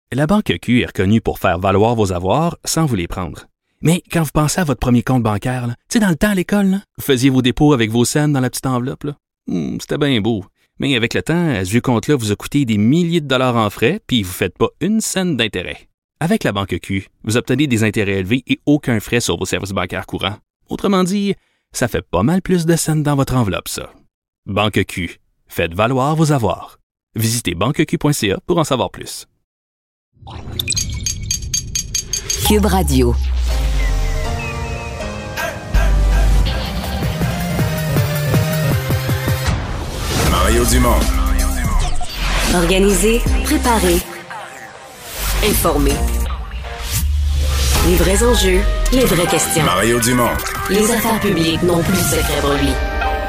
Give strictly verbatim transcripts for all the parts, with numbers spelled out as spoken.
La Banque Q est reconnue pour faire valoir vos avoirs sans vous les prendre. Mais quand vous pensez à votre premier compte bancaire, tu sais, dans le temps à l'école, là, vous faisiez vos dépôts avec vos scènes dans la petite enveloppe. Là. Hum, c'était bien beau. Mais avec le temps, à ce vieux compte-là vous a coûté des milliers de dollars en frais, puis vous ne faites pas une scène d'intérêt. Avec la Banque Q, vous obtenez des intérêts élevés et aucun frais sur vos services bancaires courants. Autrement dit, ça fait pas mal plus de scènes dans votre enveloppe, ça. Banque Q. Faites valoir vos avoirs. Visitez banque q point c a pour en savoir plus. Cube Radio. Mario Dumont. Organiser, préparer, informer. Les vrais enjeux, les vraies questions. Mario Dumont. Les affaires publiques n'ont plus de secret pour lui.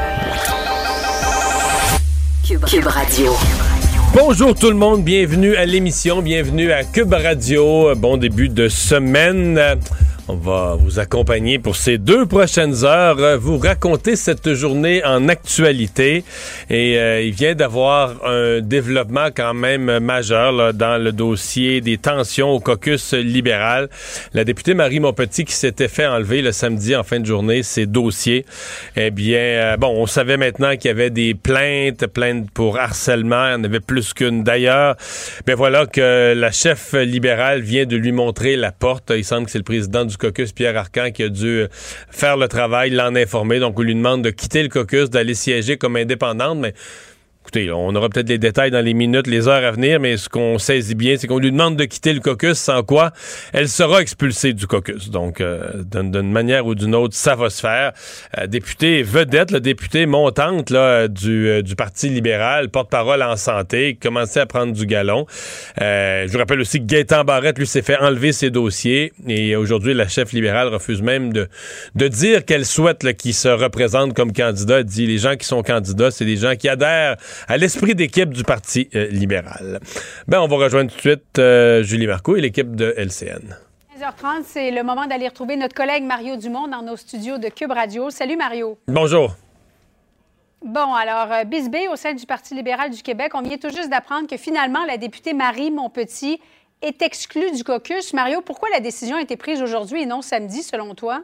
Cube, Cube Radio. Bonjour tout le monde, bienvenue à l'émission, bienvenue à Cube Radio. Bon début de semaine. On va vous accompagner pour ces deux prochaines heures, vous raconter cette journée en actualité. Et euh, il vient d'avoir un développement quand même majeur là, dans le dossier des tensions au caucus libéral. La députée Marie Montpetit qui s'était fait enlever le samedi en fin de journée ses dossiers. Eh bien, euh, bon, on savait maintenant qu'il y avait des plaintes, plaintes pour harcèlement. Il y en avait plus qu'une d'ailleurs. Mais voilà que la chef libérale vient de lui montrer la porte. Il semble que c'est le président du caucus, Pierre Arcan, qui a dû faire le travail, l'en informer. Donc, on lui demande de quitter le caucus, d'aller siéger comme indépendante, mais écoutez, on aura peut-être les détails dans les minutes, les heures à venir, mais ce qu'on saisit bien, c'est qu'on lui demande de quitter le caucus, sans quoi elle sera expulsée du caucus. Donc, euh, d'une, d'une manière ou d'une autre, ça va se faire. Euh, députée vedette, la députée montante là, du, euh, du Parti libéral, porte-parole en santé, qui commençait à prendre du galon. Euh, je vous rappelle aussi que Gaétan Barrette, lui, s'est fait enlever ses dossiers. Et aujourd'hui, la chef libérale refuse même de, de dire qu'elle souhaite là, qu'il se représente comme candidat. Elle dit les gens qui sont candidats, c'est des gens qui adhèrent à l'esprit d'équipe du Parti euh, libéral. Ben, on va rejoindre tout de suite euh, Julie Marcoux et l'équipe de L C N. quinze heures trente, c'est le moment d'aller retrouver notre collègue Mario Dumont dans nos studios de Cube Radio. Salut Mario. Bonjour. Bon, alors, euh, Bisbee, au sein du Parti libéral du Québec, on vient tout juste d'apprendre que finalement, la députée Marie Montpetit est exclue du caucus. Mario, pourquoi la décision a été prise aujourd'hui et non samedi, selon toi?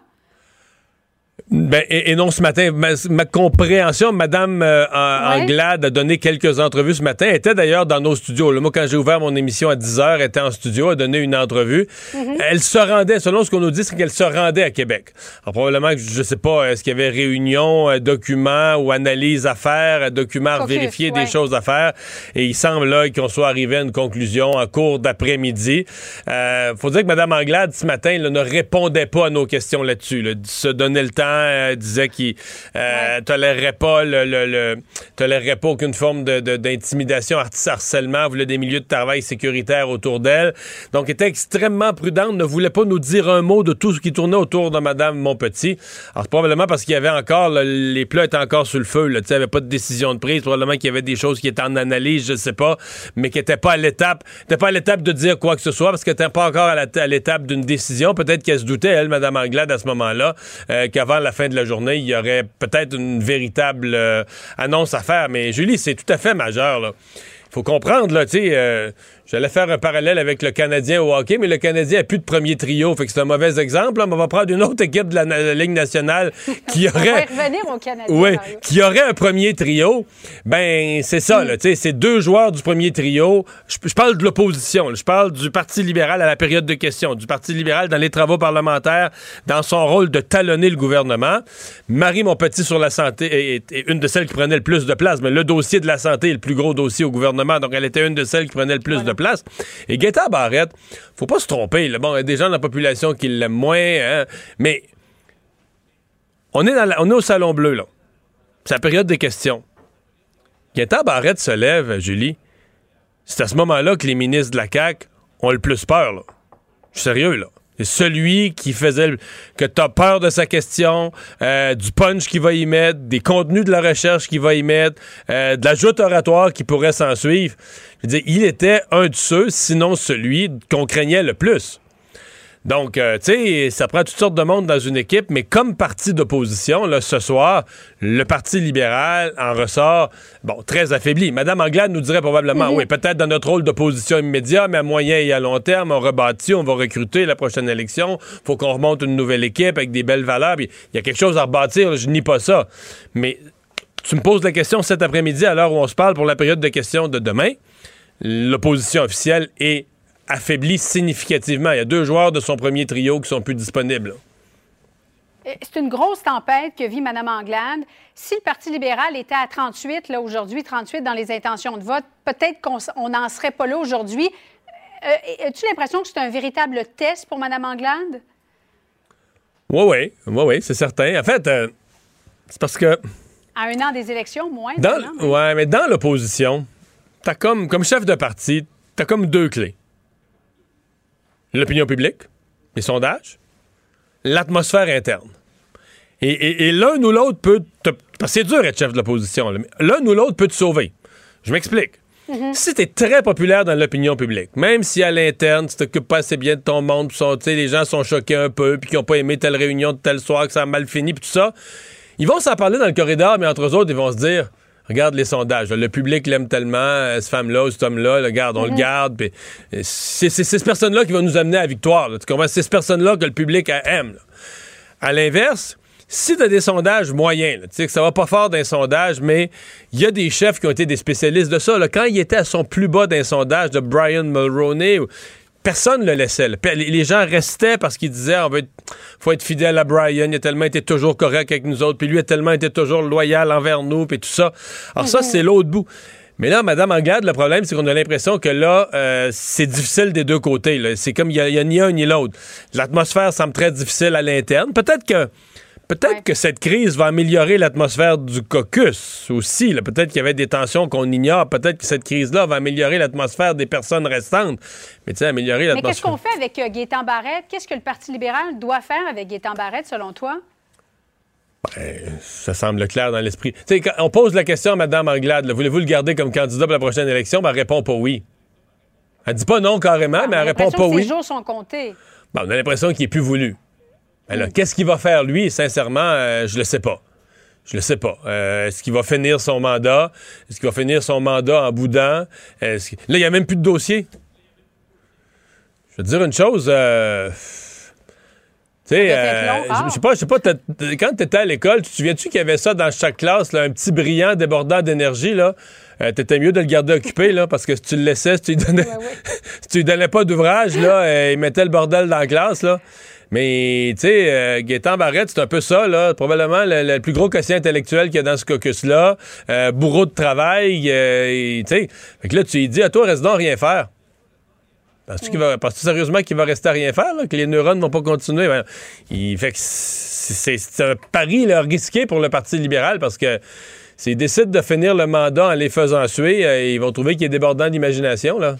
Ben, et, et non, ce matin, ma, ma compréhension, Mme euh, ouais. Anglade a donné quelques entrevues ce matin. Elle était d'ailleurs dans nos studios. Là, moi, quand j'ai ouvert mon émission à dix heures, elle était en studio, elle a donné une entrevue. Mm-hmm. Elle se rendait, selon ce qu'on nous dit, c'est qu'elle se rendait à Québec. Alors, probablement que, je sais pas, est-ce qu'il y avait réunion, euh, documents ou analyse à faire, documents à vérifier, ouais. des choses à faire. Et il semble là qu'on soit arrivé à une conclusion en cours d'après-midi. Euh, faut dire que Mme Anglade, ce matin, là, ne répondait pas à nos questions là-dessus. Là, se donnait le temps. Euh, disait qu'il euh, ouais. tolérerait pas le, le, le tolérerait pas aucune forme de, de, d'intimidation, harcèlement, voulait des milieux de travail sécuritaires autour d'elle. Donc, était extrêmement prudente, ne voulait pas nous dire un mot de tout ce qui tournait autour de Mme Montpetit. Alors, probablement parce qu'il y avait encore, là, les plats étaient encore sur le feu, là, tu sais, il n'y avait pas de décision de prise, probablement qu'il y avait des choses qui étaient en analyse, je sais pas, mais qui n'étaient pas à l'étape, n'étaient pas à l'étape de dire quoi que ce soit, parce qu'elle n'était pas encore à, la, à l'étape d'une décision. Peut-être qu'elle se doutait, elle, Mme Anglade, à ce moment-là, euh, qu'avant la fin de la journée, il y aurait peut-être une véritable euh, annonce à faire. Mais Julie, c'est tout à fait majeur, là. Faut comprendre, là, tu sais, euh, j'allais faire un parallèle avec le Canadien au hockey, mais le Canadien n'a plus de premier trio, fait que c'est un mauvais exemple. Là, mais on va prendre une autre équipe de la, la Ligue nationale qui aurait... on va y revenir au Canadien. Oui, qui aurait un premier trio. Ben, c'est ça, mm. là, tu sais, c'est deux joueurs du premier trio. Je, je parle de l'opposition, là, je parle du Parti libéral à la période de questions, du Parti libéral dans les travaux parlementaires, dans son rôle de talonner le gouvernement. Marie Montpetit sur la santé est, est une de celles qui prenait le plus de place, mais le dossier de la santé est le plus gros dossier au gouvernement. Donc, elle était une de celles qui prenait le plus voilà. de place. Et Gaétan Barrette, faut pas se tromper. Là. Bon, il y a des gens dans la population qui l'aiment moins, hein, mais on est, dans la, on est au Salon Bleu, là. C'est la période des questions. Gaétan Barrette se lève, Julie. C'est à ce moment-là que les ministres de la C A Q ont le plus peur, là. Je suis sérieux, là. C'est celui qui faisait le, que t'as peur de sa question, euh, du punch qu'il va y mettre, des contenus de la recherche qu'il va y mettre, euh, de la joute oratoire qui pourrait s'en suivre. Je veux dire, il était un de ceux, sinon celui qu'on craignait le plus. Donc, euh, tu sais, ça prend toutes sortes de monde dans une équipe, mais comme parti d'opposition, là, ce soir, le Parti libéral en ressort, bon, très affaibli. Madame Anglade nous dirait probablement, mm-hmm. oui, peut-être dans notre rôle d'opposition immédiat, mais à moyen et à long terme, on rebâtit, on va recruter la prochaine élection, faut qu'on remonte une nouvelle équipe avec des belles valeurs, il y a quelque chose à rebâtir, là, je nie pas ça. Mais tu me poses la question cet après-midi, à l'heure où on se parle pour la période de questions de demain, l'opposition officielle est affaibli significativement. Il y a deux joueurs de son premier trio qui sont plus disponibles. C'est une grosse tempête que vit Mme Anglade. Si le Parti libéral était à trente-huit, là, aujourd'hui, trente-huit dans les intentions de vote, peut-être qu'on n'en serait pas là aujourd'hui. Euh, as-tu l'impression que c'est un véritable test pour Mme Anglade? Oui, oui, oui, oui, c'est certain. En fait, euh, c'est parce que... À un an des élections, moins. Dans, mais... Ouais, mais dans l'opposition, t'as comme, comme chef de parti, t'as comme deux clés. L'opinion publique, les sondages, l'atmosphère interne. Et, et, et l'un ou l'autre peut... Te, parce que c'est dur d'être chef de l'opposition. Là, mais l'un ou l'autre peut te sauver. Je m'explique. Mm-hmm. Si t'es très populaire dans l'opinion publique, même si à l'interne, tu t'occupes pas assez bien de ton monde, pis sont, les gens sont choqués un peu, puis qu'ils n'ont pas aimé telle réunion de tel soir, que ça a mal fini, puis tout ça, ils vont s'en parler dans le corridor, mais entre eux autres, ils vont se dire... Regarde les sondages. Là, le public l'aime tellement, euh, cette femme-là ou cet homme-là. Là, regarde, on mm-hmm. le garde. Pis, euh, c'est, c'est, c'est cette personne-là qui va nous amener à la victoire. Là, tu comprends? C'est cette personne-là que le public aime. Là. À l'inverse, si tu as des sondages moyens, tu sais que ça va pas fort d'un sondage, mais il y a des chefs qui ont été des spécialistes de ça. Là, quand il était à son plus bas d'un sondage de Brian Mulroney... Personne ne le laissait. Là. Les gens restaient parce qu'ils disaient on va être, faut être fidèle à Brian, il a tellement été toujours correct avec nous autres, puis lui a tellement été toujours loyal envers nous, puis tout ça. Alors mm-hmm. ça, c'est l'autre bout. Mais là, Mme Anglade, le problème, c'est qu'on a l'impression que là, euh, c'est difficile des deux côtés. Là. C'est comme il n'y a, a ni un ni l'autre. L'atmosphère semble très difficile à l'interne. Peut-être que Peut-être ouais. que cette crise va améliorer l'atmosphère du caucus aussi. Là. Peut-être qu'il y avait des tensions qu'on ignore. Peut-être que cette crise-là va améliorer l'atmosphère des personnes restantes. Mais tu sais, améliorer l'atmosphère... Mais qu'est-ce qu'on fait avec euh, Gaétan Barrette? Qu'est-ce que le Parti libéral doit faire avec Gaétan Barrette, selon toi? Ben, ça semble clair dans l'esprit. Tu sais, quand on pose la question à Mme Anglade, là, voulez-vous le garder comme candidat pour la prochaine élection? Ben, elle répond pas oui. Elle dit pas non carrément, ah, mais elle répond pas oui. Ses jours sont comptés. Ben, on a l'impression qu'il est plus voulu. Alors, qu'est-ce qu'il va faire, lui? Sincèrement, euh, je le sais pas. Je le sais pas. Euh, est-ce qu'il va finir son mandat? Est-ce qu'il va finir son mandat en boudin? Est-ce que... Là, il n'y a même plus de dossier. Je veux te dire une chose. Euh... Tu sais, euh, je sais pas, je sais pas, quand tu étais à l'école, tu te souviens-tu qu'il y avait ça dans chaque classe, là, un petit brillant débordant d'énergie, là? Euh, t'étais mieux de le garder occupé, là, parce que si tu le laissais, si tu lui donnais, ouais, ouais. si tu lui donnais pas d'ouvrage, là, euh, il mettait le bordel dans la classe, là. Mais, tu sais, euh, Gaétan Barrette, c'est un peu ça, là. Probablement le, le plus gros quotient intellectuel qu'il y a dans ce caucus-là. Euh, bourreau de travail, euh, tu sais. Fait que là, tu lui dis, à toi, reste donc rien faire. Penses-tu, qu'il va, penses-tu sérieusement qu'il va rester à rien faire, là, que les neurones vont pas continuer? Ben, il fait que c'est, c'est un pari là, risqué pour le Parti libéral parce que s'ils décident de finir le mandat en les faisant suer, euh, ils vont trouver qu'il est débordant d'imagination, là.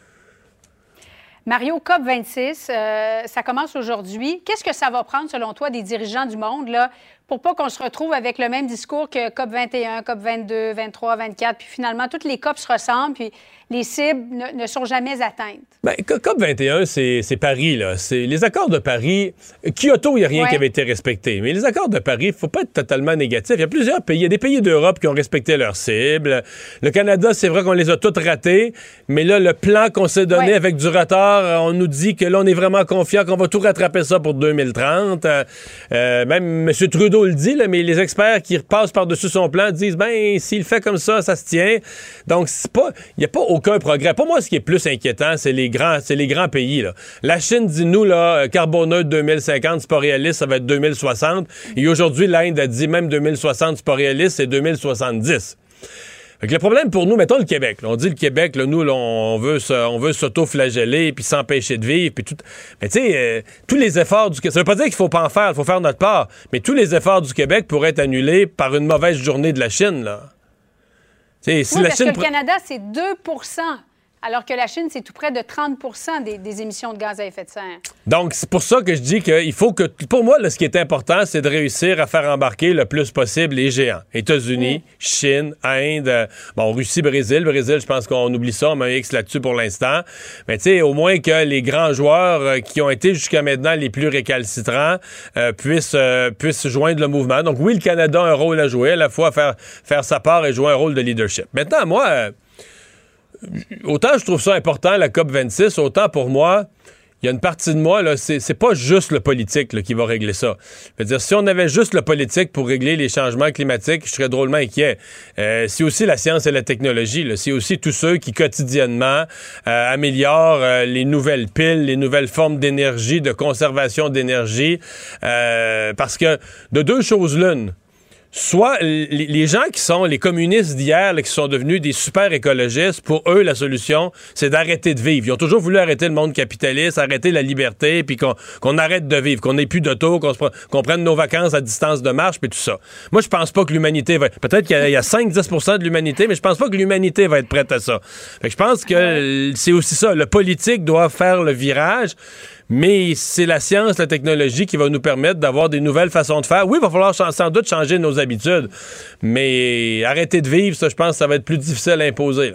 Mario, C O P vingt-six, euh, ça commence aujourd'hui. Qu'est-ce que ça va prendre, selon toi, des dirigeants du monde, là, pour pas qu'on se retrouve avec le même discours que C O P vingt et un, C O P vingt-deux, vingt-trois, vingt-quatre, puis finalement, toutes les C O P se ressemblent, puis les cibles ne, ne sont jamais atteintes? Bien, C O P vingt et un, c'est, c'est Paris, là. C'est les accords de Paris. Kyoto, il n'y a rien ouais. qui avait été respecté. Mais les accords de Paris, il ne faut pas être totalement négatif. Il y a plusieurs pays. Il y a des pays d'Europe qui ont respecté leurs cibles. Le Canada, c'est vrai qu'on les a toutes ratées, mais là, le plan qu'on s'est donné ouais. avec du retard, on nous dit que là, on est vraiment confiant qu'on va tout rattraper ça pour deux mille trente. Euh, même M. Trudeau le dit, là, mais les experts qui repassent par-dessus son plan disent, ben, s'il fait comme ça, ça se tient. Donc, c'est pas, il n'y a pas aucun progrès. Pour moi, ce qui est plus inquiétant, c'est les grands, c'est les grands pays, là. La Chine dit, nous, là, carboneutre deux mille cinquante, c'est pas réaliste, ça va être deux mille soixante. Et aujourd'hui, l'Inde a dit, même deux mille soixante, c'est pas réaliste, c'est deux mille soixante-dix. Fait que le problème pour nous, mettons le Québec. Là, on dit le Québec, là, nous, là, on veut on veut s'auto-flageller puis s'empêcher de vivre puis tout. Mais tu sais, euh, tous les efforts du Québec, ça veut pas dire qu'il faut pas en faire, il faut faire notre part. Mais tous les efforts du Québec pourraient être annulés par une mauvaise journée de la Chine, là. T'sais, si oui, la parce Chine que le Canada, c'est deux pour cent alors que la Chine, c'est tout près de trente pour cent des, des émissions de gaz à effet de serre. Donc, c'est pour ça que je dis qu'il faut que... Pour moi, là, ce qui est important, c'est de réussir à faire embarquer le plus possible les géants. États-Unis, mmh. Chine, Inde, euh, bon, Russie, Brésil. Brésil, je pense qu'on oublie ça, on met un X là-dessus pour l'instant. Mais tu sais, au moins que les grands joueurs euh, qui ont été jusqu'à maintenant les plus récalcitrants euh, puissent, euh, puissent joindre le mouvement. Donc oui, le Canada a un rôle à jouer, à la fois faire, faire sa part et jouer un rôle de leadership. Maintenant, moi, euh, autant je trouve ça important, la COP vingt-six, autant pour moi, il y a une partie de moi, là, c'est, c'est pas juste le politique là, qui va régler ça. Je veux dire, si on avait juste le politique pour régler les changements climatiques, je serais drôlement inquiet. Euh, c'est aussi la science et la technologie. Là. C'est aussi tous ceux qui, quotidiennement, euh, améliorent euh, les nouvelles piles, les nouvelles formes d'énergie, de conservation d'énergie. Euh, parce que de deux choses l'une, soit les, les gens qui sont les communistes d'hier, là, qui sont devenus des super écologistes, pour eux, la solution, c'est d'arrêter de vivre. Ils ont toujours voulu arrêter le monde capitaliste, arrêter la liberté, puis qu'on, qu'on arrête de vivre, qu'on n'ait plus d'auto, qu'on, se, qu'on prenne nos vacances à distance de marche, puis tout ça. Moi, je pense pas que l'humanité va... Peut-être qu'il y a, il y a cinq à dix pour cent de l'humanité, mais je pense pas que l'humanité va être prête à ça. Fait que je pense que c'est aussi ça. Le politique doit faire le virage, mais c'est la science, la technologie qui va nous permettre d'avoir des nouvelles façons de faire. Oui, il va falloir sans doute changer nos habitudes, mais arrêter de vivre, ça, je pense que ça va être plus difficile à imposer. Là.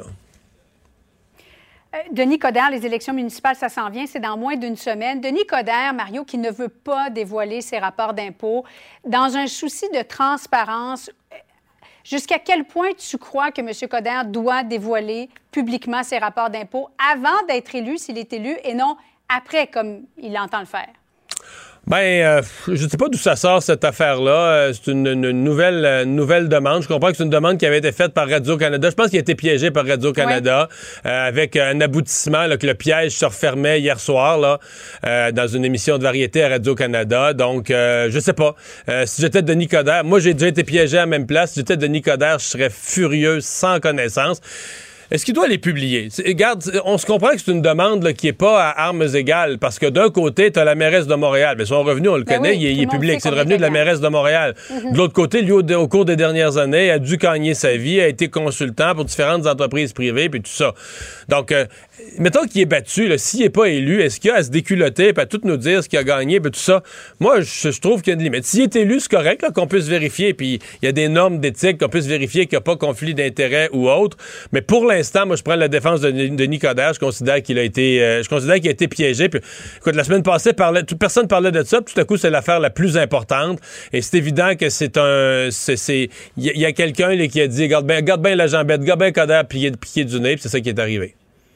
Euh, Denis Coderre, les élections municipales, ça s'en vient, c'est dans moins d'une semaine. Denis Coderre, Mario, qui ne veut pas dévoiler ses rapports d'impôts, dans un souci de transparence, jusqu'à quel point tu crois que M. Coderre doit dévoiler publiquement ses rapports d'impôts avant d'être élu, s'il est élu, et non après, comme il entend le faire? Ben, euh, je ne sais pas d'où ça sort, cette affaire-là. C'est une, une nouvelle, une nouvelle demande. Je comprends que c'est une demande qui avait été faite par Radio-Canada. Je pense qu'il a été piégé par Radio-Canada, ouais. euh, avec un aboutissement, là, que le piège se refermait hier soir, là, euh, dans une émission de variété à Radio-Canada. Donc, euh, je sais pas. Euh, si j'étais Denis Coderre, moi, j'ai déjà été piégé à la même place. Si j'étais Denis Coderre, je serais furieux, sans connaissance. Est-ce qu'il doit les publier? Regarde, on se comprend que c'est une demande là, qui n'est pas à armes égales, parce que d'un côté, tu as la mairesse de Montréal. Mais son revenu, on le ben connaît, oui, il, il est public. C'est le revenu de la mairesse de Montréal. Mm-hmm. De l'autre côté, lui, au, au cours des dernières années, a dû gagner sa vie, a été consultant pour différentes entreprises privées, puis tout ça. Donc, euh, mettons qu'il est battu, là, s'il n'est pas élu, est-ce qu'il y a à se déculotter et à tout nous dire ce qu'il a gagné, puis tout ça? Moi, je, je trouve qu'il y a une limite. S'il est élu, c'est correct là, qu'on puisse vérifier, puis il y a des normes d'éthique, qu'on puisse vérifier qu'il n'y a pas conflit d'intérêt ou autre. Mais pour l'instant, moi, je prends la défense de Denis Coderre. Je considère qu'il a été, euh, je considère qu'il a été piégé. Puis, écoute, la semaine passée, parlait, toute personne parlait de ça. Puis tout à coup, c'est l'affaire la plus importante. Et c'est évident que c'est un, c'est, c'est, il y, y a quelqu'un là, qui a dit, garde bien, garde bien la jambette, garde bien Coderre, piqué, piqué du nez. Puis c'est ça qui est arrivé.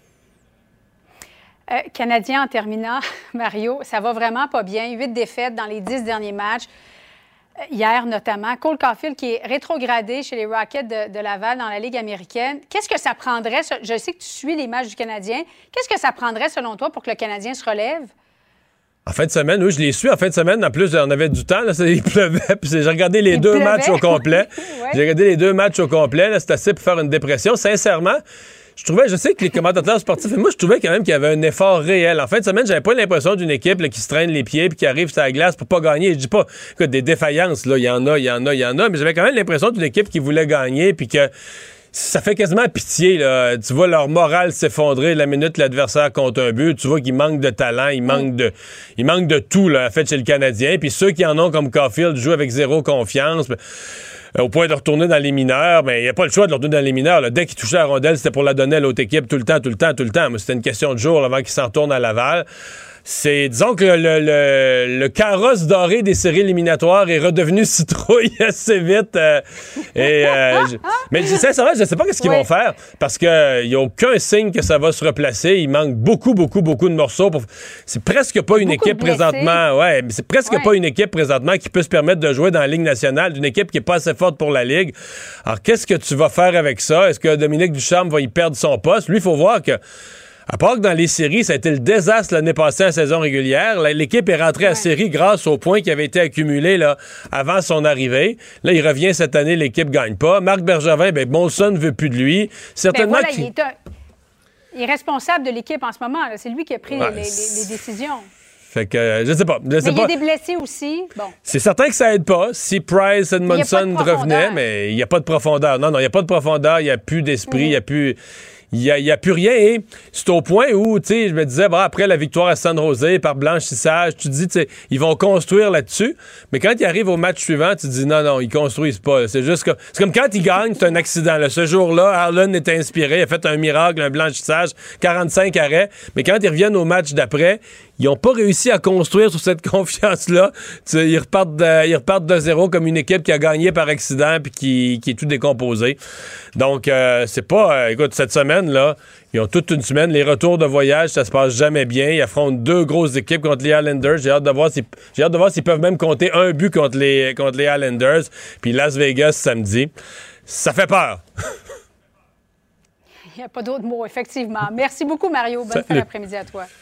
Euh, Canadien en terminant, Mario, ça va vraiment pas bien. Huit défaites dans les dix derniers matchs. Hier, notamment. Cole Caulfield qui est rétrogradé chez les Rockets de, de Laval dans la Ligue américaine. Qu'est-ce que ça prendrait? Je sais que tu suis les matchs du Canadien. Qu'est-ce que ça prendrait, selon toi, pour que le Canadien se relève? En fin de semaine, oui, je les suis. En fin de semaine, en plus, on avait du temps. Là, il pleuvait. Puis j'ai regardé les il deux pleuvait. matchs au complet. Ouais. J'ai regardé les deux matchs au complet. Là, c'est assez pour faire une dépression. Sincèrement, je trouvais, je sais que les commentateurs sportifs, moi, je trouvais quand même qu'il y avait un effort réel. En fin de semaine, j'avais pas l'impression d'une équipe là, qui se traîne les pieds puis qui arrive sur la glace pour pas gagner. Je dis pas, écoute, des défaillances, là, il y en a, il y en a, il y en a, mais j'avais quand même l'impression d'une équipe qui voulait gagner puis que ça fait quasiment pitié, là. Tu vois leur morale s'effondrer la minute que l'adversaire compte un but. Tu vois qu'ils manquent de talent, ils manquent de, ils manquent de tout, là, en fait, chez le Canadien. Puis ceux qui en ont, comme Caulfield, jouent avec zéro confiance. Au point de retourner dans les mineurs, mais il n'y a pas le choix de retourner dans les mineurs. Là. Dès qu'il touchait la rondelle, c'était pour la donner à l'autre équipe tout le temps, tout le temps, tout le temps. Mais c'était une question de jour avant qu'il s'en retourne à Laval. C'est, disons que le, le, le carrosse doré des séries éliminatoires est redevenu citrouille assez vite. Euh, et, euh, je, mais sincèrement, je ne sais pas ce qu'ils oui. vont faire parce qu'il n'y a aucun signe que ça va se replacer. Il manque beaucoup, beaucoup, beaucoup de morceaux. Pour... C'est presque pas une beaucoup équipe présentement. Ouais, mais c'est presque ouais. pas une équipe présentement qui peut se permettre de jouer dans la Ligue nationale, d'une équipe qui n'est pas assez forte pour la Ligue. Alors, qu'est-ce que tu vas faire avec ça? Est-ce que Dominique Ducharme va y perdre son poste? Lui, il faut voir que à part que dans les séries, ça a été le désastre l'année passée en saison régulière. L'équipe est rentrée ouais. à série grâce aux points qui avaient été accumulés là, avant son arrivée. Là, il revient cette année, l'équipe gagne pas. Marc Bergevin, ben Molson ne veut plus de lui. Certainement ben voilà, qu'il... il, est un... il est responsable de l'équipe en ce moment. Là. C'est lui qui a pris ouais, les, les, les décisions. Fait que, euh, je sais pas. Je sais mais pas. il y a des blessés aussi. Bon. C'est certain que ça aide pas. Si Price, Edmondson revenaient, mais il n'y a pas de profondeur. Non, non, il n'y a pas de profondeur, il n'y a plus d'esprit, il mmh. n'y a plus... il n'y a, a plus rien. Et c'est au point où, tu sais, je me disais, bon, après la victoire à San Jose, par blanchissage, tu te dis, tu sais, ils vont construire là-dessus. Mais quand ils arrivent au match suivant, tu te dis, non, non, ils construisent pas. Là. C'est juste comme, c'est comme quand ils gagnent, c'est un accident. Là. Ce jour-là, Harlan était inspiré, il a fait un miracle, un blanchissage, quarante-cinq arrêts. Mais quand ils reviennent au match d'après, ils n'ont pas réussi à construire sur cette confiance-là. Tu sais, ils repartent de, ils repartent de zéro comme une équipe qui a gagné par accident puis qui, qui est tout décomposée. Donc, euh, c'est pas... Euh, écoute, cette semaine-là, ils ont toute une semaine. Les retours de voyage, ça se passe jamais bien. Ils affrontent deux grosses équipes contre les Islanders. J'ai hâte de voir s'ils, j'ai hâte de voir s'ils peuvent même compter un but contre les, contre les Islanders. Puis Las Vegas, samedi. Ça fait peur. Il n'y a pas d'autres mots, effectivement. Merci beaucoup, Mario. Bonne fin d'après-midi à toi.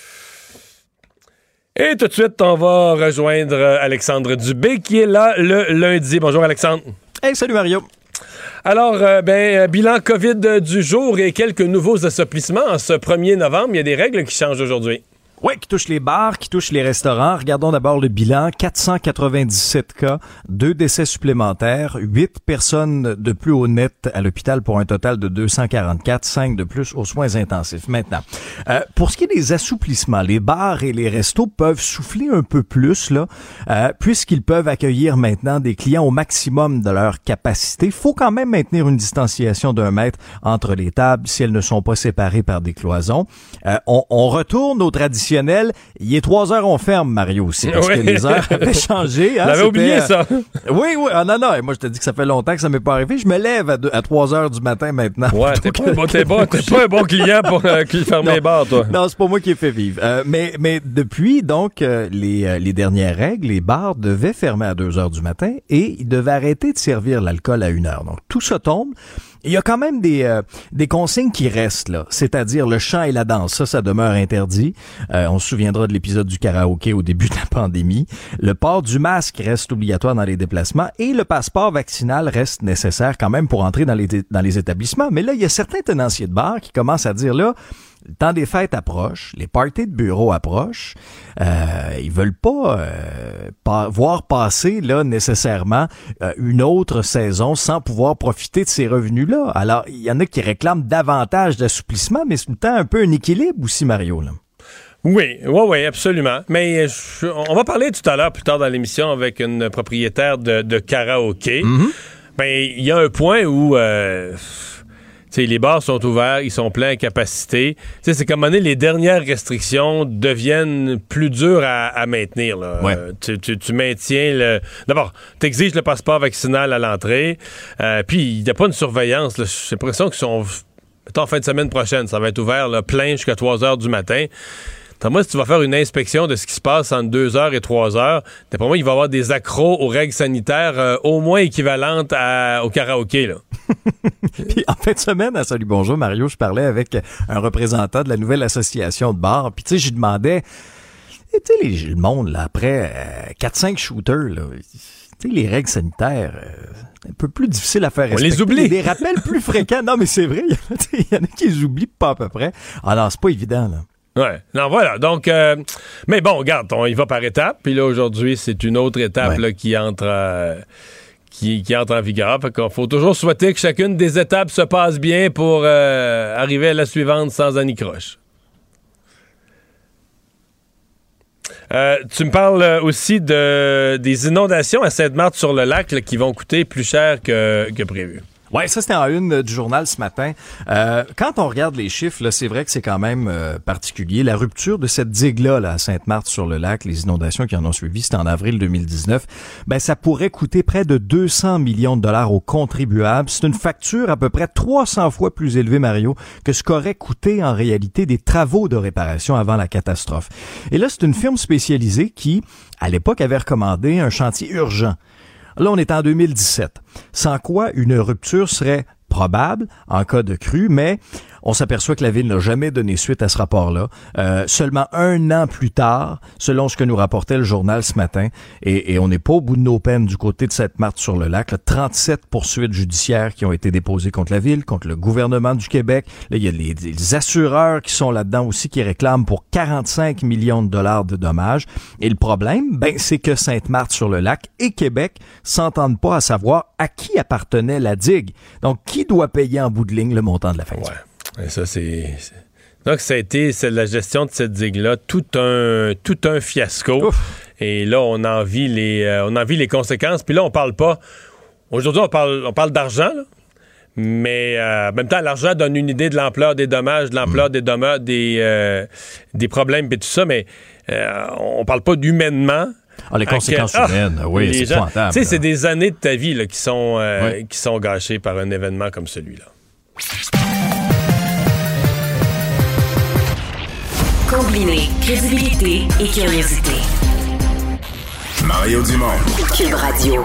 Et tout de suite, on va rejoindre Alexandre Dubé, qui est là le lundi. Bonjour, Alexandre. Hey, salut, Mario. Alors, euh, ben, bilan COVID du jour et quelques nouveaux assouplissements en ce premier novembre. Il y a des règles qui changent aujourd'hui. Oui, qui touchent les bars, qui touchent les restaurants. Regardons d'abord le bilan. quatre cent quatre-vingt-dix-sept cas, deux décès supplémentaires, huit personnes de plus au net à l'hôpital pour un total de deux cent quarante-quatre, cinq de plus aux soins intensifs. Maintenant, euh, pour ce qui est des assouplissements, les bars et les restos peuvent souffler un peu plus, là, euh, puisqu'ils peuvent accueillir maintenant des clients au maximum de leur capacité. Il faut quand même maintenir une distanciation d'un mètre entre les tables si elles ne sont pas séparées par des cloisons. Euh, on, on retourne aux traditions. Il est trois heures, on ferme, Mario, aussi, parce oui. que les heures avaient changé. Hein, J'avais oublié ça. Oui, oui. Ah, non, non. Et moi, je te dis que ça fait longtemps que ça m'est pas arrivé. Je me lève à, deux, à trois heures du matin maintenant. Ouais, t'es pas, bon, t'es, bon, t'es pas un bon client pour euh, qui ferme les bars, toi. Non, c'est pas moi qui ai fait vivre. Euh, mais, mais depuis, donc, euh, les, euh, les dernières règles, les bars devaient fermer à deux heures du matin et ils devaient arrêter de servir l'alcool à une heure. Donc, tout ça tombe. Il y a quand même des euh, des consignes qui restent là, c'est-à-dire le chant et la danse, ça, ça demeure interdit. Euh, on se souviendra de l'épisode du karaoké au début de la pandémie. Le port du masque reste obligatoire dans les déplacements et le passeport vaccinal reste nécessaire quand même pour entrer dans les dans les établissements. Mais là, il y a certains tenanciers de bars qui commencent à dire là, le temps des fêtes approche, les parties de bureau approchent, euh, ils veulent pas, euh, pas voir passer là nécessairement euh, une autre saison sans pouvoir profiter de ces revenus-là. Alors, il y en a qui réclament davantage d'assouplissement, mais c'est tout le temps un peu un équilibre aussi, Mario, là. Oui, oui, oui, absolument. Mais je, on va parler tout à l'heure, plus tard dans l'émission, avec une propriétaire de, de karaoké. Mm-hmm. Ben, il y a un point où... Euh, T'sais, les bars sont ouverts, ils sont pleins à capacité. T'sais, c'est comme donné, les dernières restrictions deviennent plus dures à, à maintenir. Là. Ouais. Euh, tu, tu, tu maintiens le... D'abord, tu exiges le passeport vaccinal à l'entrée. Euh, puis, il n'y a pas une surveillance. J'ai l'impression qu'ils sont... Mettons, en fin de semaine prochaine, ça va être ouvert là, plein jusqu'à trois heures du matin. Pour moi, si tu vas faire une inspection de ce qui se passe entre deux heures et trois heures, pour moi, il va y avoir des accros aux règles sanitaires euh, au moins équivalentes à, au karaoké, là. Puis en fin de semaine, à Salut Bonjour, Mario, je parlais avec un représentant de la nouvelle association de bars. Puis tu sais, je lui demandais, tu sais, les, le monde, là, après euh, quatre cinq shooters, là, tu sais, les règles sanitaires, euh, c'est un peu plus difficile à faire respecter. On les oublie. Des rappels plus fréquents. Non, mais c'est vrai, il y, y en a qui les oublient pas à peu près. Ah non, c'est pas évident, là. Ouais, non, voilà. Donc, euh, mais bon, regarde, on y va par étapes. Puis là, aujourd'hui, c'est une autre étape ouais. là, qui entre... Euh, Qui, qui entre en vigueur. Fait qu'on faut toujours souhaiter que chacune des étapes se passe bien pour euh, arriver à la suivante sans anicroche. Euh, tu me parles aussi de, des inondations à Sainte-Marthe-sur-le-Lac là, qui vont coûter plus cher que, que prévu. Ouais, ça c'était en une du journal ce matin. Euh, quand on regarde les chiffres, là, c'est vrai que c'est quand même euh, particulier. La rupture de cette digue-là là, à Sainte-Marthe-sur-le-Lac, les inondations qui en ont suivi, c'était en avril deux mille dix-neuf, ben ça pourrait coûter près de deux cents millions de dollars aux contribuables. C'est une facture à peu près trois cents fois plus élevée, Mario, que ce qu'aurait coûté en réalité des travaux de réparation avant la catastrophe. Et là, c'est une firme spécialisée qui, à l'époque, avait recommandé un chantier urgent. Là, on est en deux mille dix-sept, sans quoi une rupture serait probable en cas de crue, mais on s'aperçoit que la Ville n'a jamais donné suite à ce rapport-là. Euh, seulement un an plus tard, selon ce que nous rapportait le journal ce matin, et, et on n'est pas au bout de nos peines du côté de Sainte-Marthe-sur-le-Lac, là, trente-sept poursuites judiciaires qui ont été déposées contre la Ville, contre le gouvernement du Québec. Là, il y a les, les assureurs qui sont là-dedans aussi, qui réclament pour quarante-cinq millions de dollars de dommages. Et le problème, ben, c'est que Sainte-Marthe-sur-le-Lac et Québec s'entendent pas à savoir à qui appartenait la digue. Donc, qui doit payer en bout de ligne le montant de la facture? Ouais. Et ça, c'est... c'est... Donc, ça a été c'est la gestion de cette digue-là, tout un, tout un fiasco. Ouf. Et là, on en vit les, euh, on en vit les conséquences. Puis là, on parle pas... Aujourd'hui, on parle, on parle d'argent, là. Mais euh, en même temps, l'argent donne une idée de l'ampleur des dommages, de l'ampleur mmh. des dommages, des, euh, des problèmes et tout ça, mais euh, on parle pas d'humainement. Ah, les conséquences quel... humaines, ah, oui, c'est épouvantable. Tu sais, c'est des années de ta vie là, qui, sont, euh, oui. qui sont gâchées par un événement comme celui-là. Combiner crédibilité et curiosité. Mario Dumont. Cube Radio.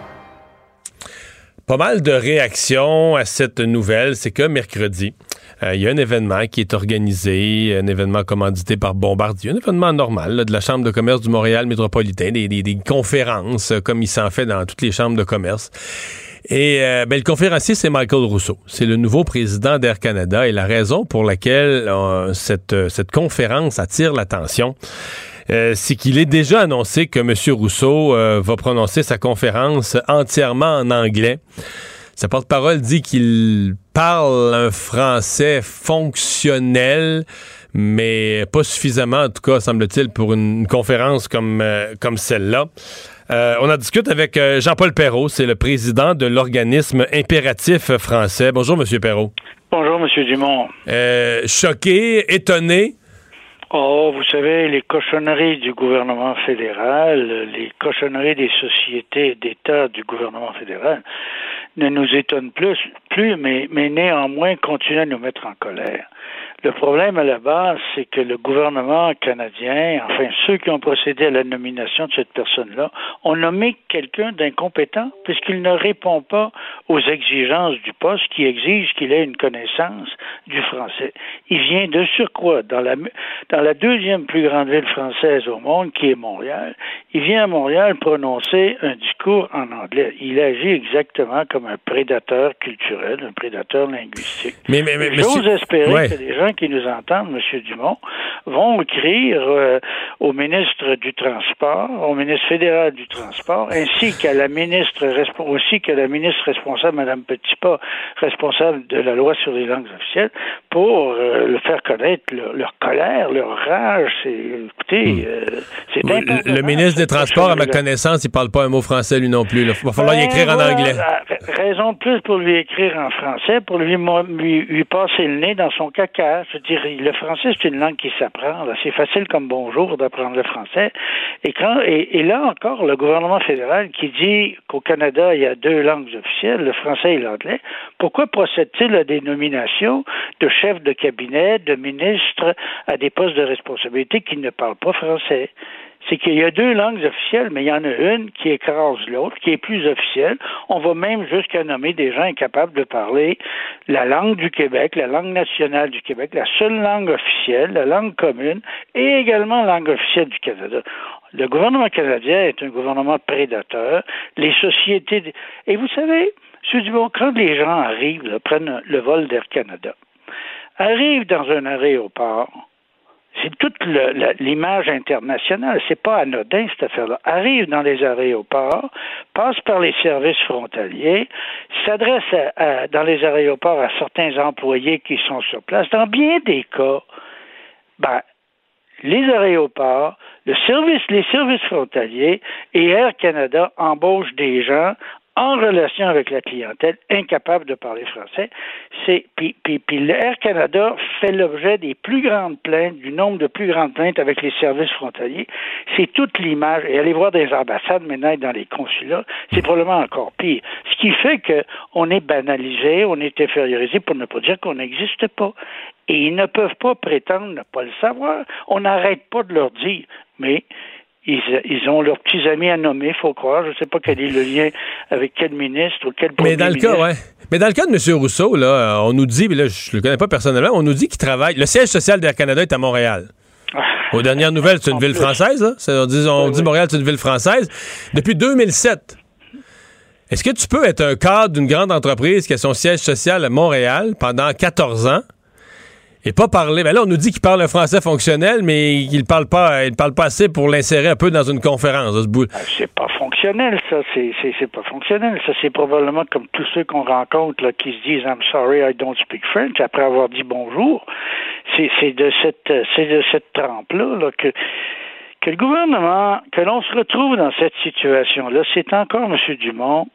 Pas mal de réactions à cette nouvelle. C'est que mercredi, il euh, y a un événement qui est organisé, un événement commandité par Bombardier, un événement normal là, de la Chambre de commerce du Montréal métropolitain, des, des, des conférences euh, comme il s'en fait dans toutes les chambres de commerce. Et euh, ben, le conférencier, c'est Michael Rousseau. C'est le nouveau président d'Air Canada et la raison pour laquelle euh, cette, cette conférence attire l'attention, Euh, c'est qu'il est déjà annoncé que M. Rousseau euh, va prononcer sa conférence entièrement en anglais. Sa porte-parole dit qu'il parle un français fonctionnel, mais pas suffisamment, en tout cas, semble-t-il, pour une conférence comme, euh, comme celle-là. Euh, on en discute avec euh, Jean-Paul Perrault, c'est le président de l'organisme Impératif français. Bonjour, M. Perrault. Bonjour, M. Dumont. Euh, choqué, étonné? Oh, vous savez, les cochonneries du gouvernement fédéral, les cochonneries des sociétés d'État du gouvernement fédéral ne nous étonnent plus, plus mais, mais néanmoins continuent à nous mettre en colère. Le problème à la base, c'est que le gouvernement canadien, enfin ceux qui ont procédé à la nomination de cette personne-là, ont nommé quelqu'un d'incompétent puisqu'il ne répond pas aux exigences du poste qui exige qu'il ait une connaissance du français. Il vient de surcroît dans la, dans la deuxième plus grande ville française au monde, qui est Montréal. Il vient à Montréal prononcer un discours en anglais. Il agit exactement comme un prédateur culturel, un prédateur linguistique. Mais, mais, mais, J'ose monsieur... espérer ouais. que les gens qui nous entendent, M. Dumont, vont écrire euh, au ministre du Transport, au ministre fédéral du Transport, ainsi qu'à la ministre aussi qu'à la ministre responsable, Mme Petitpas, responsable de la loi sur les langues officielles, pour euh, le faire connaître leur, leur colère, leur rage. C'est, écoutez, hmm. euh, c'est le, le ministre des Transports, à ma connaissance, il parle pas un mot français lui non plus. Il va falloir ben, y écrire en voilà, anglais. Raison de plus pour lui écrire en français, pour lui, lui, lui passer le nez dans son caca. Je veux dire, le français, c'est une langue qui s'apprend. Là. C'est facile comme bonjour d'apprendre le français. Et, quand, et, et là encore, le gouvernement fédéral qui dit qu'au Canada, il y a deux langues officielles, le français et l'anglais, pourquoi procède-t-il à des nominations de chefs de cabinet, de ministres à des postes de responsabilité qui ne parlent pas français? C'est qu'il y a deux langues officielles, mais il y en a une qui écrase l'autre, qui est plus officielle. On va même jusqu'à nommer des gens incapables de parler la langue du Québec, la langue nationale du Québec, la seule langue officielle, la langue commune, et également la langue officielle du Canada. Le gouvernement canadien est un gouvernement prédateur. Les sociétés... Et vous savez, M. Dumont, quand les gens arrivent, là, prennent le vol d'Air Canada, arrivent dans un aéroport... C'est toute le, la, l'image internationale. C'est pas anodin, cette affaire-là. Arrive dans les aéroports, passe par les services frontaliers, s'adresse à, à, dans les aéroports à certains employés qui sont sur place. Dans bien des cas, ben, les aéroports, le service, les services frontaliers et Air Canada embauchent des gens en relation avec la clientèle, incapable de parler français. C'est puis, puis, puis l'Air Canada fait l'objet des plus grandes plaintes, du nombre de plus grandes plaintes avec les services frontaliers. C'est toute l'image. Et aller voir des ambassades maintenant et dans les consulats, c'est probablement encore pire. Ce qui fait qu'on est banalisé, on est infériorisé, pour ne pas dire qu'on n'existe pas. Et ils ne peuvent pas prétendre ne pas le savoir. On n'arrête pas de leur dire, mais Ils, ils ont leurs petits amis à nommer, il faut croire. Je ne sais pas quel est le lien avec quel ministre ou quel premier Mais dans le ministre. cas, ouais. Mais dans le cas de M. Rousseau, là, on nous dit, mais là, je le connais pas personnellement, on nous dit qu'il travaille. Le siège social d'Air Canada est à Montréal. Ah, Aux dernières nouvelles, c'est une ville plus. française, là. C'est, on dit, on oui, dit oui. Montréal, c'est une ville française. Depuis deux mille sept. Est-ce que tu peux être un cadre d'une grande entreprise qui a son siège social à Montréal pendant quatorze ans et pas parler? Ben là, on nous dit qu'il parle un français fonctionnel, mais qu'il parle pas, il parle pas assez pour l'insérer un peu dans une conférence. Ce bout. C'est pas fonctionnel. fonctionnel, ça. C'est, c'est, c'est pas fonctionnel. Ça, c'est probablement comme tous ceux qu'on rencontre là, qui se disent « I'm sorry, I don't speak French » après avoir dit bonjour. C'est, c'est de cette, c'est de cette trempe-là là, que, que le gouvernement, que l'on se retrouve dans cette situation-là. C'est encore, M. Dumont,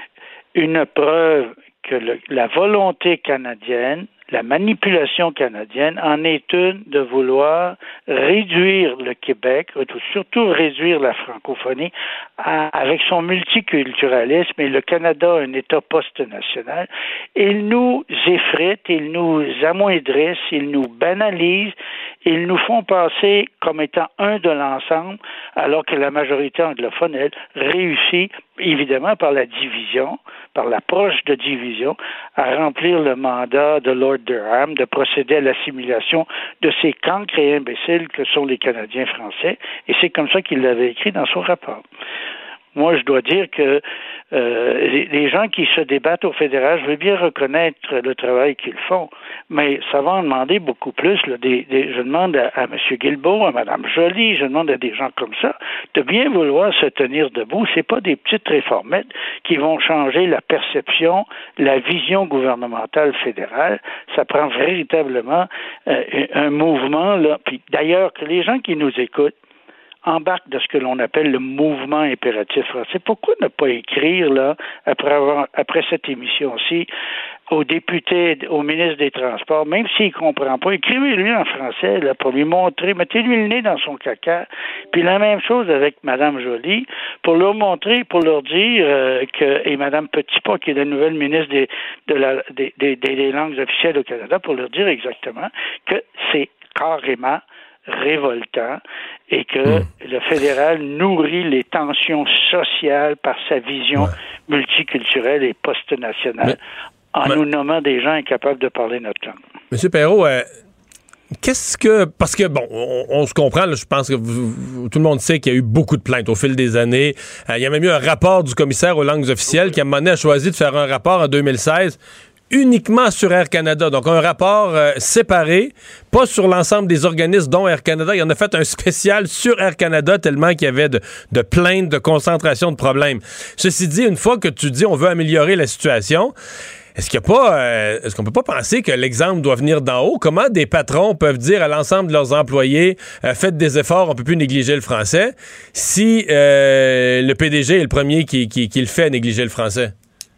une preuve que le, la volonté canadienne, la manipulation canadienne en est une de vouloir réduire le Québec, surtout réduire la francophonie à, avec son multiculturalisme, et le Canada, un État post-national. Ils nous effritent, ils nous amoindrissent, ils nous banalisent, ils nous font passer comme étant un de l'ensemble, alors que la majorité anglophone, elle, réussit, évidemment, par la division, par l'approche de division, à remplir le mandat de Lord Durham, de procéder à l'assimilation de ces cancres et imbéciles que sont les Canadiens français, et c'est comme ça qu'il l'avait écrit dans son rapport. Moi, je dois dire que euh, les, les gens qui se débattent au fédéral, je veux bien reconnaître le travail qu'ils font, mais ça va en demander beaucoup plus. Là, des, des, je demande à, à M. Guilbeault, à Mme Joly, je demande à des gens comme ça de bien vouloir se tenir debout. C'est pas des petites réformettes qui vont changer la perception, la vision gouvernementale fédérale. Ça prend véritablement euh, un mouvement là. Puis d'ailleurs, que les gens qui nous écoutent embarque de ce que l'on appelle le mouvement impératif français. Pourquoi ne pas écrire, là, après avoir, après cette émission-ci, aux députés, au ministre des Transports, même s'il ne comprend pas, écrivez-lui en français, là, pour lui montrer, mettez-lui le nez dans son caca. Puis la même chose avec Mme Joly, pour leur montrer, pour leur dire euh, que, et Mme Petitpas, qui est la nouvelle ministre des, de la, des, des, des langues officielles au Canada, pour leur dire exactement que c'est carrément révoltant et que mmh. le fédéral nourrit les tensions sociales par sa vision ouais. multiculturelle et post-nationale mais, en mais, nous nommant des gens incapables de parler notre langue. Monsieur Perrault, euh, qu'est-ce que... Parce que, bon, on, on se comprend, là, je pense que vous, vous, tout le monde sait qu'il y a eu beaucoup de plaintes au fil des années. Euh, il y a même eu un rapport du commissaire aux langues officielles qui, à un moment donné, a choisi de faire un rapport en deux mille seize uniquement sur Air Canada. Donc, un rapport euh, séparé, pas sur l'ensemble des organismes, dont Air Canada. Il en a fait un spécial sur Air Canada, tellement qu'il y avait de, de plaintes, de concentration de problèmes. Ceci dit, une fois que tu dis on veut améliorer la situation, est-ce qu'il y a pas, euh, est-ce qu'on peut pas penser que l'exemple doit venir d'en haut? Comment des patrons peuvent dire à l'ensemble de leurs employés euh, faites des efforts, on peut plus négliger le français, si euh, le P D G est le premier qui, qui, qui le fait négliger le français?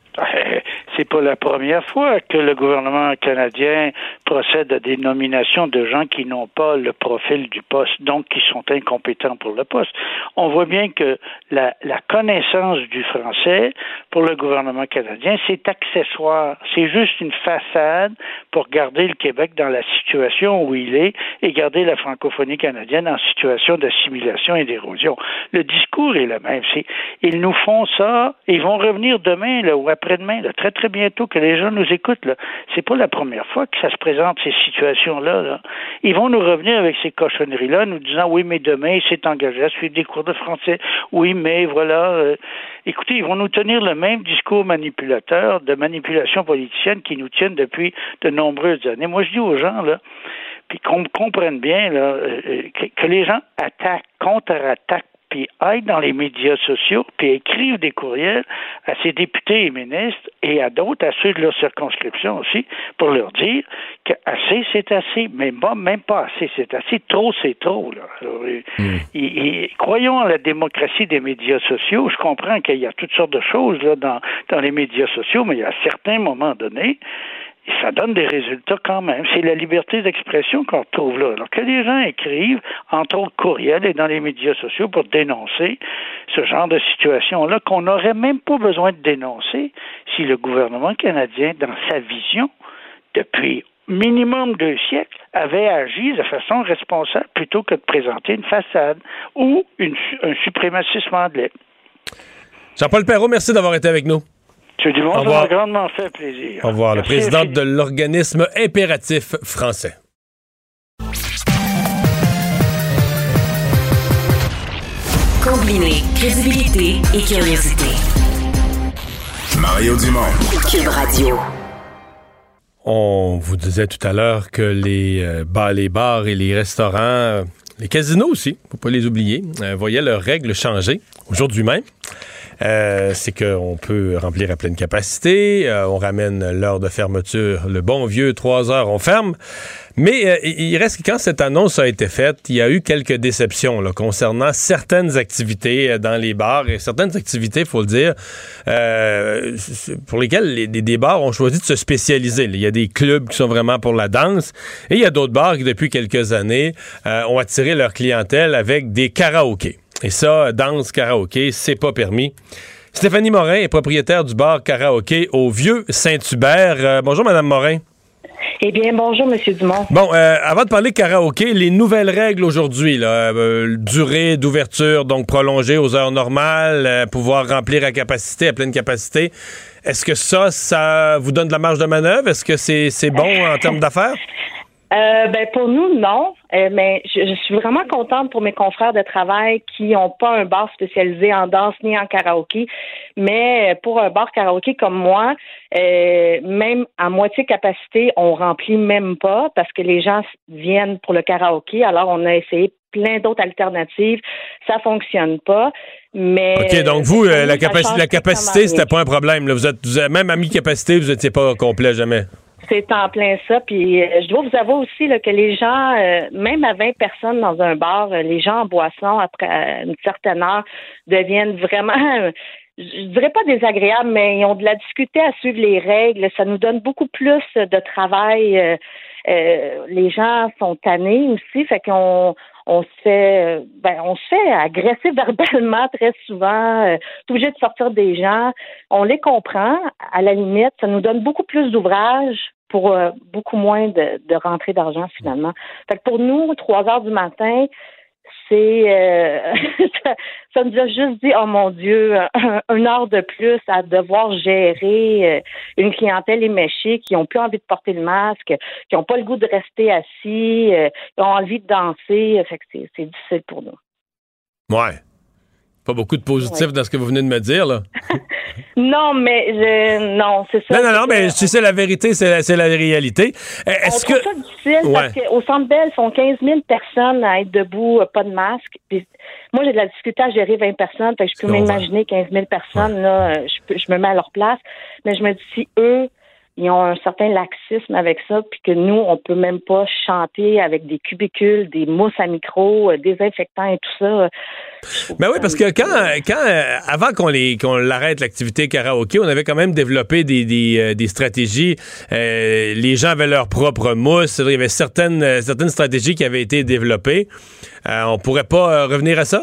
C'est pas la première fois que le gouvernement canadien procède à des nominations de gens qui n'ont pas le profil du poste, donc qui sont incompétents pour le poste. On voit bien que la, la connaissance du français pour le gouvernement canadien, c'est accessoire. C'est juste une façade pour garder le Québec dans la situation où il est et garder la francophonie canadienne en situation d'assimilation et d'érosion. Le discours est le même. C'est, ils nous font ça, ils vont revenir demain là, ou après-demain, là, très très bientôt que les gens nous écoutent. Là. C'est pas la première fois que ça se présente, ces situations-là. Là. Ils vont nous revenir avec ces cochonneries-là, nous disant, oui, mais demain, il s'est engagé à suivre des cours de français. Oui, mais voilà. Euh, écoutez, ils vont nous tenir le même discours manipulateur, de manipulation politicienne qui nous tiennent depuis de nombreuses années. Moi, je dis aux gens, là, puis qu'on comprenne bien, là, euh, que, que les gens attaquent, contre-attaquent, puis aillent dans les médias sociaux, puis écrivent des courriels à ces députés et ministres et à d'autres, à ceux de leur circonscription aussi, pour leur dire que assez, c'est assez, mais bon, même pas assez, c'est assez, trop, c'est trop. Là. Alors, mmh. et, et, croyons en la démocratie des médias sociaux. Je comprends qu'il y a toutes sortes de choses là, dans, dans les médias sociaux, mais il y a à certains moments donnés, et ça donne des résultats quand même. C'est la liberté d'expression qu'on retrouve là. Alors que les gens écrivent, entre autres courriels et dans les médias sociaux pour dénoncer ce genre de situation-là qu'on n'aurait même pas besoin de dénoncer si le gouvernement canadien, dans sa vision, depuis minimum deux siècles, avait agi de façon responsable plutôt que de présenter une façade ou une, un suprémacisme anglais. Jean-Paul Perrault, merci d'avoir été avec nous. M. Dumont, ça m'a grandement fait plaisir. Au revoir, le président de l'organisme Impératif français. Combiner crédibilité et curiosité. Mario Dumont. Cube Radio. On vous disait tout à l'heure que les, euh, bars, les bars et les restaurants, euh, les casinos aussi, faut pas les oublier, euh, voyaient leurs règles changer aujourd'hui même. Euh, c'est qu'on peut remplir à pleine capacité, euh, on ramène l'heure de fermeture, le bon vieux trois heures, on ferme. Mais euh, il reste que quand cette annonce a été faite, il y a eu quelques déceptions là, concernant certaines activités dans les bars, et certaines activités, il faut le dire, euh, pour lesquelles les, des bars ont choisi de se spécialiser. Il y a des clubs qui sont vraiment pour la danse, et il y a d'autres bars qui, depuis quelques années, euh, ont attiré leur clientèle avec des karaokés. Et ça, danse, karaoké, c'est pas permis. Stéphanie Morin est propriétaire du bar karaoké au Vieux Saint-Hubert. Euh, bonjour, Madame Morin. Eh bien, bonjour, M. Dumont. Bon, euh, avant de parler karaoké, les nouvelles règles aujourd'hui, là, euh, durée d'ouverture, donc prolongée aux heures normales, euh, pouvoir remplir à capacité, à pleine capacité. Est-ce que ça, ça vous donne de la marge de manœuvre? Est-ce que c'est, c'est bon en termes d'affaires? Euh, ben pour nous, non. Euh, mais je, je suis vraiment contente pour mes confrères de travail qui n'ont pas un bar spécialisé en danse ni en karaoké. Mais pour un bar karaoké comme moi, euh, même à moitié capacité, on remplit même pas parce que les gens viennent pour le karaoké. Alors, on a essayé plein d'autres alternatives. Ça fonctionne pas. Mais OK, donc vous, euh, la, capaci- la capacité, c'était pas un problème. Là. Vous êtes, vous êtes même à mi-capacité, vous n'étiez pas complet jamais. C'est en plein ça. Puis euh, je dois vous avouer aussi là, que les gens, euh, même à vingt personnes dans un bar, euh, les gens en boisson, après euh, une certaine heure, deviennent vraiment, euh, je dirais pas désagréables, mais ils ont de la difficulté à suivre les règles. Ça nous donne beaucoup plus de travail. Euh, euh, les gens sont tannés aussi, fait qu'on on se fait ben on se fait agresser verbalement très souvent, euh, t'es obligé de sortir des gens. On les comprend, à la limite, ça nous donne beaucoup plus d'ouvrages pour euh, beaucoup moins de, de rentrée d'argent finalement. Fait que pour nous, trois heures du matin, c'est euh, ça, ça nous a juste dit, oh mon Dieu, un, une heure de plus à devoir gérer euh, une clientèle éméchée qui n'ont plus envie de porter le masque, qui n'ont pas le goût de rester assis, euh, qui ont envie de danser. Fait que c'est, c'est difficile pour nous. Ouais. Pas beaucoup de positifs ouais. dans ce que vous venez de me dire, là. Non, mais je, non, c'est ça. Non, non, non, mais si c'est la vérité, c'est la, c'est la réalité. Est-ce on que... trouve ça difficile ouais. parce qu'au Centre Bell, ils sont quinze mille personnes à être debout, pas de masque. Puis, moi, j'ai de la difficulté à gérer vingt personnes, fait que je peux m'imaginer quinze mille personnes, ouais. là, je, peux, je me mets à leur place. Mais je me dis, si eux, ils ont un certain laxisme avec ça, puis que nous, on peut même pas chanter avec des cubicules, des mousses à micro, euh, désinfectants et tout ça. Ben oui, parce que quand, quand euh, avant qu'on les qu'on l'arrête l'activité karaoké, on avait quand même développé des des, euh, des stratégies. Euh, les gens avaient leur propre mousse. Il y avait certaines euh, certaines stratégies qui avaient été développées. Euh, on pourrait pas euh, revenir à ça?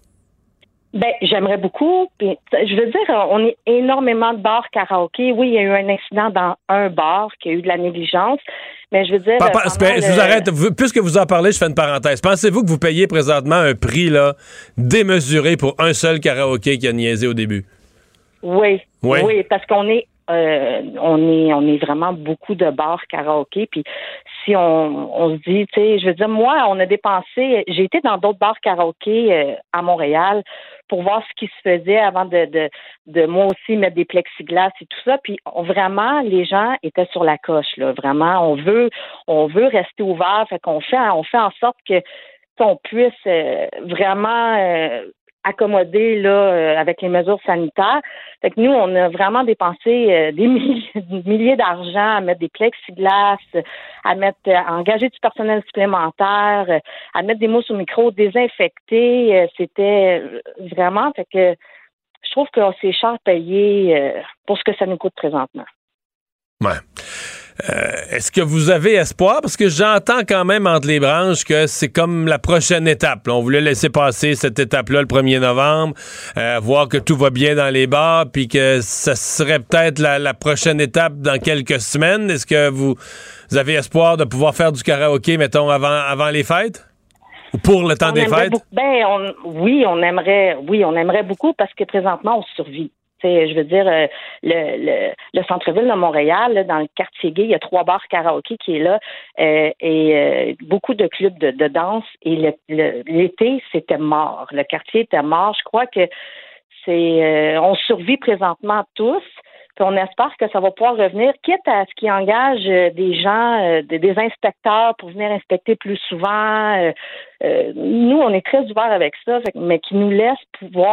Ben, j'aimerais beaucoup. Puis, je veux dire, on est énormément de bars karaoké. Oui, il y a eu un incident dans un bar qui a eu de la négligence. Mais je veux dire. Pa- pa- le... Je vous arrête. Vous, puisque vous en parlez, je fais une parenthèse. Pensez-vous que vous payez présentement un prix là démesuré pour un seul karaoké qui a niaisé au début? Oui. Oui, oui parce qu'on est. Euh, on est on est vraiment beaucoup de bars karaoké. Puis si on, on se dit, tu sais, je veux dire, moi, on a dépensé. J'ai été dans d'autres bars karaoké euh, à Montréal pour voir ce qui se faisait avant de, de, de moi aussi mettre des plexiglas et tout ça. Puis on, vraiment, les gens étaient sur la coche, là. Vraiment, on veut, on veut rester ouvert. Fait qu'on fait, on fait en sorte que qu'on puisse euh, vraiment euh, accommoder là euh, avec les mesures sanitaires. Fait que nous, on a vraiment dépensé euh, des milliers, des milliers d'argent à mettre des plexiglas, à mettre, à engager du personnel supplémentaire, euh, à mettre des mousses au micro, désinfecter. Euh, c'était vraiment, fait que je trouve que c'est cher payé euh, pour ce que ça nous coûte présentement. Ouais. Euh, est-ce que vous avez espoir? Parce que j'entends quand même entre les branches que c'est comme la prochaine étape. Là, on voulait laisser passer cette étape-là le premier novembre, euh, voir que tout va bien dans les bars, puis que ça serait peut-être la, la prochaine étape dans quelques semaines. Est-ce que vous, vous avez espoir de pouvoir faire du karaoké, mettons, avant, avant les fêtes? Ou pour le temps on des fêtes? Beaucoup, ben, on, oui, on aimerait, oui, on aimerait beaucoup parce que présentement, on survit. T'sais, je veux dire, euh, le, le, le centre-ville de Montréal, là, dans le quartier gay, il y a trois bars karaoké qui est là euh, et euh, beaucoup de clubs de, de danse. Et le, le, l'été, c'était mort. Le quartier était mort. Je crois que c'est, euh, on survit présentement tous. Puis on espère que ça va pouvoir revenir, quitte à ce qui engage euh, des gens, euh, des, des inspecteurs pour venir inspecter plus souvent. Euh, euh, nous, on est très ouverts avec ça, fait, mais qui nous laisse pouvoir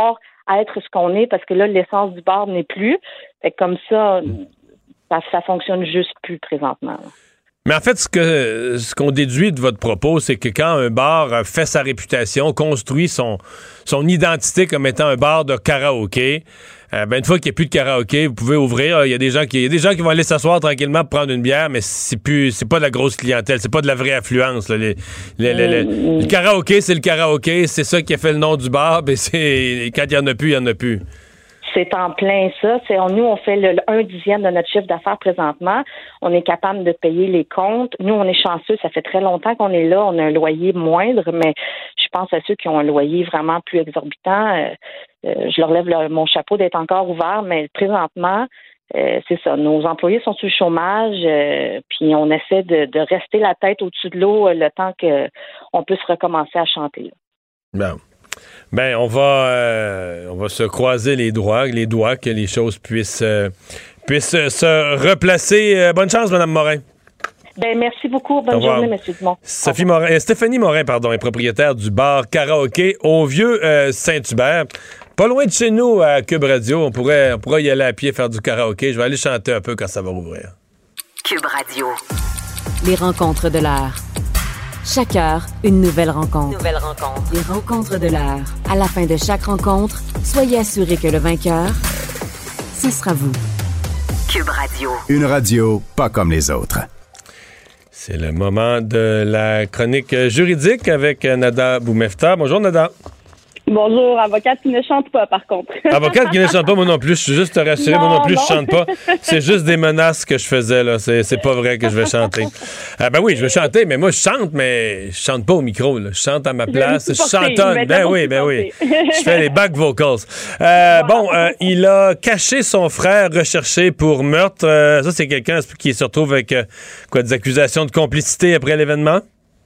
à être ce qu'on est, parce que là, l'essence du bar n'est plus. Fait que comme ça, ça, ça fonctionne juste plus présentement. Là. Mais en fait, ce que ce qu'on déduit de votre propos, c'est que quand un bar fait sa réputation, construit son son identité comme étant un bar de karaoké, euh, ben une fois qu'il n'y a plus de karaoké, vous pouvez ouvrir. Il y a des gens qui, il y a des gens qui vont aller s'asseoir tranquillement pour prendre une bière, mais c'est plus, c'est pas de la grosse clientèle, c'est pas de la vraie affluence. Là. Les, les, les, les, mmh. Le karaoké, c'est le karaoké, c'est ça qui a fait le nom du bar. Ben c'est quand il y en a plus, il y en a plus. C'est en plein ça. C'est, on, nous, on fait le, le un dixième de notre chiffre d'affaires présentement. On est capable de payer les comptes. Nous, on est chanceux. Ça fait très longtemps qu'on est là. On a un loyer moindre, mais je pense à ceux qui ont un loyer vraiment plus exorbitant. Euh, euh, je leur lève le, mon chapeau d'être encore ouvert, mais présentement, euh, c'est ça. Nos employés sont sur le chômage, euh, puis on essaie de, de rester la tête au-dessus de l'eau euh, le temps qu'on puisse recommencer à chanter. Bon. Ben, on va, euh, on va se croiser les doigts, les doigts que les choses puissent, euh, puissent se replacer. Euh, bonne chance, Mme Morin. Ben, merci beaucoup. Bonne journée, M. Dumont. Sophie Morin, euh, Stéphanie Morin, pardon, est propriétaire du bar karaoké au Vieux euh, Saint-Hubert. Pas loin de chez nous, à Cube Radio. On pourrait, on pourrait y aller à pied faire du karaoké. Je vais aller chanter un peu quand ça va rouvrir. Cube Radio. Les rencontres de l'heure. Chaque heure, une nouvelle rencontre. Nouvelle rencontre. Les rencontres de l'heure. À la fin de chaque rencontre, soyez assurés que le vainqueur, ce sera vous. Cube Radio. Une radio pas comme les autres. C'est le moment de la chronique juridique avec Nada Boumefta. Bonjour, Nada. Bonjour, avocate qui ne chante pas, par contre. Avocate qui ne chante pas, moi non plus. Je suis juste te rassurer, moi non plus, non. Je chante pas. C'est juste des menaces que je faisais, là. C'est, c'est pas vrai que je vais chanter. Ah, ben oui, je vais chanter, mais moi, je chante, mais je chante pas au micro, là. Je chante à ma place. Je, je chantonne. Ben oui, ben oui. Je fais les back vocals. Euh, bon, euh, il a caché son frère recherché pour meurtre. Euh, ça, c'est quelqu'un qui se retrouve avec, euh, quoi, des accusations de complicité après l'événement?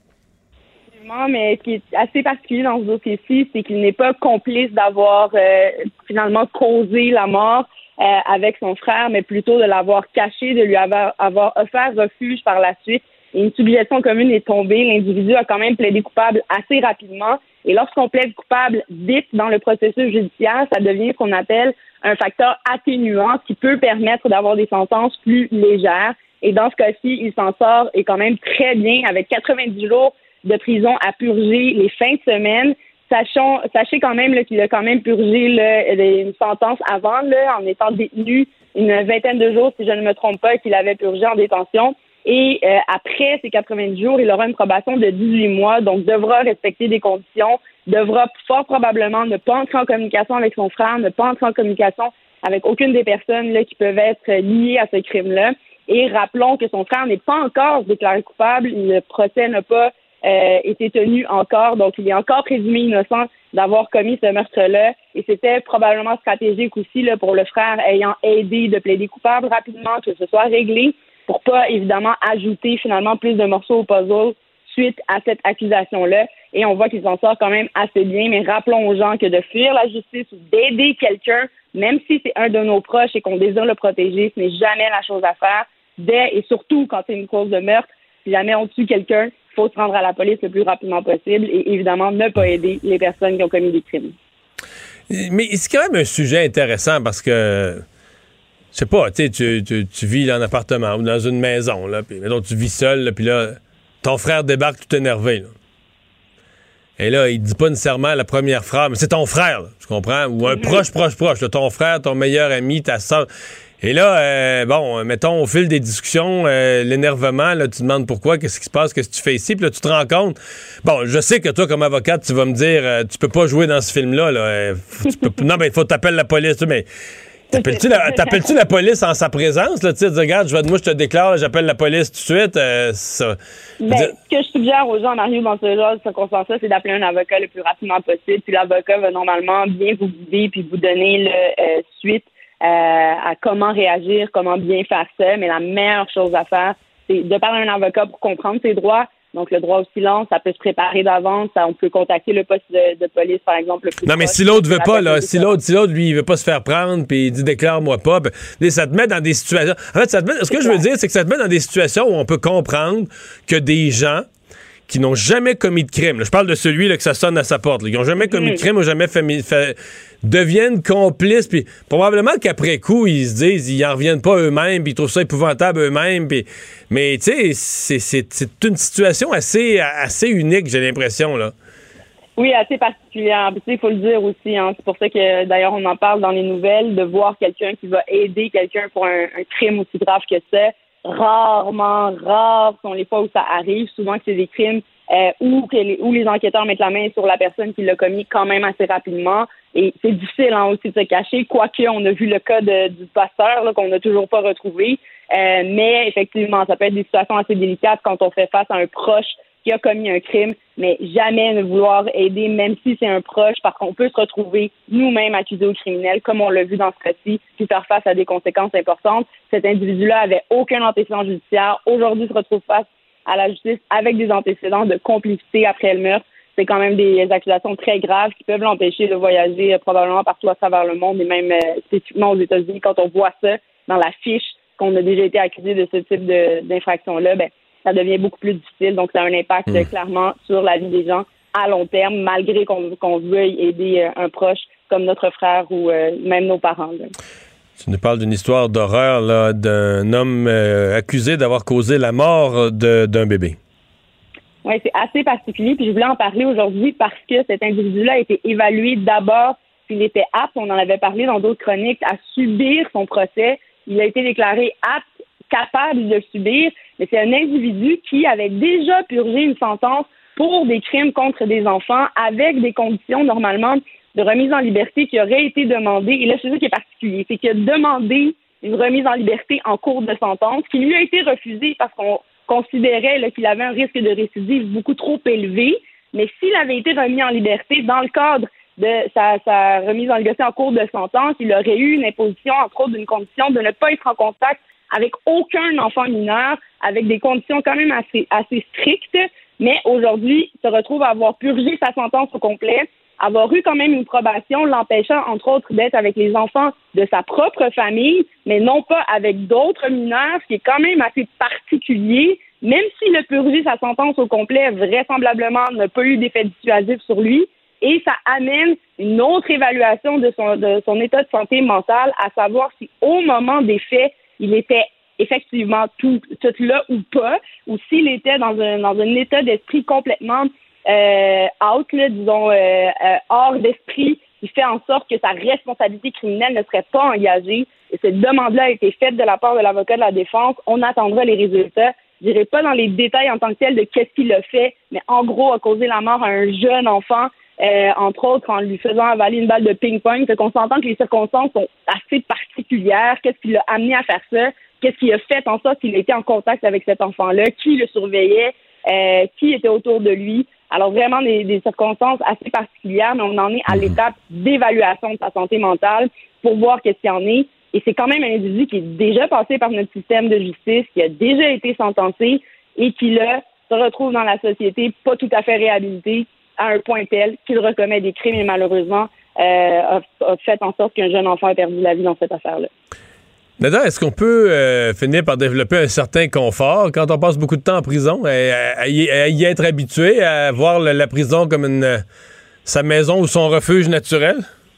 Mais ce qui est assez particulier dans ce dossier-ci, c'est qu'il n'est pas complice d'avoir euh, finalement causé la mort euh, avec son frère, mais plutôt de l'avoir caché, de lui avoir, avoir offert refuge par la suite. Et une suggestion commune est tombée. L'individu a quand même plaidé coupable assez rapidement. Et lorsqu'on plaide coupable vite dans le processus judiciaire, ça devient ce qu'on appelle un facteur atténuant qui peut permettre d'avoir des sentences plus légères. Et dans ce cas-ci, il s'en sort et quand même très bien avec quatre-vingt-dix jours de prison à purger les fins de semaine. Sachons, sachez quand même là, qu'il a quand même purgé là, une sentence avant, là, en étant détenu une vingtaine de jours, si je ne me trompe pas, qu'il avait purgé en détention. Et euh, après ces quatre-vingt-dix jours, il aura une probation de dix-huit mois, donc devra respecter des conditions, devra fort probablement ne pas entrer en communication avec son frère, ne pas entrer en communication avec aucune des personnes là, qui peuvent être liées à ce crime-là. Et rappelons que son frère n'est pas encore déclaré coupable, le procès n'a pas Euh, était tenu encore, donc il est encore présumé innocent d'avoir commis ce meurtre-là, et c'était probablement stratégique aussi là, pour le frère ayant aidé de plaider coupable rapidement, que ce soit réglé, pour pas évidemment ajouter finalement plus de morceaux au puzzle suite à cette accusation-là, et on voit qu'il s'en sort quand même assez bien, mais rappelons aux gens que de fuir la justice ou d'aider quelqu'un, même si c'est un de nos proches et qu'on désire le protéger, ce n'est jamais la chose à faire, dès et surtout quand c'est une cause de meurtre. Si jamais on tue quelqu'un, il faut se rendre à la police le plus rapidement possible et évidemment ne pas aider les personnes qui ont commis des crimes. Mais c'est quand même un sujet intéressant parce que, je sais pas, tu, tu, tu vis dans un appartement ou dans une maison, là, puis mettons, tu vis seul, là, puis là, ton frère débarque tout énervé. Là. Et là, il dit pas nécessairement la première phrase, mais c'est ton frère, là, tu comprends? Ou un mm-hmm. proche, proche, proche, là, ton frère, ton meilleur ami, ta soeur. Et là, euh, bon, mettons, au fil des discussions, euh, l'énervement, là, tu te demandes pourquoi, qu'est-ce qui se passe, qu'est-ce que tu fais ici, puis là, tu te rends compte. Bon, je sais que toi, comme avocate, tu vas me dire, euh, tu peux pas jouer dans ce film-là, là. Euh, tu peux, non, mais il faut t'appeler la police, mais t'appelles-tu la, t'appelles-tu la police en sa présence, là, tu sais, regarde, je vais, moi, je te déclare, j'appelle la police tout de suite, euh, ça. Ben, dire... Ce que je suggère aux gens, Mario, dans ce genre de circonstances-là, c'est d'appeler un avocat le plus rapidement possible, puis l'avocat va normalement bien vous guider, puis vous donner le euh, suite Euh, à comment réagir, comment bien faire ça, mais la meilleure chose à faire, c'est de parler à un avocat pour comprendre ses droits. Donc, le droit au silence, ça peut se préparer d'avance. Ça, on peut contacter le poste de, de police, par exemple. Le plus non, mais proche, si l'autre veut pas, là, si l'autre, si l'autre, lui, il veut pas se faire prendre, puis il dit déclare-moi pas, ben, ça te met dans des situations. En fait, ça te met, ce que je veux dire, c'est que ça te met dans des situations où on peut comprendre que des gens qui n'ont jamais commis de crime. Là, je parle de celui là, que ça sonne à sa porte. Là, qui n'ont jamais commis mmh. de crime ou jamais fait, fait deviennent complices, puis probablement qu'après coup, ils se disent, ils en reviennent pas eux-mêmes, puis ils trouvent ça épouvantable eux-mêmes, puis, mais tu sais, c'est, c'est, c'est une situation assez, assez unique, j'ai l'impression, là. Oui, assez particulière. Il faut le dire aussi. Hein. C'est pour ça que, d'ailleurs, on en parle dans les nouvelles, de voir quelqu'un qui va aider quelqu'un pour un, un crime aussi grave que ça. Rarement, rares sont les fois où ça arrive. Souvent que c'est des crimes euh, où, que les, où les enquêteurs mettent la main sur la personne qui l'a commis quand même assez rapidement. Et c'est difficile hein, aussi de se cacher, quoique on a vu le cas de, du pasteur là, qu'on n'a toujours pas retrouvé. Euh, mais effectivement, ça peut être des situations assez délicates quand on fait face à un proche qui a commis un crime, mais jamais ne vouloir aider, même si c'est un proche, parce qu'on peut se retrouver nous-mêmes accusés au criminel, comme on l'a vu dans ce cas-ci, puis faire face à des conséquences importantes. Cet individu-là avait aucun antécédent judiciaire. Aujourd'hui, se retrouve face à la justice avec des antécédents de complicité après le meurtre. C'est quand même des accusations très graves qui peuvent l'empêcher de voyager euh, probablement partout à travers le monde et même euh, spécifiquement aux États-Unis. Quand on voit ça dans la fiche qu'on a déjà été accusé de ce type de, d'infraction-là, ben ça devient beaucoup plus difficile. Donc, ça a un impact mmh. clairement sur la vie des gens à long terme, malgré qu'on, qu'on veuille aider euh, un proche comme notre frère ou euh, même nos parents. Là. Tu nous parles d'une histoire d'horreur là, d'un homme euh, accusé d'avoir causé la mort de, d'un bébé. Oui, c'est assez particulier. Puis je voulais en parler aujourd'hui parce que cet individu-là a été évalué d'abord s'il était apte, on en avait parlé dans d'autres chroniques, à subir son procès. Il a été déclaré apte, capable de le subir, mais c'est un individu qui avait déjà purgé une sentence pour des crimes contre des enfants avec des conditions normalement de remise en liberté qui auraient été demandées. Et là, c'est ça qui est particulier, c'est qu'il a demandé une remise en liberté en cours de sentence qui lui a été refusée parce qu'on considérait là, qu'il avait un risque de récidive beaucoup trop élevé. Mais s'il avait été remis en liberté dans le cadre de sa, sa remise en liberté en cours de sentence, il aurait eu une imposition, entre autres, d'une condition de ne pas être en contact avec aucun enfant mineur, avec des conditions quand même assez, assez strictes, mais aujourd'hui, se retrouve à avoir purgé sa sentence au complet, avoir eu quand même une probation l'empêchant, entre autres, d'être avec les enfants de sa propre famille, mais non pas avec d'autres mineurs, ce qui est quand même assez particulier, même s'il a purgé sa sentence au complet, vraisemblablement n'a pas eu d'effet dissuasif sur lui, et ça amène une autre évaluation de son, de son état de santé mentale, à savoir si au moment des faits, il était effectivement tout, tout là ou pas, ou s'il était dans un, dans un état d'esprit complètement euh, out, là, disons, euh, euh, hors d'esprit, qui fait en sorte que sa responsabilité criminelle ne serait pas engagée. Et cette demande-là a été faite de la part de l'avocat de la défense. On attendra les résultats. Je n'irai pas dans les détails en tant que tel de qu'est-ce qu'il a fait, mais en gros, a causé la mort à un jeune enfant, Euh, entre autres en lui faisant avaler une balle de ping-pong. Fait qu'on s'entend que les circonstances sont assez particulières. Qu'est-ce qui l'a amené à faire ça? Qu'est-ce qui a fait en sorte qu'il était en contact avec cet enfant-là? Qui le surveillait? Euh, qui était autour de lui? Alors vraiment des, des circonstances assez particulières, mais on en est à l'étape d'évaluation de sa santé mentale pour voir qu'est-ce qu'il y en est. Et c'est quand même un individu qui est déjà passé par notre système de justice, qui a déjà été sentencé et qui, là, se retrouve dans la société pas tout à fait réhabilité, à un point tel qu'il recommet des crimes et malheureusement euh, a, a fait en sorte qu'un jeune enfant a perdu la vie dans cette affaire-là. Nada, est-ce qu'on peut euh, finir par développer un certain confort quand on passe beaucoup de temps en prison, à, à, y, à y être habitué, à voir la, la prison comme une, sa maison ou son refuge naturel?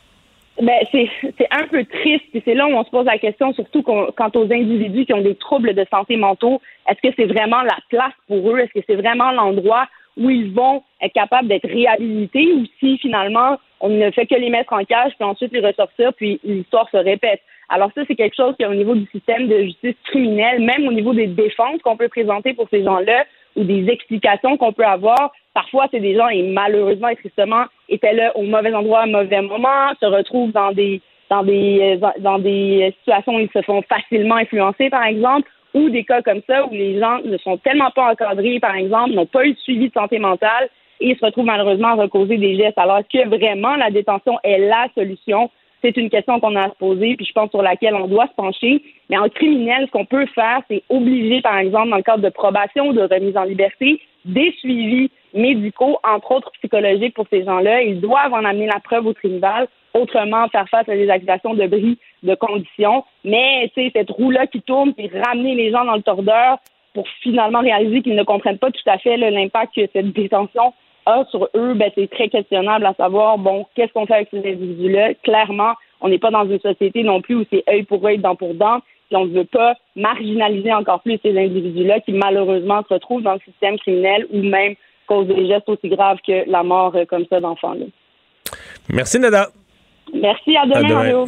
Ben, c'est, c'est un peu triste, et c'est là où on se pose la question, surtout quant aux individus qui ont des troubles de santé mentaux. Est-ce que c'est vraiment la place pour eux? Est-ce que c'est vraiment l'endroit où ils vont être capables d'être réhabilités, ou si finalement on ne fait que les mettre en cage puis ensuite les ressortir puis l'histoire se répète. Alors ça, c'est quelque chose qui est au niveau du système de justice criminelle, même au niveau des défenses qu'on peut présenter pour ces gens-là ou des explications qu'on peut avoir. Parfois, c'est des gens, et malheureusement et tristement, étaient là au mauvais endroit, au mauvais moment, se retrouvent dans des dans des dans des situations où ils se font facilement influencer, par exemple, ou des cas comme ça où les gens ne sont tellement pas encadrés, par exemple, n'ont pas eu de suivi de santé mentale et se retrouvent malheureusement à recauser des gestes, alors que vraiment la détention est la solution. C'est une question qu'on a à se poser, puis je pense sur laquelle on doit se pencher. Mais en criminel, ce qu'on peut faire, c'est obliger, par exemple, dans le cadre de probation ou de remise en liberté, des suivis médicaux, entre autres psychologiques pour ces gens-là. Ils doivent en amener la preuve au tribunal, autrement faire face à des accusations de bris de conditions. Mais, tu sais, cette roue-là qui tourne, puis ramener les gens dans le tordeur pour finalement réaliser qu'ils ne comprennent pas tout à fait là, l'impact que cette détention a sur eux, ben, c'est très questionnable à savoir, bon, qu'est-ce qu'on fait avec ces individus-là? Clairement, on n'est pas dans une société non plus où c'est œil pour œil, dent pour dent, puis on ne veut pas marginaliser encore plus ces individus-là qui malheureusement se retrouvent dans le système criminel ou même causent des gestes aussi graves que la mort euh, comme ça d'enfants-là. Merci, Nada. Merci, à demain, à demain. Mario.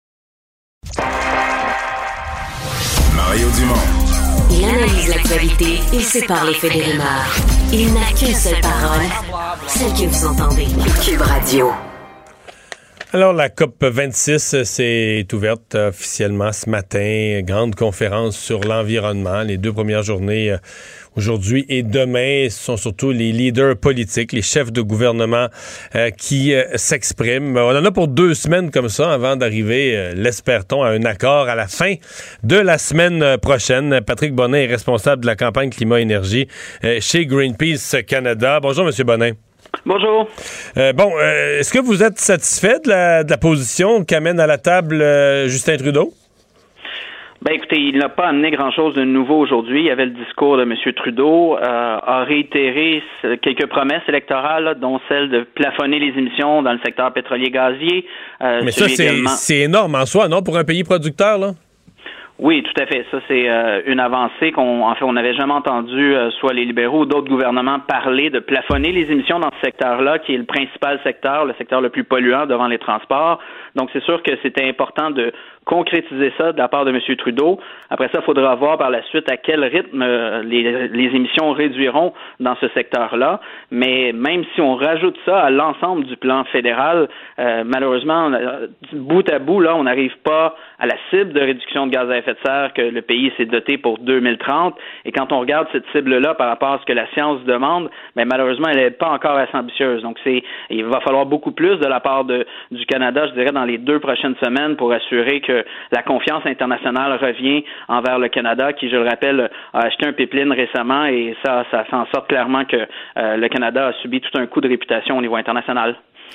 Mario Dumont. Il analyse l'actualité et sépare les faits des rumeurs. Il n'a qu'une seule parole, celle que vous entendez. Cube Radio. Alors, la C O P vingt-six s'est ouverte officiellement ce matin. Grande conférence sur l'environnement. Les deux premières journées euh, aujourd'hui et demain, ce sont surtout les leaders politiques, les chefs de gouvernement euh, qui euh, s'expriment. On en a pour deux semaines comme ça avant d'arriver, euh, l'espère-t-on, à un accord à la fin de la semaine prochaine. Patrick Bonnin est responsable de la campagne climat-énergie euh, chez Greenpeace Canada. Bonjour, M. Bonnin. Bonjour. Euh, bon, euh, est-ce que vous êtes satisfait de la, de la position qu'amène à la table euh, Justin Trudeau? Ben écoutez, il n'a pas amené grand-chose de nouveau aujourd'hui. Il y avait le discours de M. Trudeau, euh, a réitéré quelques promesses électorales, là, dont celle de plafonner les émissions dans le secteur pétrolier-gazier. Euh, Mais ça, c'est, également... c'est énorme en soi, non, pour un pays producteur, là? Oui, tout à fait. Ça, c'est euh, une avancée qu'on, en fait, on n'avait jamais entendu, euh, soit les libéraux ou d'autres gouvernements parler de plafonner les émissions dans ce secteur-là, qui est le principal secteur, le secteur le plus polluant devant les transports. Donc, c'est sûr que c'était important de concrétiser ça de la part de M. Trudeau. Après ça, il faudra voir par la suite à quel rythme euh, les, les émissions réduiront dans ce secteur-là. Mais même si on rajoute ça à l'ensemble du plan fédéral, euh, malheureusement, on, bout à bout, là, on n'arrive pas à la cible de réduction de gaz à effet de serre que le pays s'est doté pour deux mille trente. Et quand on regarde cette cible-là par rapport à ce que la science demande, ben, malheureusement, elle n'est pas encore assez ambitieuse. Donc, c'est, il va falloir beaucoup plus de la part de, du Canada, je dirais, dans les deux prochaines semaines pour assurer que la confiance internationale revient envers le Canada, qui, je le rappelle, a acheté un pipeline récemment et ça, ça fait en sorte clairement que euh, le Canada a subi tout un coup de réputation au niveau international.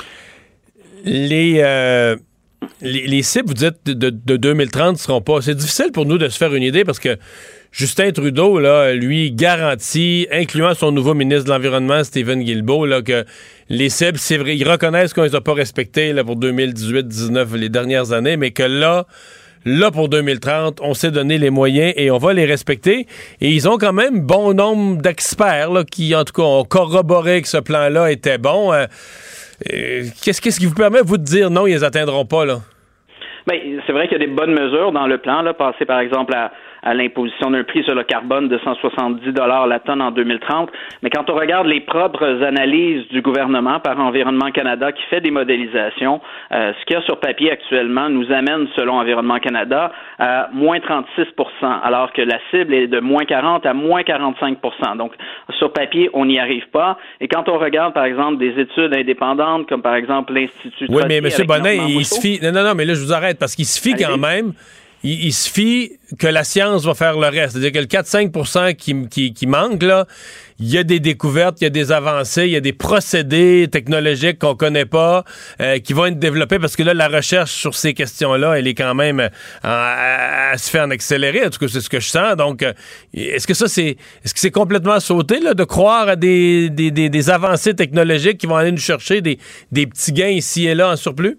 Les... Euh... Les, les cibles, vous dites, de, de deux mille trente ne seront pas... C'est difficile pour nous de se faire une idée parce que Justin Trudeau, là, lui, garantit, incluant son nouveau ministre de l'Environnement, Stephen Guilbeault, là, que les cibles, c'est vrai, ils reconnaissent qu'on les a pas respectées là, pour deux mille dix-huit dix-neuf, les dernières années, mais que là, là, pour deux mille trente, on s'est donné les moyens et on va les respecter. Et ils ont quand même bon nombre d'experts là, qui, en tout cas, ont corroboré que ce plan-là était bon. Euh, Euh, qu'est-ce, qu'est-ce qui vous permet, vous, de dire non, ils les atteindront pas, là? Bien, c'est vrai qu'il y a des bonnes mesures dans le plan, là, passer par exemple à, à l'imposition d'un prix sur le carbone de cent soixante-dix dollars la tonne en deux mille trente. Mais quand on regarde les propres analyses du gouvernement par Environnement Canada qui fait des modélisations, euh, ce qu'il y a sur papier actuellement nous amène, selon Environnement Canada, à moins trente-six pour cent, alors que la cible est de moins quarante à moins quarante-cinq pour cent. Donc, sur papier, on n'y arrive pas. Et quand on regarde, par exemple, des études indépendantes, comme par exemple l'Institut Oui, mais M. Bonnet, il suffit... Non, non, non, mais là, je vous arrête, parce qu'il suffit Allez. quand même... Il, il suffit que la science va faire le reste. C'est-à-dire que le quatre à cinq pour cent qui, qui, qui manque, là, il y a des découvertes, il y a des avancées, il y a des procédés technologiques qu'on connaît pas, euh, qui vont être développés parce que là, la recherche sur ces questions-là, elle est quand même euh, à, à se faire en accéléré. En tout cas, c'est ce que je sens. Donc, euh, est-ce que ça, c'est est-ce que c'est complètement sauté, là, de croire à des, des, des, des avancées technologiques qui vont aller nous chercher des, des petits gains ici et là en surplus?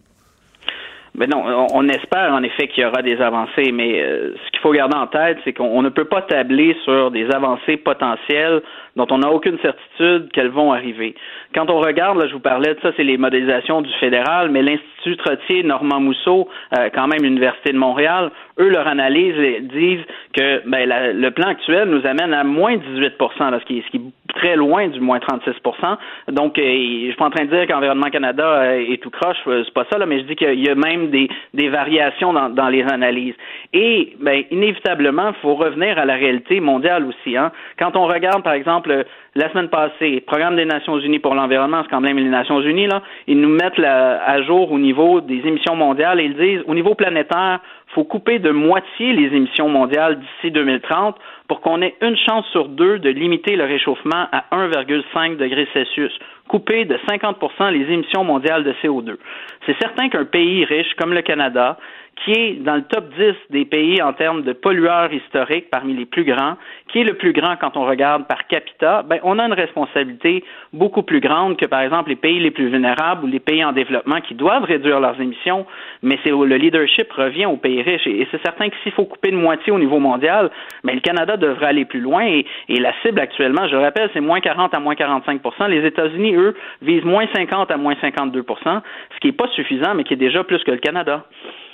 Ben non, on, on espère en effet qu'il y aura des avancées, mais euh, ce qu'il faut garder en tête, c'est qu'on on ne peut pas tabler sur des avancées potentielles dont on n'a aucune certitude qu'elles vont arriver. Quand on regarde, là, je vous parlais de ça, c'est les modélisations du fédéral, mais l'Institut Trottier, Normand Mousseau, euh, quand même l'Université de Montréal, eux, leur analyse disent que ben, la, le plan actuel nous amène à moins dix-huit pour cent, là, ce, qui est, ce qui est très loin du moins trente-six pour cent. Donc, euh, je suis pas en train de dire qu'Environnement Canada euh, est tout croche, c'est pas ça, là, mais je dis qu'il y a même des, des variations dans, dans les analyses. Et, ben, inévitablement, il faut revenir à la réalité mondiale aussi. Hein. Quand on regarde, par exemple, la semaine passée, Programme des Nations Unies pour l'environnement, c'est quand même les Nations Unies, là, ils nous mettent la, à jour au niveau des émissions mondiales et ils disent, au niveau planétaire, il faut couper de moitié les émissions mondiales d'ici deux mille trente pour qu'on ait une chance sur deux de limiter le réchauffement à un virgule cinq degrés Celsius. Couper de cinquante pour cent les émissions mondiales de C O deux. C'est certain qu'un pays riche comme le Canada, qui est dans le top dix des pays en termes de pollueurs historiques, parmi les plus grands, qui est le plus grand quand on regarde par capita, ben, on a une responsabilité beaucoup plus grande que, par exemple, les pays les plus vulnérables ou les pays en développement qui doivent réduire leurs émissions, mais c'est où le leadership revient aux pays riches. Et, et c'est certain que s'il faut couper de moitié au niveau mondial, ben, le Canada devrait aller plus loin. Et, et la cible actuellement, je le rappelle, c'est moins quarante à moins quarante-cinq pour cent. Les États-Unis, eux, visent moins cinquante à moins cinquante-deux pour cent, ce qui n'est pas suffisant, mais qui est déjà plus que le Canada.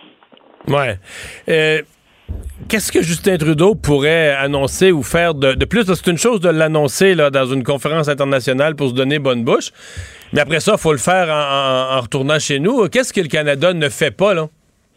Ouais. Euh, qu'est-ce que Justin Trudeau pourrait annoncer ou faire de, de plus? C'est une chose de l'annoncer là, dans une conférence internationale pour se donner bonne bouche, mais après ça, il faut le faire en, en, en retournant chez nous. Qu'est-ce que le Canada ne fait pas, là?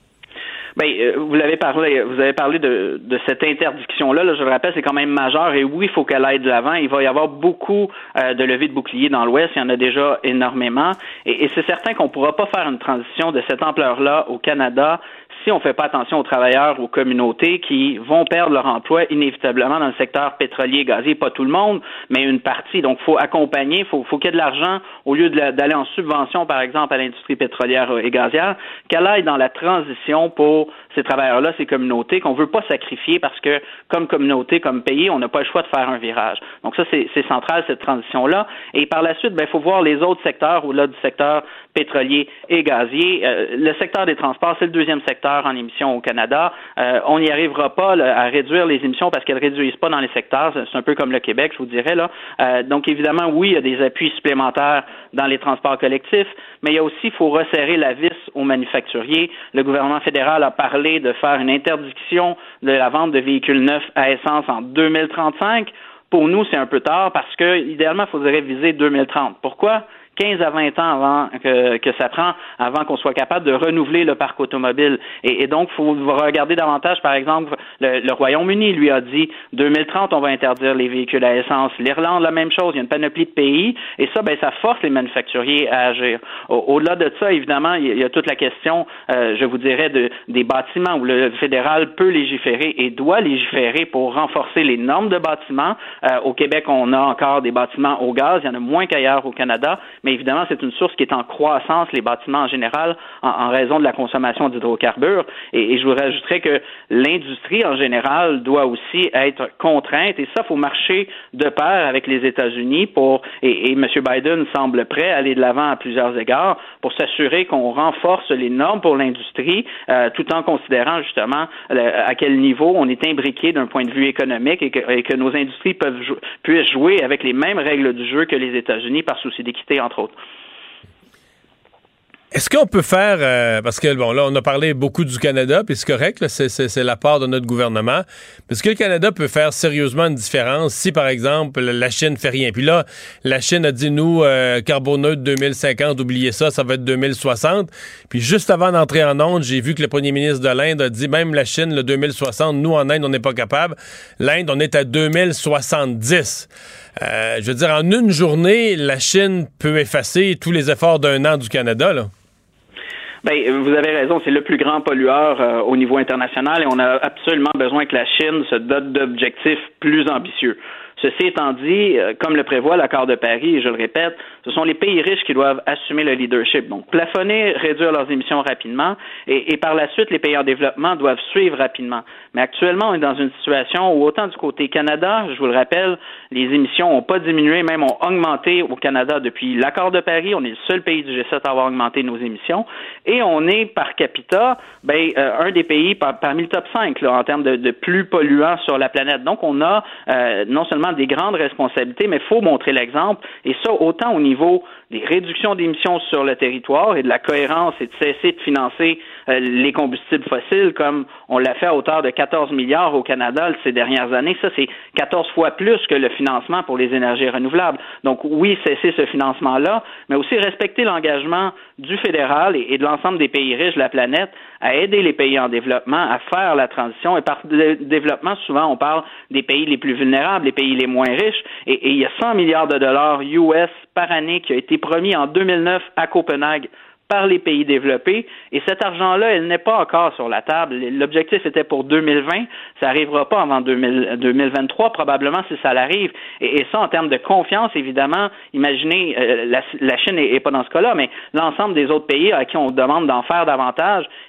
Bien, euh, vous l'avez parlé, vous avez parlé de, de cette interdiction-là. Là, je le rappelle, c'est quand même majeur et oui, il faut qu'elle aille de l'avant. Il va y avoir beaucoup euh, de levées de boucliers dans l'Ouest. Il y en a déjà énormément. Et, et c'est certain qu'on ne pourra pas faire une transition de cette ampleur-là au Canada si on ne fait pas attention aux travailleurs, aux communautés qui vont perdre leur emploi inévitablement dans le secteur pétrolier et gazier. Pas tout le monde, mais une partie. Donc, il faut accompagner, il faut, faut qu'il y ait de l'argent au lieu de la, d'aller en subvention, par exemple, à l'industrie pétrolière et gazière, qu'elle aille dans la transition pour ces travailleurs-là, ces communautés, qu'on ne veut pas sacrifier parce que, comme communauté, comme pays, on n'a pas le choix de faire un virage. Donc ça, c'est, c'est central, cette transition-là. Et par la suite, ben, il faut voir les autres secteurs au-delà du secteur pétrolier et gazier. Euh, le secteur des transports, c'est le deuxième secteur en émissions au Canada. Euh, on n'y arrivera pas là, à réduire les émissions parce qu'elles ne réduisent pas dans les secteurs. C'est un peu comme le Québec, je vous dirais. Là. Euh, donc, évidemment, oui, il y a des appuis supplémentaires dans les transports collectifs, mais il y a aussi, il faut resserrer la vis aux manufacturiers. Le gouvernement fédéral a parlé de faire une interdiction de la vente de véhicules neufs à essence en deux mille trente-cinq. Pour nous, c'est un peu tard parce que, idéalement, il faudrait viser deux mille trente. Pourquoi? quinze à vingt ans avant que, que ça prend, avant qu'on soit capable de renouveler le parc automobile. Et, et donc, il faut regarder davantage, par exemple, le, le Royaume-Uni, lui, a dit deux mille trente, on va interdire les véhicules à essence. L'Irlande, la même chose. Il y a une panoplie de pays. Et ça, ben, ça force les manufacturiers à agir. Au, au-delà de ça, évidemment, il y a, il y a toute la question, euh, je vous dirais, de, des bâtiments où le fédéral peut légiférer et doit légiférer pour renforcer les normes de bâtiments. Euh, au Québec, on a encore des bâtiments au gaz. Il y en a moins qu'ailleurs au Canada. Mais évidemment, c'est une source qui est en croissance, les bâtiments en général, en, en raison de la consommation d'hydrocarbures. Et, et je vous rajouterais que l'industrie en général doit aussi être contrainte. Et ça, il faut marcher de pair avec les États-Unis pour, et, et M. Biden semble prêt à aller de l'avant à plusieurs égards pour s'assurer qu'on renforce les normes pour l'industrie, euh, tout en considérant justement le, à quel niveau on est imbriqué d'un point de vue économique et que, et que nos industries peuvent jou- puissent jouer avec les mêmes règles du jeu que les États-Unis par souci d'équité, entre autres. Est-ce qu'on peut faire, euh, parce que bon là on a parlé beaucoup du Canada, puis c'est correct, là, c'est, c'est, c'est la part de notre gouvernement, mais est-ce que le Canada peut faire sérieusement une différence si par exemple la Chine fait rien? Puis là, la Chine a dit nous, euh, carboneutre deux mille cinquante, oubliez ça, ça va être deux mille soixante. Puis juste avant d'entrer en onde, j'ai vu que le premier ministre de l'Inde a dit même la Chine, le deux mille soixante, nous en Inde on n'est pas capable. L'Inde, on est à deux mille soixante-dix. Euh, je veux dire, en une journée, la Chine peut effacer tous les efforts d'un an du Canada, là. Bien, vous avez raison, c'est le plus grand pollueur euh, au niveau international et on a absolument besoin que la Chine se dote d'objectifs plus ambitieux. Ceci étant dit, euh, comme le prévoit l'accord de Paris, et je le répète, ce sont les pays riches qui doivent assumer le leadership. Donc, plafonner, réduire leurs émissions rapidement, et, et par la suite, les pays en développement doivent suivre rapidement. Mais actuellement, on est dans une situation où, autant du côté Canada, je vous le rappelle, les émissions n'ont pas diminué, même ont augmenté au Canada depuis l'accord de Paris. On est le seul pays du G sept à avoir augmenté nos émissions. Et on est, par capita, ben, euh, un des pays par, parmi le top cinq là, en termes de, de plus polluants sur la planète. Donc, on a euh, non seulement des grandes responsabilités, mais il faut montrer l'exemple. Et ça, autant au niveau des réductions d'émissions sur le territoire et de la cohérence et de cesser de financer euh, les combustibles fossiles comme on l'a fait à hauteur de quatorze milliards au Canada ces dernières années. Ça, c'est quatorze fois plus que le financement pour les énergies renouvelables. Donc, oui, cesser ce financement-là, mais aussi respecter l'engagement du fédéral et, et de l'ensemble des pays riches de la planète à aider les pays en développement à faire la transition. Et par le développement, souvent, on parle des pays les plus vulnérables, les pays les moins riches. Et, et il y a cent milliards de dollars U S par année qui a été promis en deux mille neuf à Copenhague par les pays développés. Et cet argent-là, il n'est pas encore sur la table. L'objectif était pour deux mille vingt. Ça n'arrivera pas avant deux mille, deux mille vingt-trois, probablement, si ça l'arrive. Et, et ça, en termes de confiance, évidemment, imaginez, euh, la, la Chine n'est pas dans ce cas-là, mais l'ensemble des autres pays à qui on demande d'en faire davantage,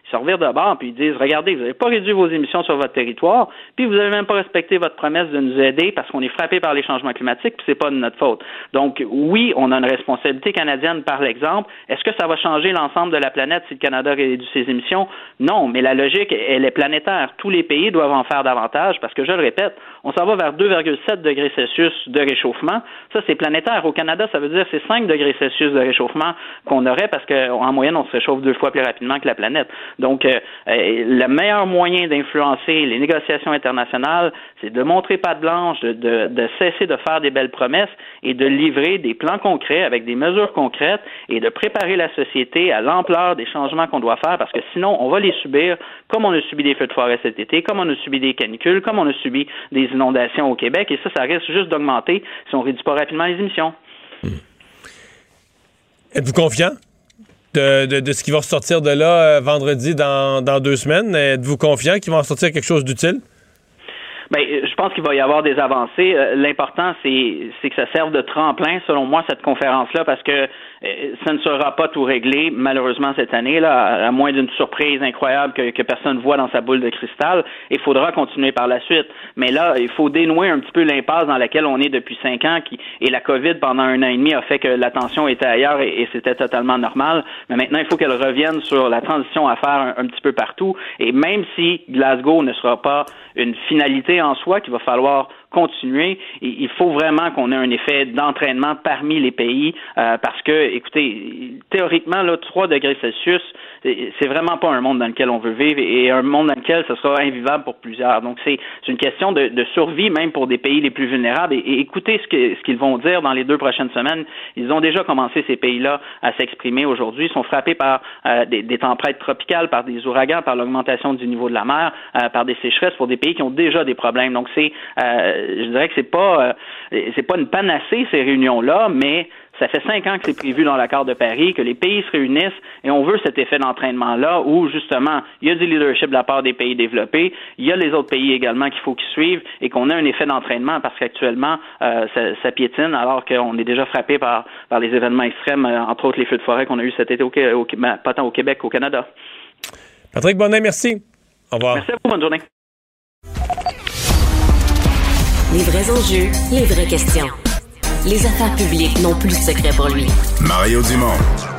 Ils se revirent de bord puis ils disent, regardez, vous n'avez pas réduit vos émissions sur votre territoire, puis vous n'avez même pas respecté votre promesse de nous aider parce qu'on est frappé par les changements climatiques, puis c'est pas de notre faute. Donc, oui, on a une responsabilité canadienne par l'exemple. Est-ce que ça va changer l'ensemble de la planète si le Canada réduit ses émissions? Non, mais la logique, elle est planétaire. Tous les pays doivent en faire davantage parce que, je le répète, on s'en va vers deux virgule sept degrés Celsius de réchauffement. Ça, c'est planétaire. Au Canada, ça veut dire que c'est cinq degrés Celsius de réchauffement qu'on aurait parce qu'en moyenne, on se réchauffe deux fois plus rapidement que la planète. Donc, euh, euh, le meilleur moyen d'influencer les négociations internationales, c'est de montrer patte blanche, de, de, de cesser de faire des belles promesses et de livrer des plans concrets avec des mesures concrètes et de préparer la société à l'ampleur des changements qu'on doit faire parce que sinon, on va les subir comme on a subi des feux de forêt cet été, comme on a subi des canicules, comme on a subi des inondations au Québec et ça, ça risque juste d'augmenter si on ne réduit pas rapidement les émissions. Mmh. Êtes-vous confiant de, de, de ce qui va ressortir de là euh, vendredi dans, dans deux semaines? Êtes-vous confiant qu'il va en sortir quelque chose d'utile? Bien, je pense qu'il va y avoir des avancées. Euh, l'important, c'est, c'est que ça serve de tremplin, selon moi, cette conférence-là, parce que euh, ça ne sera pas tout réglé, malheureusement, cette année, là, à moins d'une surprise incroyable que, que personne ne voit dans sa boule de cristal. Il faudra continuer par la suite. Mais là, il faut dénouer un petit peu l'impasse dans laquelle on est depuis cinq ans, qui, et la COVID, pendant un an et demi, a fait que l'attention était ailleurs et, et c'était totalement normal. Mais maintenant, il faut qu'elle revienne sur la transition à faire un, un petit peu partout. Et même si Glasgow ne sera pas une finalité en soi qu'il va falloir continuer, il faut vraiment qu'on ait un effet d'entraînement parmi les pays euh, parce que, écoutez, théoriquement, là, trois degrés Celsius, c'est vraiment pas un monde dans lequel on veut vivre et un monde dans lequel ce sera invivable pour plusieurs. Donc, c'est, c'est une question de, de survie même pour des pays les plus vulnérables et, et écoutez ce, que, ce qu'ils vont dire dans les deux prochaines semaines. Ils ont déjà commencé, ces pays-là, à s'exprimer aujourd'hui. Ils sont frappés par euh, des, des tempêtes tropicales, par des ouragans, par l'augmentation du niveau de la mer, euh, par des sécheresses pour des pays qui ont déjà des problèmes. Donc, c'est euh, je dirais que c'est pas euh, c'est pas une panacée ces réunions-là, mais ça fait cinq ans que c'est prévu dans l'accord de Paris, que les pays se réunissent et on veut cet effet d'entraînement-là où, justement, il y a du leadership de la part des pays développés, il y a les autres pays également qu'il faut qu'ils suivent et qu'on a un effet d'entraînement parce qu'actuellement, euh, ça, ça piétine alors qu'on est déjà frappé par, par les événements extrêmes, euh, entre autres les feux de forêt qu'on a eu cet été, au, au, pas tant au Québec qu'au Canada. Patrick Bonnet, merci. Au revoir. Merci à vous, bonne journée. Les vrais enjeux, les vraies questions. Les affaires publiques n'ont plus de secret pour lui. Mario Dumont.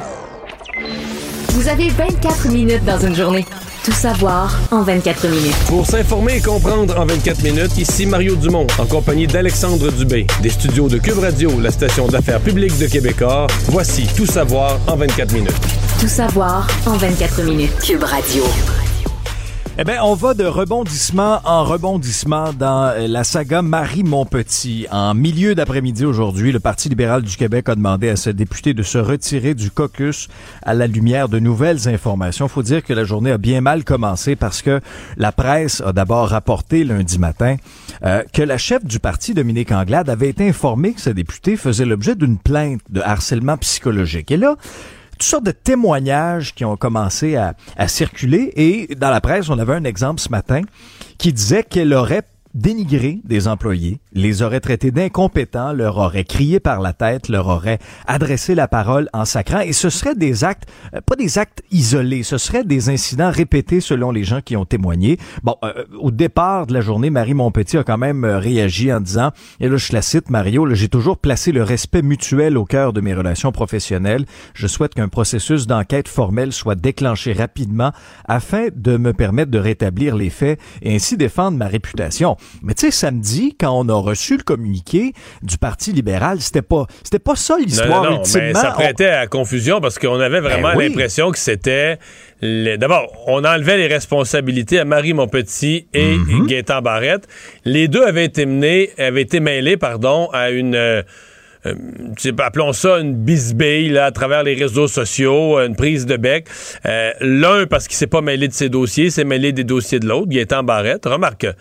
Vous avez vingt-quatre minutes dans une journée. Tout savoir en vingt-quatre minutes. Pour s'informer et comprendre en vingt-quatre minutes, ici Mario Dumont, en compagnie d'Alexandre Dubé. Des studios de Cube Radio, la station d'affaires publique de Québécois. Voici Tout savoir en vingt-quatre minutes. Tout savoir en vingt-quatre minutes. Cube Radio. Eh bien, on va de rebondissement en rebondissement dans la saga Marie-Montpetit. En milieu d'après-midi aujourd'hui, le Parti libéral du Québec a demandé à ses députés de se retirer du caucus à la lumière de nouvelles informations. Faut dire que la journée a bien mal commencé parce que la presse a d'abord rapporté lundi matin euh, que la chef du parti, Dominique Anglade, avait été informée que ses députés faisaient l'objet d'une plainte de harcèlement psychologique. Et là, toutes sortes de témoignages qui ont commencé à, à circuler et dans la presse, on avait un exemple ce matin qui disait qu'elle aurait dénigré des employés, les aurait traités d'incompétents, leur aurait crié par la tête, leur aurait adressé la parole en sacrant et ce seraient des actes, euh, pas des actes isolés, ce seraient des incidents répétés selon les gens qui ont témoigné. Bon, euh, au départ de la journée, Marie-Montpetit a quand même euh, réagi en disant, et là je la cite, Mario, là, j'ai toujours placé le respect mutuel au cœur de mes relations professionnelles. Je souhaite qu'un processus d'enquête formelle soit déclenché rapidement afin de me permettre de rétablir les faits et ainsi défendre ma réputation. Mais tu sais, samedi, quand on a reçu le communiqué du Parti libéral, c'était pas c'était pas ça l'histoire. Non, non, non, ultimement. Mais ça prêtait on... à confusion parce qu'on avait vraiment ben oui. l'impression que c'était... Les... D'abord, on enlevait les responsabilités à Marie-Montpetit et mm-hmm. Gaétan Barrette. Les deux avaient été menés, avaient été mêlés, pardon, à une... Euh, Euh, appelons ça une bisbille là, à travers les réseaux sociaux, une prise de bec. Euh, l'un, parce qu'il s'est pas mêlé de ses dossiers, s'est mêlé des dossiers de l'autre, Gaétan Barrette. Remarque,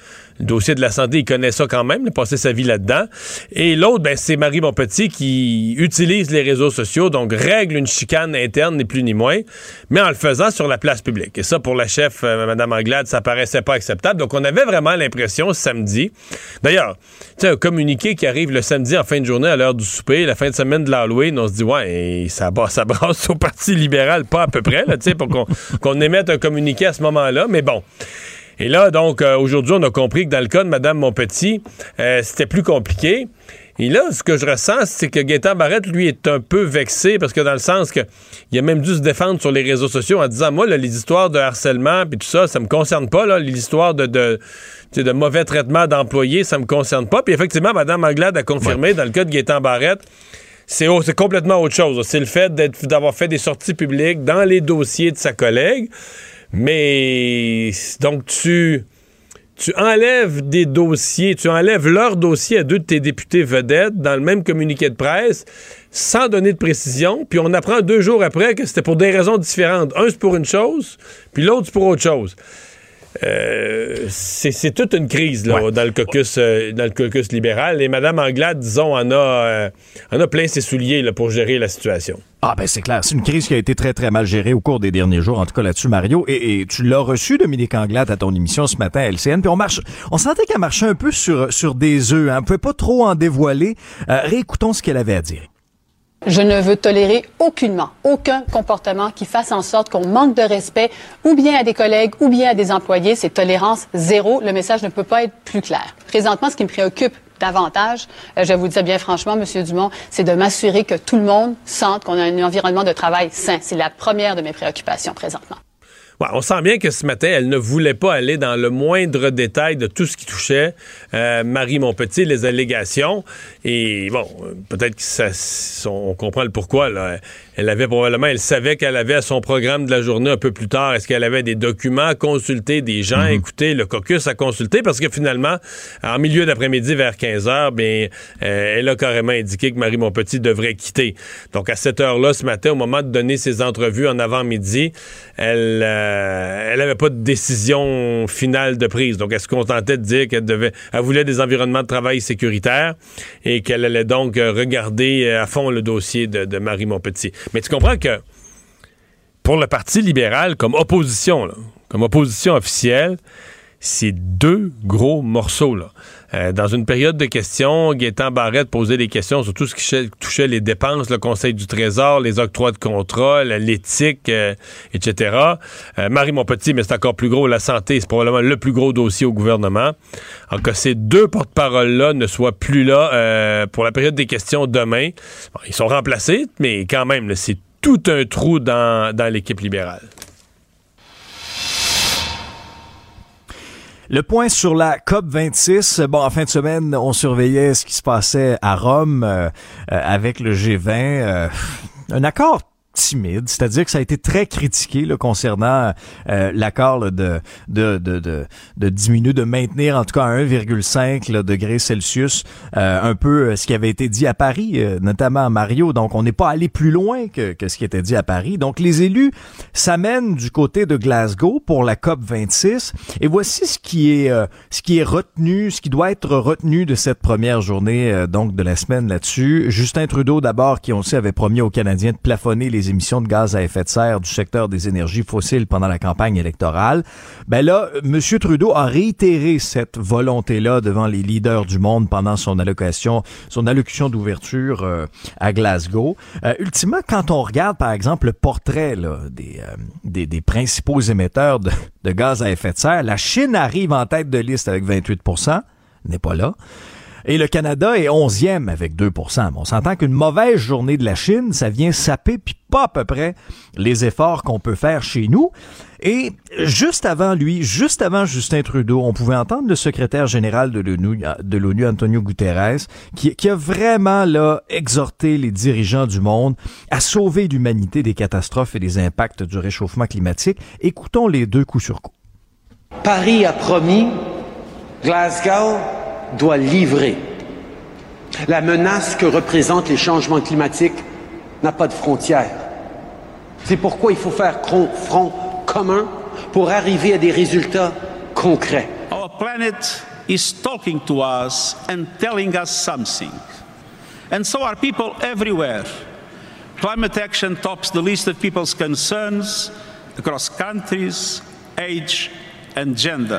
le dossier de la santé, il connaît ça quand même, il a passé sa vie là-dedans. Et l'autre, ben, c'est Marie Montpetit qui utilise les réseaux sociaux, donc règle une chicane interne, ni plus ni moins, mais en le faisant sur la place publique. Et ça, pour la chef, euh, Mme Anglade, ça paraissait pas acceptable. Donc, on avait vraiment l'impression, ce samedi, d'ailleurs, tu sais, un communiqué qui arrive le samedi en fin de journée à l'heure du souper, la fin de semaine de l'Halloween, on se dit, ouais, et ça, ça brasse au Parti libéral, pas à peu près, là, tu sais, pour qu'on, qu'on émette un communiqué à ce moment-là, mais bon. Et là, donc, euh, aujourd'hui, on a compris que dans le cas de Mme Montpetit, euh, c'était plus compliqué. Et là, ce que je ressens, c'est que Gaétan Barrette, lui, est un peu vexé, parce que dans le sens que il a même dû se défendre sur les réseaux sociaux en disant, moi, là, les histoires de harcèlement puis tout ça, ça me concerne pas, là, l'histoire de, de, de mauvais traitement d'employés, ça me concerne pas. Puis effectivement, Mme Anglade a confirmé, ouais. Dans le cas de Gaétan Barrette, c'est, c'est complètement autre chose. C'est le fait d'être, d'avoir fait des sorties publiques dans les dossiers de sa collègue. Mais donc tu tu enlèves des dossiers, tu enlèves leur dossier à deux de tes députés vedettes dans le même communiqué de presse sans donner de précision, puis on apprend deux jours après que c'était pour des raisons différentes. Un, c'est pour une chose, puis l'autre, c'est pour autre chose. Euh, c'est, c'est toute une crise là, ouais. dans, le caucus, euh, dans le caucus libéral. Et Mme Anglade, disons, en a, euh, en a plein ses souliers là, pour gérer la situation. Ah ben c'est clair, c'est une crise qui a été très très mal gérée au cours des derniers jours, en tout cas là-dessus Mario, et, et tu l'as reçu Dominique Anglade à ton émission ce matin à L C N, puis on marche, on sentait qu'elle marchait un peu sur sur des œufs, hein. On pouvait pas trop en dévoiler. Euh, réécoutons ce qu'elle avait à dire. Je ne veux tolérer aucunement, aucun comportement qui fasse en sorte qu'on manque de respect ou bien à des collègues ou bien à des employés. C'est tolérance zéro. Le message ne peut pas être plus clair. Présentement, ce qui me préoccupe davantage, euh, je vais vous dire bien franchement, M. Dumont, c'est de m'assurer que tout le monde sente qu'on a un environnement de travail sain. C'est la première de mes préoccupations présentement. Ouais, on sent bien que ce matin, elle ne voulait pas aller dans le moindre détail de tout ce qui touchait euh, Marie Montpetit, les allégations. Et bon, peut-être que ça, on comprend le pourquoi. Là. Elle avait probablement, elle savait qu'elle avait à son programme de la journée un peu plus tard. Est-ce qu'elle avait des documents à consulter, des gens à mm-hmm. écouter, le caucus à consulter? Parce que finalement, en milieu d'après-midi, vers quinze heures, bien, euh, elle a carrément indiqué que Marie Montpetit devrait quitter. Donc, à cette heure-là, ce matin, au moment de donner ses entrevues en avant-midi, elle... Euh, Euh, elle n'avait pas de décision finale de prise. Donc, elle se contentait de dire qu'elle devait, elle voulait des environnements de travail sécuritaires et qu'elle allait donc regarder à fond le dossier de, de Marie Montpetit. Mais tu comprends que pour le Parti libéral, comme opposition, là, comme opposition officielle, c'est deux gros morceaux, là. Euh, dans une période de questions, Gaétan Barrette posait des questions sur tout ce qui touchait les dépenses, le Conseil du Trésor, les octrois de contrat, l'éthique, euh, et cetera. Euh, Marie Montpetit, mais c'est encore plus gros, la santé, c'est probablement le plus gros dossier au gouvernement. Alors que ces deux porte-paroles-là ne soient plus là euh, pour la période des questions demain. Bon, ils sont remplacés, mais quand même, là, c'est tout un trou dans, dans l'équipe libérale. Le point sur la C O P vingt-six. Bon, en fin de semaine, on surveillait ce qui se passait à Rome euh, euh, avec le G vingt. Euh, un accord timide, c'est-à-dire que ça a été très critiqué là, concernant euh, l'accord là, de, de, de, de, de diminuer, de maintenir en tout cas à un virgule cinq là, degrés Celsius, euh, un peu euh, ce qui avait été dit à Paris, euh, notamment à Mario. Donc, on n'est pas allé plus loin que, que ce qui était dit à Paris. Donc, les élus s'amènent du côté de Glasgow pour la C O P vingt-six. Et voici ce qui est euh, ce qui est retenu, ce qui doit être retenu de cette première journée euh, donc de la semaine là-dessus. Justin Trudeau, d'abord, qui on sait avait promis aux Canadiens de plafonner les émissions de gaz à effet de serre du secteur des énergies fossiles pendant la campagne électorale. Ben là, M. Trudeau a réitéré cette volonté-là devant les leaders du monde pendant son allocation, son allocution d'ouverture euh, à Glasgow. Euh, ultimement, quand on regarde, par exemple, le portrait là, des, euh, des, des principaux émetteurs de, de gaz à effet de serre, la Chine arrive en tête de liste avec vingt-huit pour cent, n'est pas là. Et le Canada est onzième avec deux pour cent. On s'entend qu'une mauvaise journée de la Chine, ça vient saper, puis pas à peu près, les efforts qu'on peut faire chez nous. Et juste avant lui, juste avant Justin Trudeau, on pouvait entendre le secrétaire général de l'ONU, de l'ONU Antonio Guterres, qui, qui a vraiment là exhorté les dirigeants du monde à sauver l'humanité des catastrophes et des impacts du réchauffement climatique. Écoutons les deux coup sur coup. Paris a promis, Glasgow doit livrer. La menace que représentent les changements climatiques n'a pas de frontières. C'est pourquoi il faut faire front commun pour arriver à des résultats concrets. Our planet is talking to us and telling us something. And so are people everywhere. Climate action tops the list of people's concerns across countries, age, and gender.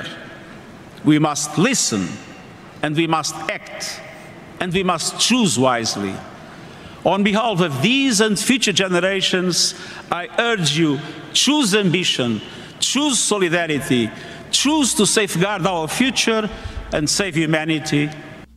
We must listen, and we must act, and we must choose wisely. On behalf of these and future generations, I urge you, choose ambition, choose solidarity, choose to safeguard our future and save humanity.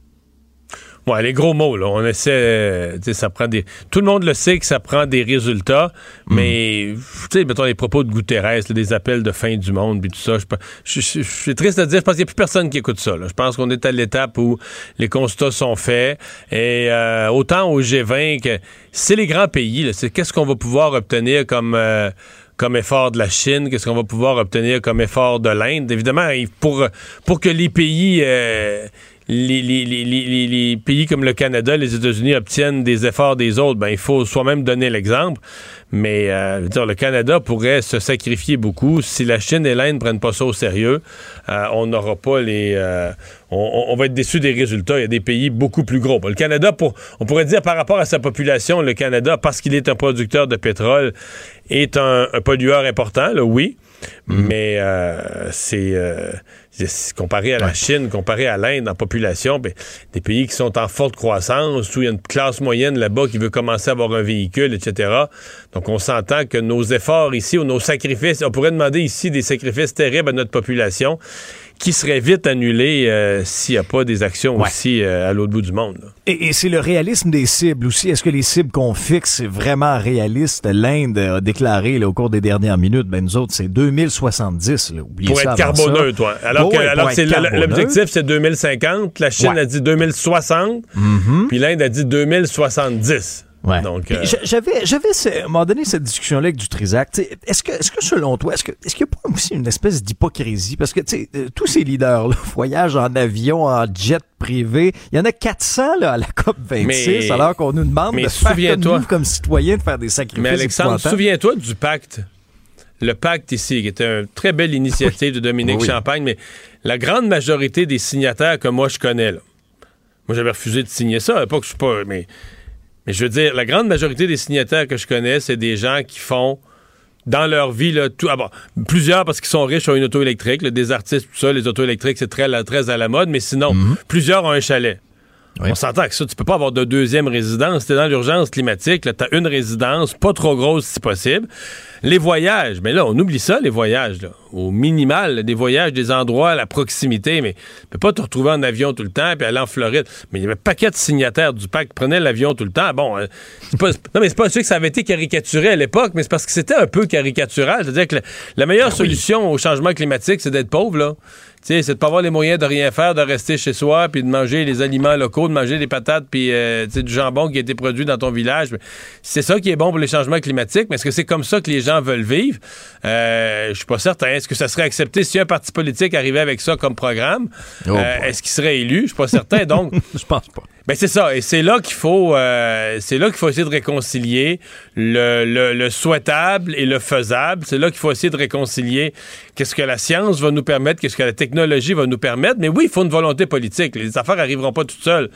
Ouais, les gros mots, là. On essaie, tu sais, ça prend des... Tout le monde le sait que ça prend des résultats, mm. mais, tu sais, mettons les propos de Guterres, là, des appels de fin du monde, puis tout ça, je suis triste de dire, je pense qu'il n'y a plus personne qui écoute ça, là. Je pense qu'on est à l'étape où les constats sont faits, et euh, autant au G vingt que c'est les grands pays, là, c'est qu'est-ce qu'on va pouvoir obtenir comme... Euh, comme effort de la Chine, qu'est-ce qu'on va pouvoir obtenir comme effort de l'Inde. Évidemment, pour, pour que les pays... Euh, Les, les, les, les, les pays comme le Canada, les États-Unis obtiennent des efforts des autres, ben il faut soi-même donner l'exemple. Mais euh, je veux dire, le Canada pourrait se sacrifier beaucoup. Si la Chine et l'Inde ne prennent pas ça au sérieux, euh, on n'aura pas les... Euh, on, on va être déçus des résultats. Il y a des pays beaucoup plus gros. Le Canada, pour, on pourrait dire par rapport à sa population, le Canada, parce qu'il est un producteur de pétrole, est un, un pollueur important, là, oui. Mm-hmm. Mais euh, c'est... Euh, comparé à la ouais. Chine, comparé à l'Inde en population, ben, des pays qui sont en forte croissance, où il y a une classe moyenne là-bas qui veut commencer à avoir un véhicule, et cetera. Donc, on s'entend que nos efforts ici, ou nos sacrifices, on pourrait demander ici des sacrifices terribles à notre population, qui seraient vite annulés euh, s'il n'y a pas des actions ouais. aussi euh, à l'autre bout du monde. Là. Et, et c'est le réalisme des cibles aussi. Est-ce que les cibles qu'on fixe, c'est vraiment réaliste? L'Inde a déclaré là, au cours des dernières minutes, ben nous autres, c'est deux mille soixante-dix. Là. Oubliez pour ça être carboneutre, toi. Alors oh, que, ouais, alors que c'est l'objectif, c'est deux mille cinquante. La Chine ouais. a dit deux mille soixante. Mm-hmm. Puis l'Inde a dit deux mille soixante-dix. Ouais. Donc, euh... j'avais, j'avais, à un moment donné, cette discussion-là avec du Trisac. Est-ce que, est-ce que selon toi, est-ce que, est-ce qu'il n'y a pas aussi une espèce d'hypocrisie? Parce que, tu sais, euh, tous ces leaders-là voyagent en avion, en jet privé. Il y en a quatre cents, là, à la COP vingt-six, mais, alors qu'on nous demande de faire comme nous, comme citoyens, de faire des sacrifices. Mais Alexandre, souviens-toi du pacte. Le pacte ici, qui était une très belle initiative oui. de Dominique oui. Champagne, mais la grande majorité des signataires que moi, je connais, là. Moi, j'avais refusé de signer ça. Pas que je suis pas, mais... Mais je veux dire, la grande majorité des signataires que je connais, c'est des gens qui font, dans leur vie, là, tout, ah bon, plusieurs parce qu'ils sont riches ont une auto électrique, là, des artistes, tout ça, les autos électriques, c'est très, très à la mode, mais sinon, mm-hmm. plusieurs ont un chalet. Oui. On s'entend que ça, tu peux pas avoir de deuxième résidence. T'es dans l'urgence climatique, là, t'as une résidence, pas trop grosse si possible. Les voyages, mais là, on oublie ça, les voyages, là. Au minimal, là, des voyages, des endroits à la proximité, mais tu peux pas te retrouver en avion tout le temps puis aller en Floride. Mais il y avait un paquet de signataires du pacte qui prenaient l'avion tout le temps. Bon, euh, c'est pas, non, mais c'est pas sûr que ça avait été caricaturé à l'époque, mais c'est parce que c'était un peu caricatural. C'est-à-dire que la, la meilleure ben solution oui. au changement climatique, c'est d'être pauvre, là. T'sais, c'est de pas avoir les moyens de rien faire, de rester chez soi, puis de manger les aliments locaux, de manger des patates, puis euh, du jambon qui a été produit dans ton village. C'est ça qui est bon pour les changements climatiques, mais est-ce que c'est comme ça que les gens veulent vivre? Euh, je suis pas certain. Est-ce que ça serait accepté si un parti politique arrivait avec ça comme programme? Oh euh, est-ce qu'il serait élu? Je suis pas certain. Donc, je pense pas. Ben c'est ça, et c'est là qu'il faut, euh, c'est là qu'il faut essayer de réconcilier le, le, le souhaitable et le faisable. C'est là qu'il faut essayer de réconcilier qu'est-ce que la science va nous permettre, qu'est-ce que la technologie va nous permettre. Mais oui, il faut une volonté politique. Les affaires n'arriveront pas toutes seules.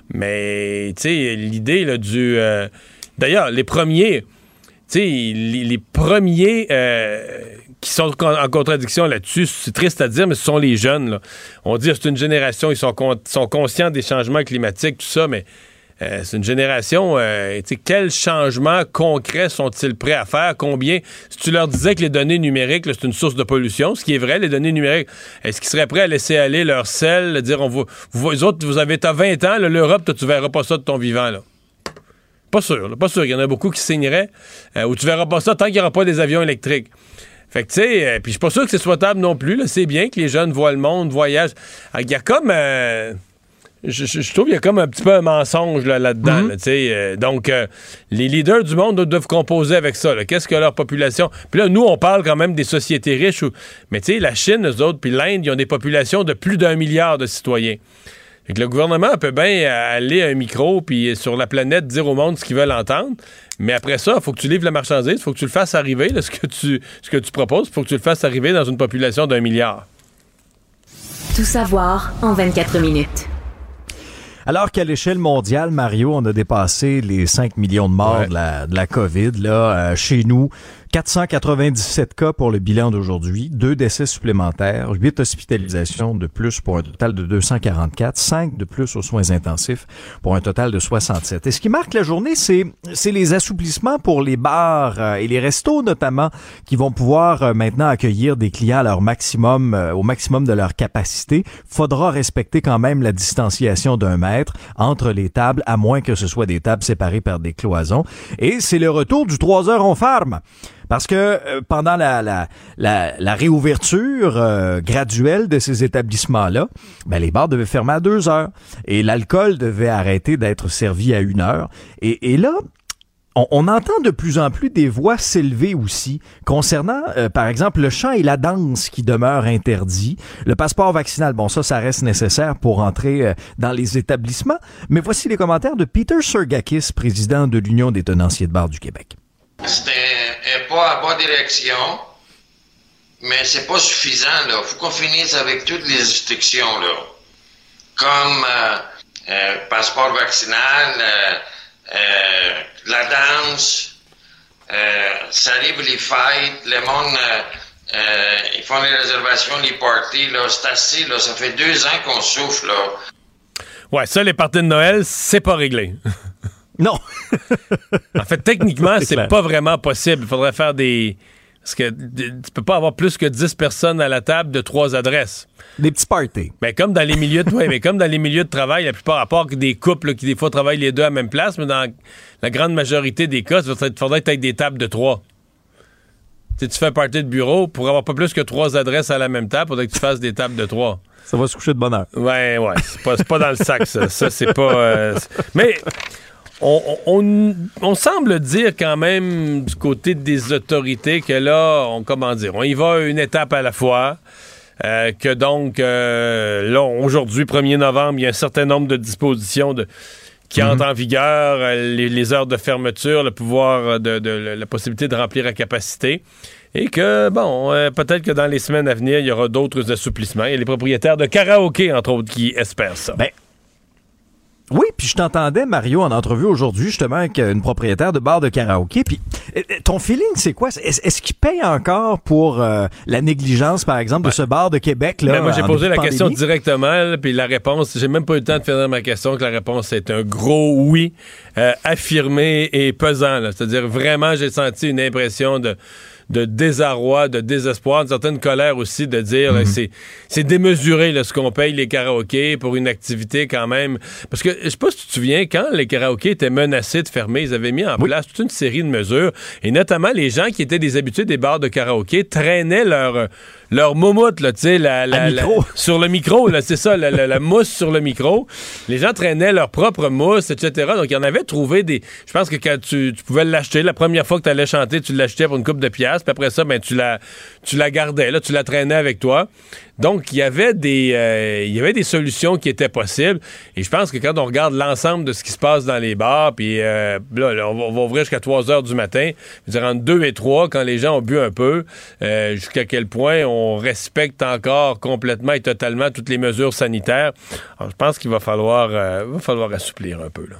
Mais tu sais, l'idée là du, euh, d'ailleurs, les premiers, tu sais, les, les premiers. Euh, qui sont en contradiction là-dessus, c'est triste à dire, mais ce sont les jeunes. Là. On dit que c'est une génération, ils sont, con- sont conscients des changements climatiques, tout ça, mais euh, c'est une génération, euh, tu sais, quels changements concrets sont-ils prêts à faire? Combien? Si tu leur disais que les données numériques, là, c'est une source de pollution, ce qui est vrai, les données numériques, est-ce qu'ils seraient prêts à laisser aller leur sel, dire, on vous, vous, vous autres, vous avez, t'as vingt ans, là, l'Europe, toi, tu verras pas ça de ton vivant, là. Pas sûr, là, pas sûr. Il y en a beaucoup qui signeraient, euh, ou tu verras pas ça tant qu'il n'y aura pas des avions électriques. Fait que, tu sais, euh, puis je suis pas sûr que c'est souhaitable non plus. Là. C'est bien que les jeunes voient le monde, voyagent. Il y a comme... Euh, je, je, je trouve qu'il y a comme un petit peu un mensonge là, là-dedans. Mm-hmm. Là, tu sais, euh, donc, euh, les leaders du monde doivent composer avec ça. Là. Qu'est-ce que leur population... Puis là, nous, on parle quand même des sociétés riches. Où... Mais tu sais, la Chine, eux autres, puis l'Inde, ils ont des populations de plus d'un milliard de citoyens. Fait que le gouvernement peut bien aller à un micro puis sur la planète dire au monde ce qu'ils veulent entendre, mais après ça, il faut que tu livres la marchandise, il faut que tu le fasses arriver, là, ce que tu, ce que tu proposes, il faut que tu le fasses arriver dans une population d'un milliard. Tout savoir en vingt-quatre minutes. Alors qu'à l'échelle mondiale, Mario, on a dépassé les cinq millions de morts ouais. de, la, de la COVID. Là, euh, chez nous, quatre cent quatre-vingt-dix-sept cas pour le bilan d'aujourd'hui, deux décès supplémentaires, huit hospitalisations de plus pour un total de deux cent quarante-quatre, cinq de plus aux soins intensifs pour un total de soixante-sept. Et ce qui marque la journée, c'est, c'est les assouplissements pour les bars euh, et les restos notamment qui vont pouvoir euh, maintenant accueillir des clients à leur maximum, euh, au maximum de leur capacité. Faudra respecter quand même la distanciation d'un mètre entre les tables, à moins que ce soit des tables séparées par des cloisons. Et c'est le retour du trois heures on ferme. Parce que euh, pendant la, la, la, la réouverture euh, graduelle de ces établissements-là, ben, les bars devaient fermer à deux heures. Et l'alcool devait arrêter d'être servi à une heure. Et, et là, On, on entend de plus en plus des voix s'élever aussi concernant, euh, par exemple, le chant et la danse qui demeurent interdits. Le passeport vaccinal, bon, ça, ça reste nécessaire pour entrer euh, dans les établissements. Mais voici les commentaires de Peter Sergakis, président de l'Union des tenanciers de bars du Québec. C'est un, un pas à bonne direction, mais c'est pas suffisant, là. Faut qu'on finisse avec toutes les restrictions, là. Comme euh, euh, passeport vaccinal, euh, Euh, la danse, euh, ça arrive les fêtes, le monde, euh, euh, ils font les réservations, les parties, là, c'est assez, là, ça fait deux ans qu'on souffle, là. Ouais, ça, les parties de Noël, c'est pas réglé. Non. En fait, techniquement, c'est, c'est pas vraiment possible. Il faudrait faire des... Parce que tu peux pas avoir plus que dix personnes à la table de trois adresses. Des petits parties. Mais comme dans les milieux de, ouais, mais comme dans les milieux de travail, la plupart, à part que des couples là, qui des fois travaillent les deux à la même place, mais dans la grande majorité des cas, il faudrait que tu aies des tables de trois. Tu sais, tu fais un party de bureau, pour avoir pas plus que trois adresses à la même table, il faudrait que tu fasses des tables de trois. Ça va se coucher de bonne heure. Ouais, ouais. C'est pas, c'est pas dans le sac, ça. Ça, c'est pas... Euh, c'est... Mais... On, on, on semble dire quand même du côté des autorités que là, on, comment dire, on y va une étape à la fois, euh, que donc, euh, là, aujourd'hui, premier novembre, il y a un certain nombre de dispositions de, qui mm-hmm. entrent en vigueur, euh, les, les heures de fermeture, le pouvoir, de, de, de la possibilité de remplir à capacité. Et que, bon, euh, peut-être que dans les semaines à venir, il y aura d'autres assouplissements. Il y a les propriétaires de karaoké, entre autres, qui espèrent ça. Ben. Oui, puis je t'entendais, Mario, en entrevue aujourd'hui, justement, avec une propriétaire de bar de karaoké. Puis ton feeling, c'est quoi? Est-ce, est-ce qu'il paye encore pour euh, la négligence, par exemple, de ce bar de Québec? Là, ben moi, j'ai posé la pandémie? question directement, puis la réponse, j'ai même pas eu le temps de finir ma question, que la réponse est un gros oui, euh, affirmé et pesant. Là. C'est-à-dire, vraiment, j'ai senti une impression de... de désarroi, de désespoir, une certaine colère aussi de dire mm-hmm. là, c'est, c'est démesuré là, ce qu'on paye les karaokés pour une activité quand même. Parce que je sais pas si tu te souviens, quand les karaokés étaient menacés de fermer, ils avaient mis en oui. place toute une série de mesures, et notamment les gens qui étaient des habitués des bars de karaoké traînaient leur... leur moumoute, là, tu sais, la, la, la, sur le micro, là, c'est ça, la, la, la mousse sur le micro. Les gens traînaient leur propre mousse, et cetera. Donc, il y en avait trouvé des... Je pense que quand tu, tu pouvais l'acheter, la première fois que tu allais chanter, tu l'achetais pour une couple de piastres, puis après ça, ben, tu la, tu la gardais, là, tu la traînais avec toi. Donc, il y avait des, euh, il y avait des solutions qui étaient possibles. Et je pense que quand on regarde l'ensemble de ce qui se passe dans les bars, puis euh, là, là on, va, on va ouvrir jusqu'à trois heures du matin, je veux dire, entre deux et trois, quand les gens ont bu un peu, euh, jusqu'à quel point on respecte encore complètement et totalement toutes les mesures sanitaires. Alors, je pense qu'il va falloir, euh, va falloir assouplir un peu, là.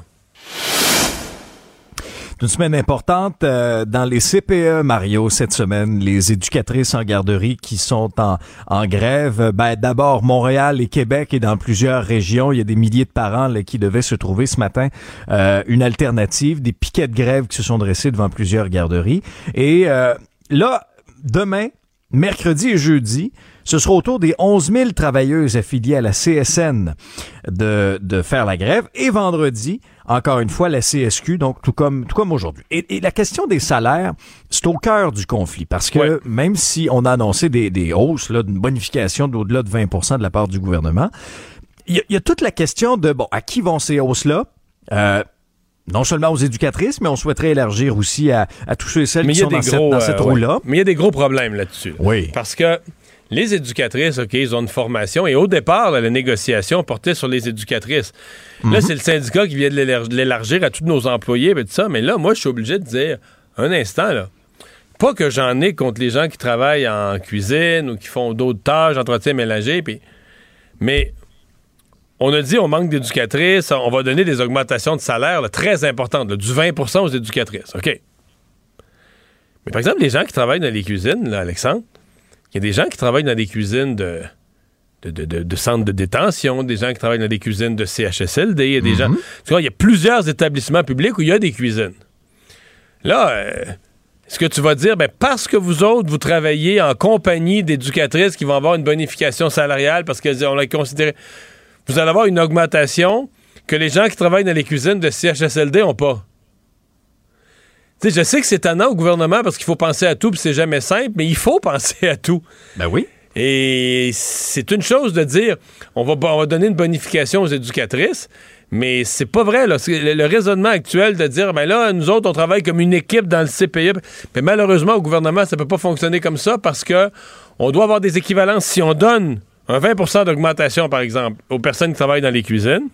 Une semaine importante euh, dans les C P E, Mario, cette semaine. Les éducatrices en garderie qui sont en, en grève. Ben, d'abord, Montréal et Québec et dans plusieurs régions, il y a des milliers de parents là, qui devaient se trouver ce matin euh, une alternative. Des piquets de grève qui se sont dressés devant plusieurs garderies. Et euh, là, demain, mercredi et jeudi, ce sera au tour des onze mille travailleuses affiliées à la C S N de, de faire la grève. Et vendredi, encore une fois, la C S Q, donc tout comme, tout comme aujourd'hui. Et, et la question des salaires, c'est au cœur du conflit. Parce que ouais. même si on a annoncé des, des hausses, là, d'une bonification d'au-delà de vingt pour cent de la part du gouvernement, il y, y a toute la question de, bon, à qui vont ces hausses-là? Euh, non seulement aux éducatrices, mais on souhaiterait élargir aussi à, à tous ceux et celles mais qui sont dans, gros, cette, dans cette euh, roue-là. Ouais. Mais il y a des gros problèmes là-dessus. Là. Oui. Parce que les éducatrices, OK, ils ont une formation. Et au départ, là, la négociation portait sur les éducatrices. Mm-hmm. Là, c'est le syndicat qui vient de l'élargir à tous nos employés et tout ça. Mais là, moi, je suis obligé de dire, un instant, là, pas que j'en ai contre les gens qui travaillent en cuisine ou qui font d'autres tâches, entretien ménager, puis Mais on a dit on manque d'éducatrices, on va donner des augmentations de salaire là, très importantes, là, du vingt pour cent aux éducatrices. OK. Mais par exemple, les gens qui travaillent dans les cuisines, là, Alexandre, il y a des gens qui travaillent dans des cuisines de, de, de, de, de centres de détention, des gens qui travaillent dans des cuisines de C H S L D, il y a des mm-hmm. gens... Tu vois, il y a plusieurs établissements publics où il y a des cuisines. Là, euh, est-ce que tu vas dire, ben parce que vous autres, vous travaillez en compagnie d'éducatrices qui vont avoir une bonification salariale parce qu'on l'a considéré... Vous allez avoir une augmentation que les gens qui travaillent dans les cuisines de C H S L D n'ont pas. Tu sais, je sais que c'est tannant au gouvernement parce qu'il faut penser à tout puis c'est jamais simple, mais il faut penser à tout. Ben oui. Et c'est une chose de dire, on va, on va donner une bonification aux éducatrices, mais c'est pas vrai, là. Le, le raisonnement actuel de dire, ben là, nous autres, on travaille comme une équipe dans le C P E. Mais malheureusement, au gouvernement, ça peut pas fonctionner comme ça parce que on doit avoir des équivalences. Si on donne un vingt pour cent d'augmentation, par exemple, aux personnes qui travaillent dans les cuisines,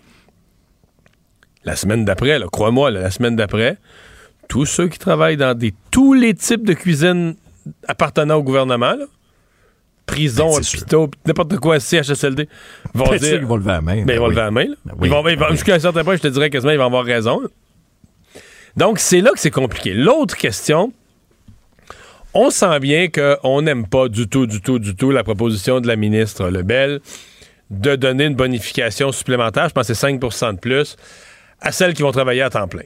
la semaine d'après, là, crois-moi, là, la semaine d'après, tous ceux qui travaillent dans des, tous les types de cuisines appartenant au gouvernement, là, prison, ben, hôpitaux, n'importe quoi, C H S L D, vont ben, dire... Ils vont lever la main. Ben, ben ils vont oui. lever la main. Là. Ben oui. Ils vont, ils vont, ben jusqu'à un certain point, je te dirais quasiment, ils vont avoir raison. Là. Donc, c'est là que c'est compliqué. L'autre question... On sent bien qu'on n'aime pas du tout, du tout, du tout la proposition de la ministre Lebel de donner une bonification supplémentaire, je pense que c'est cinq pour cent de plus, à celles qui vont travailler à temps plein.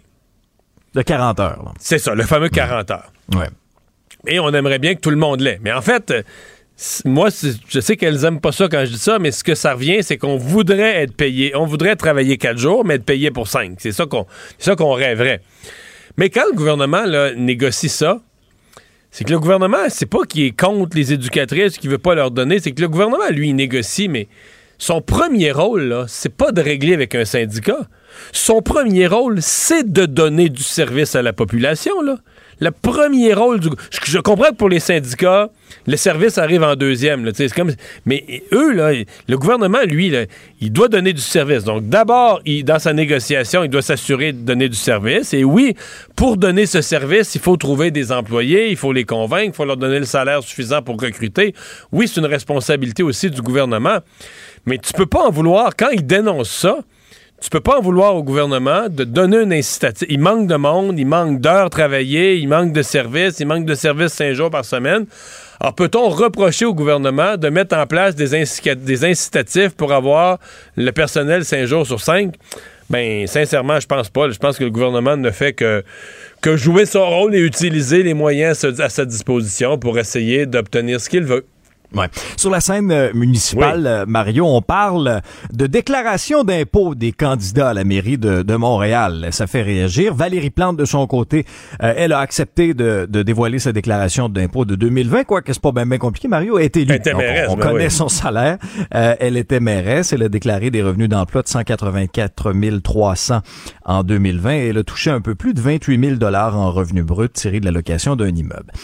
De quarante heures. Là. C'est ça, le fameux quarante heures. Ouais. Et on aimerait bien que tout le monde l'ait. Mais en fait, moi, je sais qu'elles aiment pas ça quand je dis ça, mais ce que ça revient, c'est qu'on voudrait être payé, on voudrait travailler quatre jours, mais être payé pour cinq. C'est ça qu'on, c'est ça qu'on rêverait. Mais quand le gouvernement là, négocie ça, c'est que le gouvernement, c'est pas qu'il est contre les éducatrices, qu'il veut pas leur donner, c'est que le gouvernement, lui, il négocie, mais son premier rôle, là, c'est pas de régler avec un syndicat. Son premier rôle, c'est de donner du service à la population, là. Le premier rôle du... Je, je comprends que pour les syndicats, le service arrive en deuxième, là, c'est comme... Mais eux, là, le gouvernement, lui, là, il doit donner du service. Donc, d'abord, il, dans sa négociation, il doit s'assurer de donner du service. Et oui, pour donner ce service, il faut trouver des employés, il faut les convaincre, il faut leur donner le salaire suffisant pour recruter. Oui, c'est une responsabilité aussi du gouvernement. Mais tu peux pas en vouloir, quand il dénonce ça, tu peux pas en vouloir au gouvernement de donner un incitatif. Il manque de monde, il manque d'heures travaillées, il manque de services, il manque de services cinq jours par semaine. Alors, peut-on reprocher au gouvernement de mettre en place des, inci- des incitatifs pour avoir le personnel cinq jours sur cinq? Ben, sincèrement, je pense pas. Je pense que le gouvernement ne fait que, que jouer son rôle et utiliser les moyens à sa disposition pour essayer d'obtenir ce qu'il veut. Ouais. Sur la scène euh, municipale, oui. euh, Mario, on parle de déclaration d'impôts des candidats à la mairie de, de Montréal. Ça fait réagir. Valérie Plante, de son côté, euh, elle a accepté de, de dévoiler sa déclaration d'impôts de deux mille vingt, quoique c'est pas bien, bien compliqué. Mario est élue. Elle était mairesse, on, on ben connaît oui. son salaire. Euh, elle était mairesse. Elle a déclaré des revenus d'emploi de cent quatre-vingt-quatre mille trois cents en deux mille vingt et elle a touché un peu plus de vingt-huit mille dollars en revenus bruts tirés de la location d'un immeuble.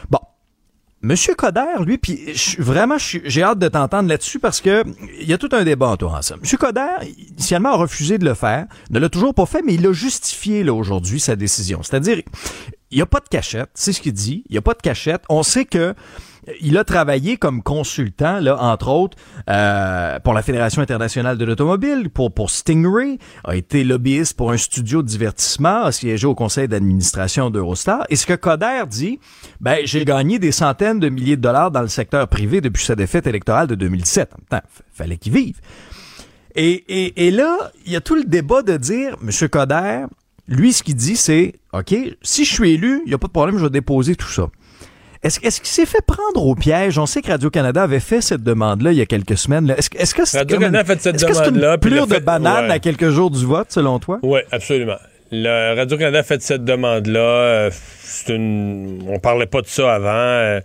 Monsieur Coderre, lui, puis vraiment, j'ai hâte de t'entendre là-dessus parce que il y a tout un débat autour en ça. Monsieur Coderre, initialement, a refusé de le faire, ne l'a toujours pas fait, mais il a justifié là aujourd'hui sa décision. C'est-à-dire, il n'y a pas de cachette, c'est ce qu'il dit, il n'y a pas de cachette. On sait que il a travaillé comme consultant, là, entre autres, euh, pour la Fédération internationale de l'automobile, pour, pour Stingray, a été lobbyiste pour un studio de divertissement, a siégé au conseil d'administration d'Eurostar. Et ce que Coderre dit, ben, j'ai gagné des centaines de milliers de dollars dans le secteur privé depuis sa défaite électorale de deux mille sept. En même temps, fallait qu'il vive. Et, et, et là, il y a tout le débat de dire, M. Coderre, lui, ce qu'il dit, c'est, OK, si je suis élu, il n'y a pas de problème, je vais déposer tout ça. Est-ce, est-ce qu'il s'est fait prendre au piège? On sait que Radio-Canada avait fait cette demande-là il y a quelques semaines. Là. Est-ce, est-ce que c'est Radio-Canada a fait cette est-ce demande-là? Que c'est une plure fait, de banane ouais. à quelques jours du vote, selon toi? Oui, absolument. Le Radio-Canada a fait cette demande-là. Euh, c'est une... On parlait pas de ça avant. Euh,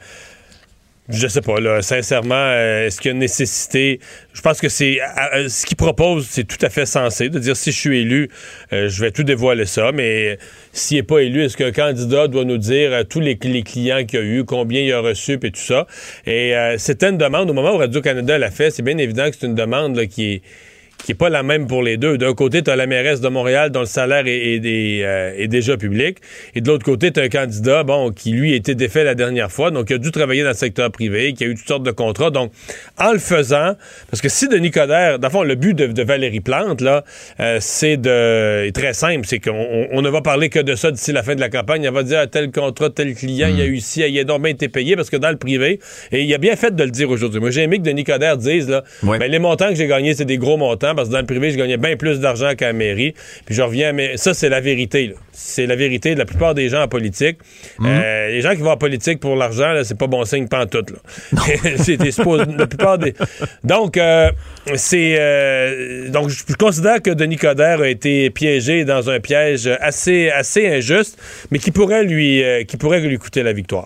je sais pas, là, sincèrement, euh, est-ce qu'il y a une nécessité? Je pense que c'est euh, ce qu'il propose, c'est tout à fait sensé, de dire si je suis élu, euh, je vais tout dévoiler ça, mais s'il n'est pas élu, est-ce qu'un candidat doit nous dire euh, tous les, les clients qu'il y a eu, combien il a reçu, et tout ça? Et euh, c'était une demande, au moment où Radio-Canada l'a fait, c'est bien évident que c'est une demande là, qui est qui n'est pas la même pour les deux. D'un côté, tu as la mairesse de Montréal dont le salaire est, est, est, euh, est déjà public. Et de l'autre côté, tu as un candidat bon, qui, lui, a été défait la dernière fois, donc il a dû travailler dans le secteur privé, qui a eu toutes sortes de contrats. Donc, en le faisant, parce que si Denis Coderre, dans le fond, le but de, de Valérie Plante, là, euh, c'est de, est très simple, c'est qu'on on, on ne va parler que de ça d'ici la fin de la campagne. Elle va dire, ah, tel contrat, tel client, il y a eu ici, il a donc bien été payé, parce que dans le privé, et il a bien fait de le dire aujourd'hui. Moi, j'ai aimé que Denis Coderre dise, là, ouais. ben, les montants que j'ai gagnés, c'est des gros montants, parce que dans le privé, je gagnais bien plus d'argent qu'à la mairie. Puis je reviens, mais ça, c'est la vérité, là. C'est la vérité de la plupart des gens en politique. Mmh. Euh, les gens qui vont en politique pour l'argent, là, c'est pas bon signe pantoute, là. c'est, c'est supposé, la plupart des... Donc, euh, c'est... Euh, donc, je, je considère que Denis Coderre a été piégé dans un piège assez, assez injuste, mais qui pourrait lui, euh, qui pourrait lui coûter la victoire.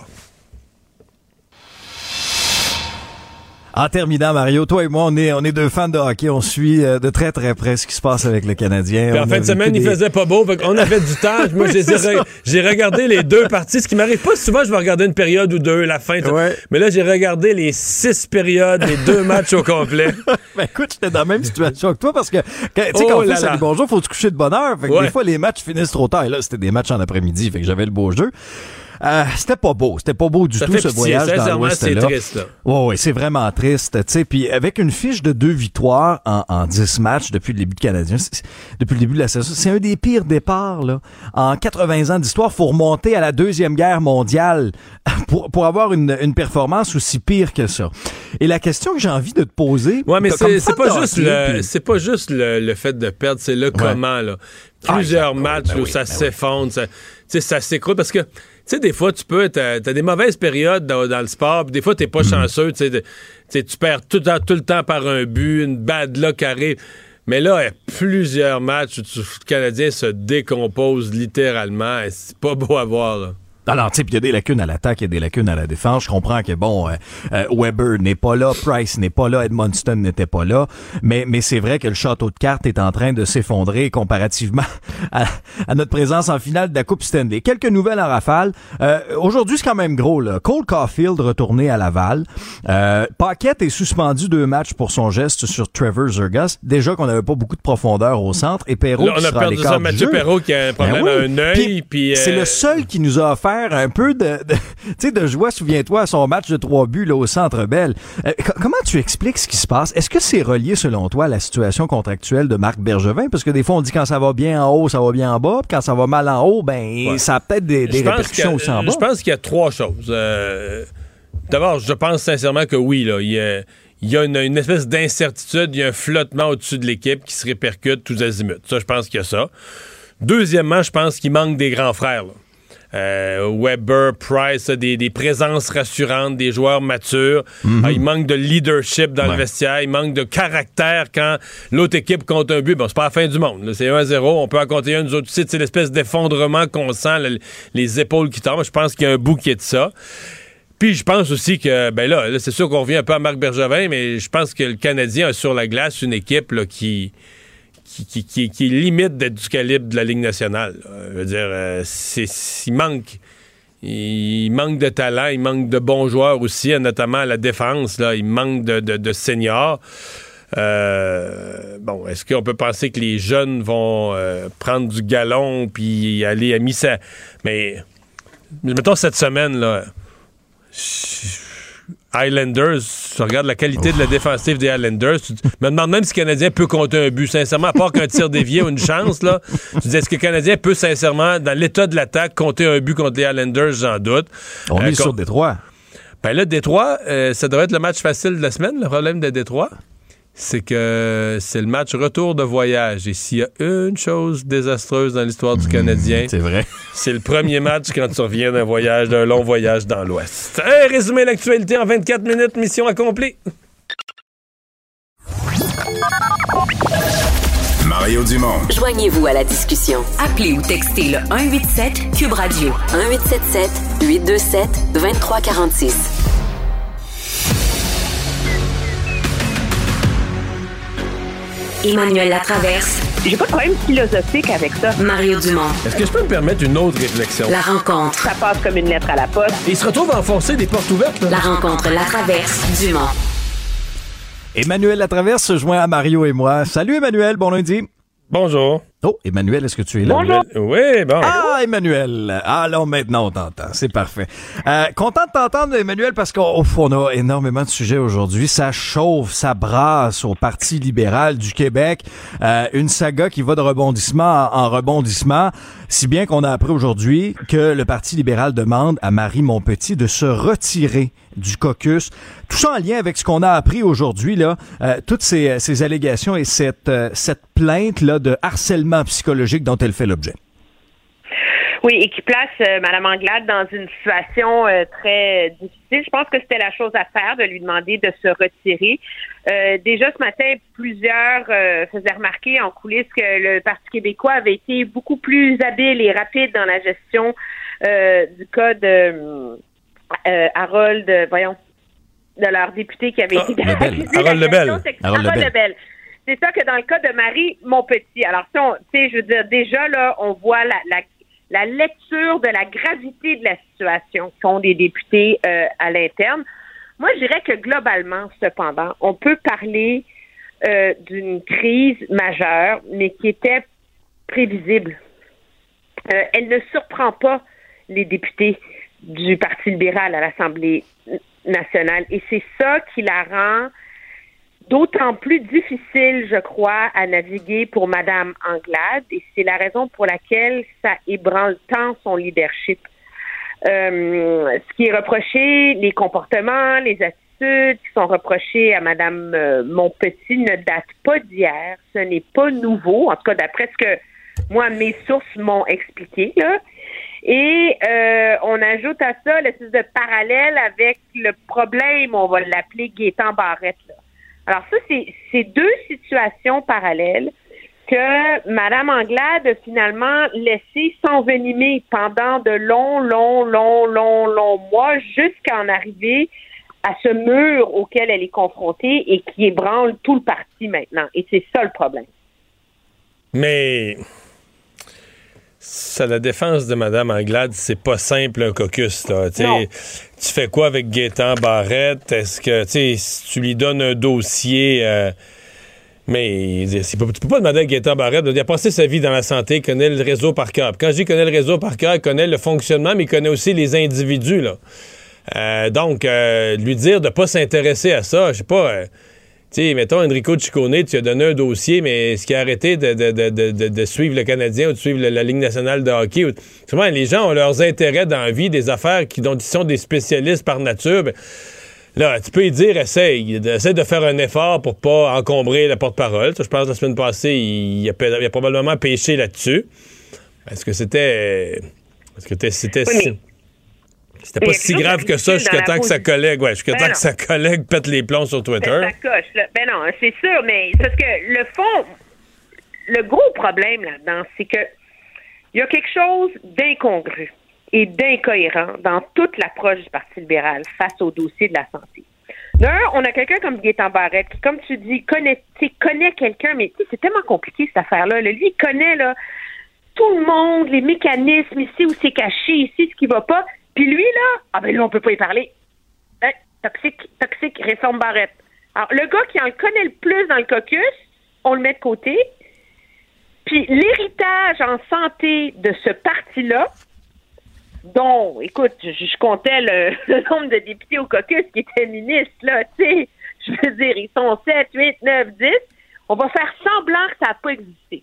En terminant, Mario, toi et moi, on est, on est deux fans de hockey. On suit euh, de très, très près ce qui se passe avec le Canadien. Puis en fin de semaine, des... il faisait pas beau. Fait on avait du temps. Moi, j'ai, re... j'ai regardé les deux parties. Ce qui m'arrive pas souvent, je vais regarder une période ou deux, la fin. Ouais. Mais là, j'ai regardé les six périodes, les deux matchs au complet. Ben écoute, j'étais dans la même situation que toi parce que, tu sais, oh quand on fait Salut Bonjour, faut se coucher de bonne heure. Fait que ouais. des fois, les matchs finissent trop tard. Et là, c'était des matchs en après-midi. Fait que j'avais le beau jeu. Euh, c'était pas beau, c'était pas beau du ça tout fait ce pitié, voyage dans l'Ouest c'est là. Triste, là. Ouais, ouais, c'est vraiment triste, tu sais. Puis avec une fiche de deux victoires en, en dix matchs depuis le début du Canadien, depuis le début de la saison, c'est un des pires départs là. En quatre-vingts ans d'histoire, faut remonter à la deuxième guerre mondiale pour pour avoir une, une performance aussi pire que ça. Et la question que j'ai envie de te poser, ouais, mais c'est, c'est pas hockey, juste le, puis... c'est pas juste le, le fait de perdre, c'est le ouais. comment là. Plusieurs ah, matchs ben où oui, ça ben s'effondre, oui. ça, tu sais, ça s'écroule parce que tu sais, des fois, tu peux, t'as, t'as des mauvaises périodes dans, dans le sport, puis des fois, t'es pas mm. chanceux, tu sais, tu perds tout, tout le temps par un but, une bad luck arrive. Mais là, il y a plusieurs matchs où tu, le Canadien se décompose littéralement, et c'est pas beau à voir, là. Alors, tu sais, il y a des lacunes à l'attaque, il y a des lacunes à la défense. Je comprends que, bon, euh, euh, Weber n'est pas là, Price n'est pas là, Edmondson n'était pas là, mais mais c'est vrai que le château de cartes est en train de s'effondrer comparativement à, à notre présence en finale de la Coupe Stanley. Quelques nouvelles en rafale. Euh, aujourd'hui, c'est quand même gros, là. Cole Caulfield retourné à Laval. Euh, Paquette est suspendu deux matchs pour son geste sur Trevor Zegras. Déjà qu'on n'avait pas beaucoup de profondeur au centre. Et Perrault, là, on a perdu ça, Mathieu Perrault qui a un problème ben oui. à un œil. Puis, puis, euh... c'est le seul qui nous a offert un peu de, de tu sais, de joie, souviens-toi, à son match de trois buts là, au Centre Bell. Euh, c- comment tu expliques ce qui se passe? Est-ce que c'est relié, selon toi, à la situation contractuelle de Marc Bergevin? Parce que des fois, on dit quand ça va bien en haut, ça va bien en bas, puis quand ça va mal en haut, ben ouais. ça a peut-être des, des répercussions aussi en bas. Je pense qu'il y a trois choses. Euh, d'abord, je pense sincèrement que oui, là, il y a... Il y a une, une espèce d'incertitude, il y a un flottement au-dessus de l'équipe qui se répercute tous azimuts. Ça, je pense qu'il y a ça. Deuxièmement, je pense qu'il manque des grands frères, là. Euh, Weber, Price, des, des présences rassurantes, des joueurs matures. Mm-hmm. Euh, il manque de leadership dans ouais. le vestiaire. Il manque de caractère quand l'autre équipe compte un but. Bon, c'est pas la fin du monde. Là, c'est un à zéro. On peut en compter un. Nous autres, c'est l'espèce d'effondrement qu'on sent, là, les épaules qui tombent. Je pense qu'il y a un bout qui est de ça. Puis je pense aussi que, ben là, là, c'est sûr qu'on revient un peu à Marc Bergevin, mais je pense que le Canadien a sur la glace une équipe là, qui... Qui, qui, qui, qui est limite d'être du calibre de la Ligue nationale. Là. Je veux dire, euh, c'est, il manque il manque de talent, il manque de bons joueurs aussi, notamment à la défense. Là, il manque de, de, de seniors. Euh, bon, est-ce qu'on peut penser que les jeunes vont euh, prendre du galon puis aller à mi-ça? Mais mettons cette semaine, là, Highlanders, tu regardes la qualité de la défensive des Highlanders, tu me demandes même si le Canadien peut compter un but, sincèrement, à part qu'un tir dévié ou une chance, là. Tu dis, est-ce que le Canadien peut sincèrement, dans l'état de l'attaque, compter un but contre les Highlanders? J'en doute. On euh, est con... sur Détroit. Ben là, Détroit, euh, ça devrait être le match facile de la semaine. Le problème de Détroit, c'est que c'est le match retour de voyage. Et s'il y a une chose désastreuse dans l'histoire du Canadien, mmh, c'est vrai. C'est le premier match quand tu reviens d'un voyage, d'un long voyage dans l'Ouest. Hey, résumé l'actualité en vingt-quatre minutes, mission accomplie. Mario Dumont. Joignez-vous à la discussion. Appelez ou textez le un huit sept Cube Radio. un huit sept sept huit deux sept deux trois quatre six. Emmanuel Latraverse. J'ai pas de problème philosophique avec ça. Mario Dumont. Est-ce que je peux me permettre une autre réflexion? La rencontre. Ça passe comme une lettre à la poste. Et il se retrouve à enfoncer des portes ouvertes. Là. La rencontre Latraverse Dumont. Emmanuel Latraverse se joint à Mario et moi. Salut Emmanuel, bon lundi. Bonjour. Oh, Emmanuel, est-ce que tu es là? Bonjour. Oui, bon. Ah, Emmanuel. Alors maintenant, on t'entend. C'est parfait. Euh, content de t'entendre, Emmanuel, parce qu'on on a énormément de sujets aujourd'hui. Ça chauffe, ça brasse au Parti libéral du Québec. Euh, une saga qui va de rebondissement en, en rebondissement, si bien qu'on a appris aujourd'hui que le Parti libéral demande à Marie Montpetit de se retirer du caucus. Tout ça en lien avec ce qu'on a appris aujourd'hui, là, euh, toutes ces, ces allégations et cette, euh, cette plainte-là de harcèlement psychologique dont elle fait l'objet. Oui, et qui place euh, Mme Anglade dans une situation euh, très difficile. Je pense que c'était la chose à faire de lui demander de se retirer. Euh, déjà ce matin, plusieurs euh, faisaient remarquer en coulisses que le Parti québécois avait été beaucoup plus habile et rapide dans la gestion euh, du cas de euh, Harold, voyons, de leur député qui avait ah, été accusé Harold Lebel. Harold Lebel. C'est ça que dans le cas de Marie Montpetit. Alors, tu sais, je veux dire, déjà, là, on voit la, la, la lecture de la gravité de la situation qu'ont des députés euh, à l'interne. Moi, je dirais que globalement, cependant, on peut parler euh, d'une crise majeure, mais qui était prévisible. Euh, elle ne surprend pas les députés du Parti libéral à l'Assemblée nationale. Et c'est ça qui la rend d'autant plus difficile, je crois, à naviguer pour Mme Anglade, et c'est la raison pour laquelle ça ébranle tant son leadership. Euh, ce qui est reproché, les comportements, les attitudes qui sont reprochés à Mme euh, Montpetit ne datent pas d'hier. Ce n'est pas nouveau, en tout cas d'après ce que moi, mes sources m'ont expliqué, là. Et euh, on ajoute à ça l'espèce de parallèle avec le problème, on va l'appeler Gaétan Barrette, là. Alors ça, c'est, c'est deux situations parallèles que Mme Anglade a finalement laissé s'envenimer pendant de longs, longs, longs, longs, longs mois jusqu'à en arriver à ce mur auquel elle est confrontée et qui ébranle tout le parti maintenant. Et c'est ça le problème. Mais ça, la défense de Mme Anglade, c'est pas simple un caucus, là. Tu fais quoi avec Gaétan Barrette? Est-ce que si tu lui donnes un dossier euh, mais c'est pas, tu peux pas demander à Gaétan Barrette, il a passé sa vie dans la santé, il connaît le réseau par cœur. Puis quand je dis connaît le réseau par cœur, il connaît le fonctionnement, mais il connaît aussi les individus, là. Euh, donc, euh, lui dire de pas s'intéresser à ça, je sais pas. Euh, tu sais, mettons, Enrico Ciccone, tu as donné un dossier, mais est-ce qu'il a arrêté de, de, de, de, de suivre le Canadien ou de suivre la, la Ligue nationale de hockey? Ou, souvent, les gens ont leurs intérêts dans la vie, des affaires qui, dont ils sont des spécialistes par nature. Ben, là, tu peux y dire, essaye, essaye de faire un effort pour pas encombrer la porte-parole. Je pense que la semaine passée, il a, il a probablement péché là-dessus. Est-ce que c'était... Est-ce que c'était... Oui, mais... C'était pas si grave que ça jusqu'à temps que sa collègue, ouais, jusqu'à temps que sa collègue pète les plombs sur Twitter. Ben, ça coche, là. Ben non, c'est sûr, mais parce que le fond, le gros problème là-dedans, c'est que il y a quelque chose d'incongru et d'incohérent dans toute l'approche du Parti libéral face au dossier de la santé. D'un, on a quelqu'un comme Gaétan Barrette qui, comme tu dis, connaît, connaît quelqu'un, mais c'est tellement compliqué cette affaire-là. Là. Lui, il connaît là, tout le monde, les mécanismes, ici où c'est caché, ici ce qui va pas. Puis lui, là, ah ben là, on peut pas y parler. Hein, toxique, toxique, réforme Barrette. Alors, le gars qui en connaît le plus dans le caucus, on le met de côté. Puis l'héritage en santé de ce parti-là, dont, écoute, je, je comptais le, le nombre de députés au caucus qui étaient ministres, là, tu sais, je veux dire, ils sont sept, huit, neuf, dix. On va faire semblant que ça n'a pas existé.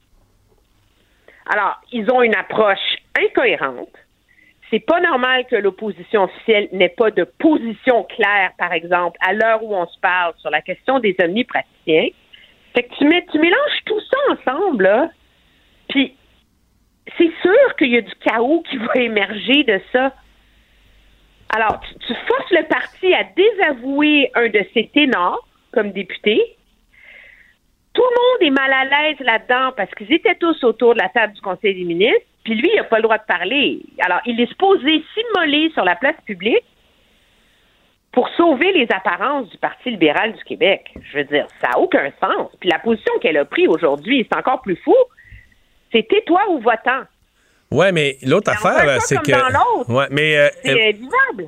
Alors, ils ont une approche incohérente. C'est pas normal que l'opposition officielle n'ait pas de position claire, par exemple, à l'heure où on se parle sur la question des omnipraticiens. Fait que tu, mets, tu mélanges tout ça ensemble, là. Puis, c'est sûr qu'il y a du chaos qui va émerger de ça. Alors, tu, tu forces le parti à désavouer un de ses ténors comme député. Tout le monde est mal à l'aise là-dedans parce qu'ils étaient tous autour de la table du Conseil des ministres. Puis lui, il n'a pas le droit de parler. Alors, il est supposé s'immoler sur la place publique pour sauver les apparences du Parti libéral du Québec. Je veux dire, ça n'a aucun sens. Puis la position qu'elle a prise aujourd'hui, c'est encore plus fou. C'est tais-toi ou va-t'en. Ouais, mais l'autre affaire, là, c'est comme que... dans l'autre. Ouais, mais... Euh, c'est euh, vivable.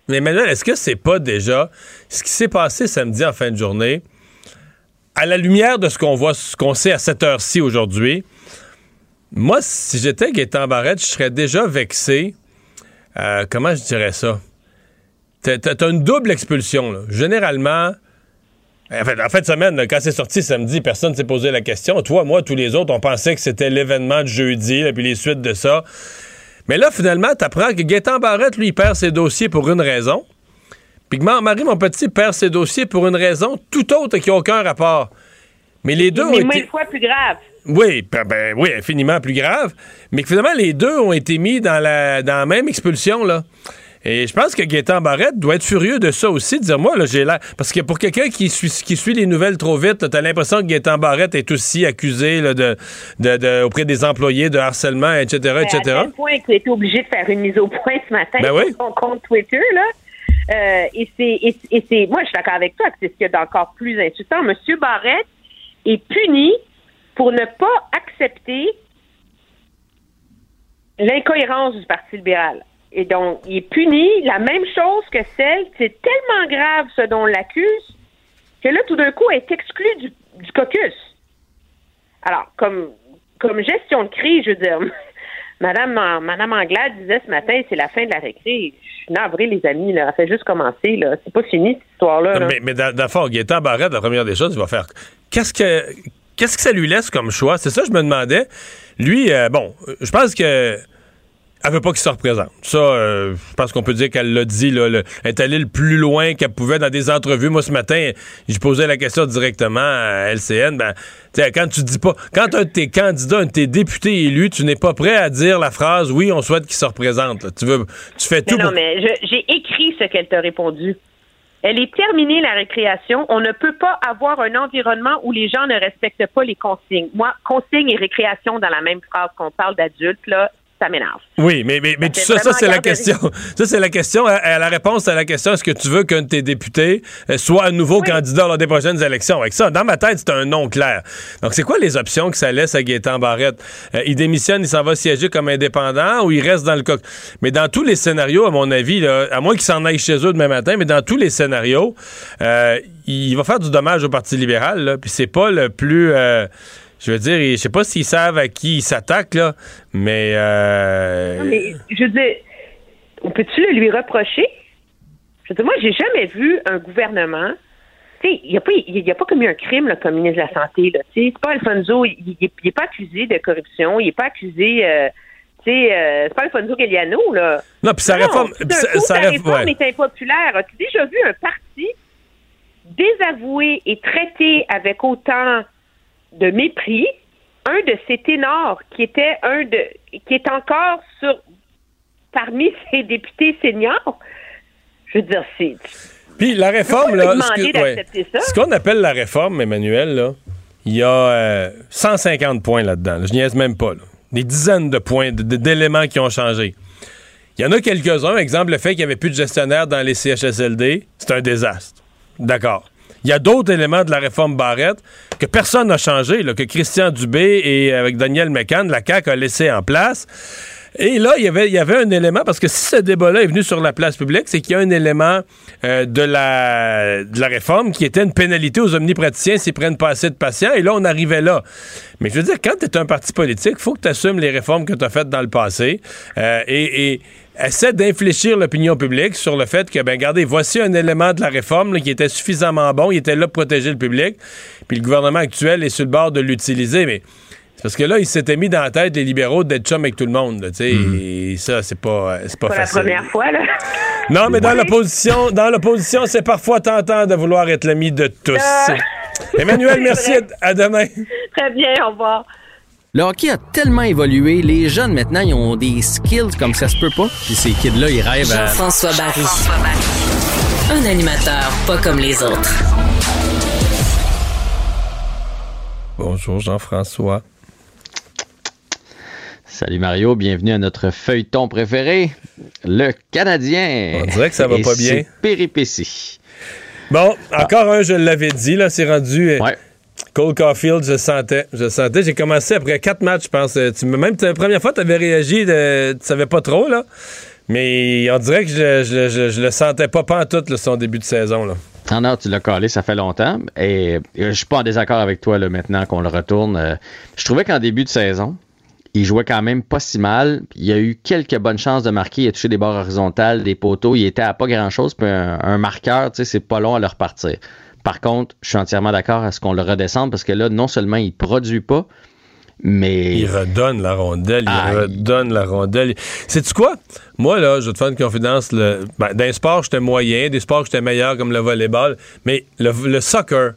Mais Emmanuel, est-ce que c'est pas déjà ce qui s'est passé samedi en fin de journée, à la lumière de ce qu'on voit, ce qu'on sait à cette heure-ci aujourd'hui? Moi, si j'étais Gaétan Barrette, je serais déjà vexé. Euh, comment je dirais ça? T'as, t'as une double expulsion, là. Généralement, en fait, en fin de semaine, là, quand c'est sorti samedi, personne ne s'est posé la question. Toi, moi, tous les autres, on pensait que c'était l'événement de jeudi, là, puis les suites de ça. Mais là, finalement, t'apprends que Gaétan Barrette, lui, il perd ses dossiers pour une raison. Puis que Marie Montpetit perd ses dossiers pour une raison tout autre qui n'a aucun rapport. Mais les deux mais ont été... mille fois plus grave. Oui, ben, ben, oui, infiniment plus grave. Mais que finalement, les deux ont été mis dans la, dans la même expulsion, là. Et je pense que Gaétan Barrette doit être furieux de ça aussi, de dire, moi, là, j'ai l'air... Parce que pour quelqu'un qui suit, qui suit les nouvelles trop vite, là, t'as l'impression que Gaétan Barrette est aussi accusé là, de, de, de, auprès des employés de harcèlement, et cetera, et cetera. À tel point qu'il a été obligé de faire une mise au point ce matin ben oui. sur son compte Twitter, là. Euh, et, c'est, et, et c'est... Moi, je suis d'accord avec toi que c'est ce qu'il y a d'encore plus insultant. Monsieur Barrette est puni pour ne pas accepter l'incohérence du Parti libéral. Et donc, il est puni la même chose que celle, c'est tellement grave ce dont on l'accuse, que là, tout d'un coup, elle est exclue du, du caucus. Alors, comme, comme gestion de crise, je veux dire, Madame, Madame Anglade disait ce matin, c'est la fin de la récré. Je suis navrée, les amis, là. Ça fait juste commencer, là. C'est pas fini, cette histoire-là. Là. Mais, mais dans, dans le fond, Gaétan Barrette, la première des choses, il va faire... Qu'est-ce que... Qu'est-ce que ça lui laisse comme choix? C'est ça que je me demandais. Lui, euh, bon, je pense que elle veut pas qu'il se représente. Ça, euh, je pense qu'on peut dire qu'elle l'a dit. Là, le, elle est allée le plus loin qu'elle pouvait dans des entrevues. Moi, ce matin, je posais la question directement à L C N. Ben, tu sais, quand tu dis pas... Quand un de tes candidats, un de tes députés élus, tu n'es pas prêt à dire la phrase « Oui, on souhaite qu'il se représente ». Là. Tu veux, tu fais tout mais non, pour... mais je, j'ai écrit ce qu'elle t'a répondu. Elle est terminée, la récréation. On ne peut pas avoir un environnement où les gens ne respectent pas les consignes. Moi, consignes et récréation dans la même phrase qu'on parle d'adultes, là, ça m'énerve. Oui, mais, mais, mais tout ça, ça, c'est la question. Ça, c'est la question. À, à la réponse à la question, est-ce que tu veux qu'un de tes députés soit à nouveau oui. candidat lors des prochaines élections? Avec ça, dans ma tête, c'est un non clair. Donc, c'est quoi les options que ça laisse à Gaétan Barrette? Euh, il démissionne, il s'en va siéger comme indépendant ou il reste dans le coq? Mais dans tous les scénarios, à mon avis, là, à moins qu'il s'en aille chez eux demain matin, mais dans tous les scénarios, euh, il va faire du dommage au Parti libéral, là, puis c'est pas le plus... Euh, Je veux dire, je sais pas s'ils savent à qui ils s'attaquent, là, mais... Euh... Non, mais, je veux dire, on peut-tu le lui reprocher? Je veux dire, moi, j'ai jamais vu un gouvernement... Tu sais, il n'y a, a pas commis un crime, là, comme ministre de la Santé, là. Tu sais, c'est pas Alfonso, il n'est pas accusé de corruption, il n'est pas accusé... Euh, tu sais, euh, c'est pas Alfonso Galliano, là. Non, puis sa non, réforme... Tout d'un coup, sa sa réforme réforme est impopulaire. As-tu déjà vu un parti désavoué et traité avec autant... de mépris, un de ces ténors qui était un de qui est encore sur parmi ses députés seniors. Je veux dire, c'est... Puis la réforme, là, ce, que, ouais, ça. ce qu'on appelle la réforme, Emmanuel, là, il y a euh, cent cinquante points là-dedans. Là, je niaise même pas. Là. Des dizaines de points, de, de, d'éléments qui ont changé. Il y en a quelques-uns. Exemple, le fait qu'il n'y avait plus de gestionnaire dans les C H S L D, c'est un désastre. D'accord. Il y a d'autres éléments de la réforme Barrette que personne n'a changé, là, que Christian Dubé et avec Daniel McCann, la C A Q a laissé en place. Et là, il y avait, il y avait un élément, parce que si ce débat-là est venu sur la place publique, c'est qu'il y a un élément euh, de, la, de la réforme qui était une pénalité aux omnipraticiens s'ils prennent pas assez de patients. Et là, on arrivait là. Mais je veux dire, quand tu es un parti politique, il faut que tu assumes les réformes que tu as faites dans le passé. Euh, et... et essaie d'infléchir l'opinion publique sur le fait que, ben regardez, voici un élément de la réforme là, qui était suffisamment bon, il était là pour protéger le public, puis le gouvernement actuel est sur le bord de l'utiliser, mais c'est parce que là, il s'était mis dans la tête, les libéraux, d'être chum avec tout le monde, tu sais, mmh. et ça, c'est pas, c'est pas c'est facile. C'est la première fois, là. Non, mais dans oui. l'opposition, dans l'opposition, c'est parfois tentant de vouloir être l'ami de tous. Euh... Emmanuel, merci, à, à demain. Très bien, au revoir. Le hockey a tellement évolué, les jeunes maintenant, ils ont des skills comme ça se peut pas. Puis ces kids-là, ils rêvent à... Jean-François Barry. Un animateur pas comme les autres. Bonjour Jean-François. Salut Mario, bienvenue à notre feuilleton préféré, le Canadien. On dirait que ça va et pas bien. C'est péripéties. Bon, encore ah. un, je l'avais dit, là, c'est rendu... Euh... Ouais. Cole Caulfield, je sentais, je sentais. J'ai commencé après quatre matchs, je pense. Tu, même la première fois, tu avais réagi, de, tu savais pas trop, là. Mais on dirait que je, je, je, je le sentais pas pantoute, là, son début de saison. Là. Non, non, tu l'as collé, ça fait longtemps. Et je suis pas en désaccord avec toi là, maintenant qu'on le retourne. Euh, je trouvais qu'en début de saison, il jouait quand même pas si mal. Il a eu quelques bonnes chances de marquer. Il a touché des barres horizontales, des poteaux. Il était à pas grand-chose. Puis un, un marqueur, tu sais, c'est pas long à le repartir. Par contre, je suis entièrement d'accord à ce qu'on le redescende parce que là, non seulement il produit pas, mais... Il redonne la rondelle, il ah, redonne il... la rondelle. Sais-tu quoi? Moi, là, je vais te faire une confidence. Le... Ben, dans les sports, j'étais moyen. Des sports, j'étais meilleur, comme le volleyball. Mais le, le soccer,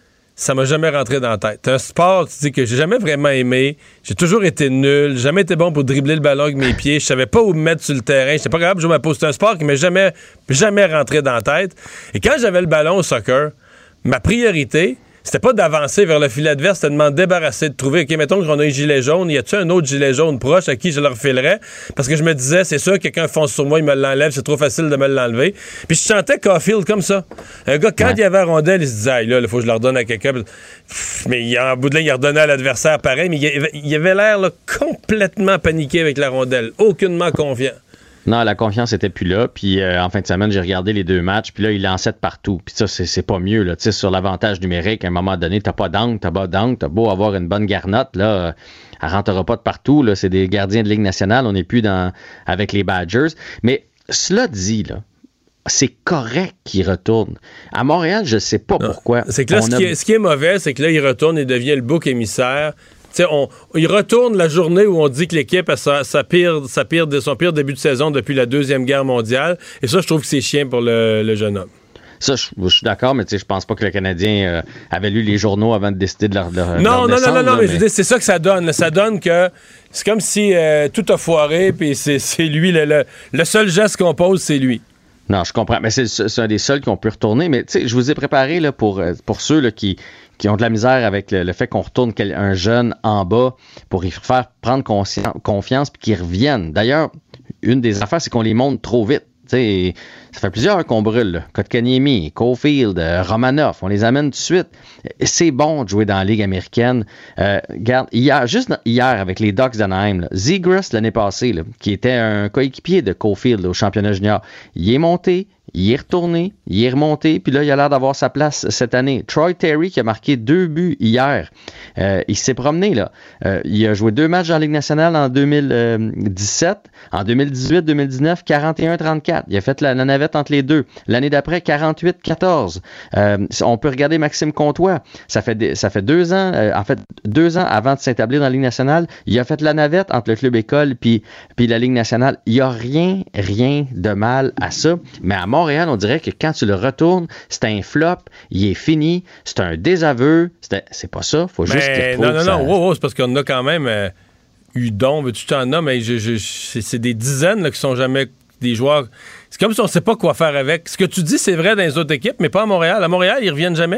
ça m'a jamais rentré dans la tête. C'est un sport, tu dis, que j'ai jamais vraiment aimé. J'ai toujours été nul. J'ai jamais été bon pour dribbler le ballon avec mes pieds. Je savais pas où me mettre sur le terrain. J'étais pas capable de jouer ma pause. C'est un sport qui m'est jamais, jamais rentré dans la tête. Et quand j'avais le ballon au soccer, ma priorité... c'était pas d'avancer vers le filet adverse, c'était de m'en débarrasser, de trouver, OK, mettons qu'on a un gilet jaune, y a-tu un autre gilet jaune proche à qui je le refilerais? Parce que je me disais, c'est sûr que quelqu'un fonce sur moi, il me l'enlève, c'est trop facile de me l'enlever. Puis je chantais Caulfield comme ça. Un gars, quand ouais. il y avait la rondelle, il se disait, ah, là, il faut que je la redonne à quelqu'un. Mais il, en bout de ligne, il redonnait à l'adversaire pareil, mais il, il avait l'air là, complètement paniqué avec la rondelle, aucunement confiant. Non, la confiance était plus là. Puis euh, en fin de semaine, j'ai regardé les deux matchs. Puis là, il lançait de partout. Puis ça, c'est, c'est pas mieux. Là. Tu sais, sur l'avantage numérique, à un moment donné, t'as pas d'angle, t'as pas d'angle. T'as beau avoir une bonne garnotte, là, euh, elle rentrera pas de partout. Là. C'est des gardiens de Ligue nationale. On n'est plus dans avec les Badgers. Mais cela dit, là, c'est correct qu'il retourne. À Montréal, je sais pas non. pourquoi. C'est que là, ce, a... qui est, ce qui est mauvais, c'est que là, il retourne et devient le bouc émissaire. On, il retourne la journée où on dit que l'équipe a sa, sa pire, sa pire, son pire début de saison depuis la Deuxième Guerre mondiale. Et ça, je trouve que c'est chiant pour le, le jeune homme. Ça, je, je suis d'accord, mais je pense pas que le Canadien euh, avait lu les journaux avant de décider de leur, de leur Non, leur non, non, non, non, mais, mais je veux dire, c'est ça que ça donne. Là. Ça donne que c'est comme si euh, tout a foiré, puis c'est, c'est lui, le, le, le seul geste qu'on pose, c'est lui. Non, je comprends. Mais c'est, c'est un des seuls qui ont pu retourner. Mais tu sais, je vous ai préparé là, pour, pour ceux là, qui... qui ont de la misère avec le, le fait qu'on retourne un jeune en bas pour y faire prendre consci- confiance puis qu'ils reviennent. D'ailleurs, une des affaires, c'est qu'on les monte trop vite. T'sais, ça fait plusieurs qu'on brûle. Là. Kotkaniemi, Caulfield, euh, Romanov, on les amène tout de suite. C'est bon de jouer dans la Ligue américaine. Euh, regarde, hier, juste hier avec les Ducks d'Anaheim, Zegras l'année passée, là, qui était un coéquipier de Caulfield là, au championnat junior, il est monté, il est retourné, il est remonté, puis là, il a l'air d'avoir sa place cette année. Troy Terry qui a marqué deux buts hier. Euh, il s'est promené, là. Euh, il a joué deux matchs en Ligue nationale en deux mille dix-sept. En deux mille dix-huit deux mille dix-neuf, quarante et un trente-quatre. Il a fait la, la navette entre les deux. L'année d'après, quarante-huit quatorze. Euh, on peut regarder Maxime Comtois. Ça fait, ça fait deux ans, euh, en fait, deux ans avant de s'établir dans la Ligue nationale, il a fait la navette entre le club école puis, puis la Ligue nationale. Il n'y a rien, rien de mal à ça. Mais à Montréal, on dirait que quand tu le retournes, c'est un flop, il est fini, c'est un désaveu. C'est, c'est pas ça. Faut juste mais qu'il non, non, ça... non, wow, wow, c'est parce qu'on a quand même euh, eu don, veux-tu t'en as, mais je, je, c'est, c'est des dizaines là, qui sont jamais des joueurs. C'est comme si on ne sait pas quoi faire avec. Ce que tu dis, c'est vrai dans les autres équipes, mais pas à Montréal. À Montréal, ils reviennent jamais.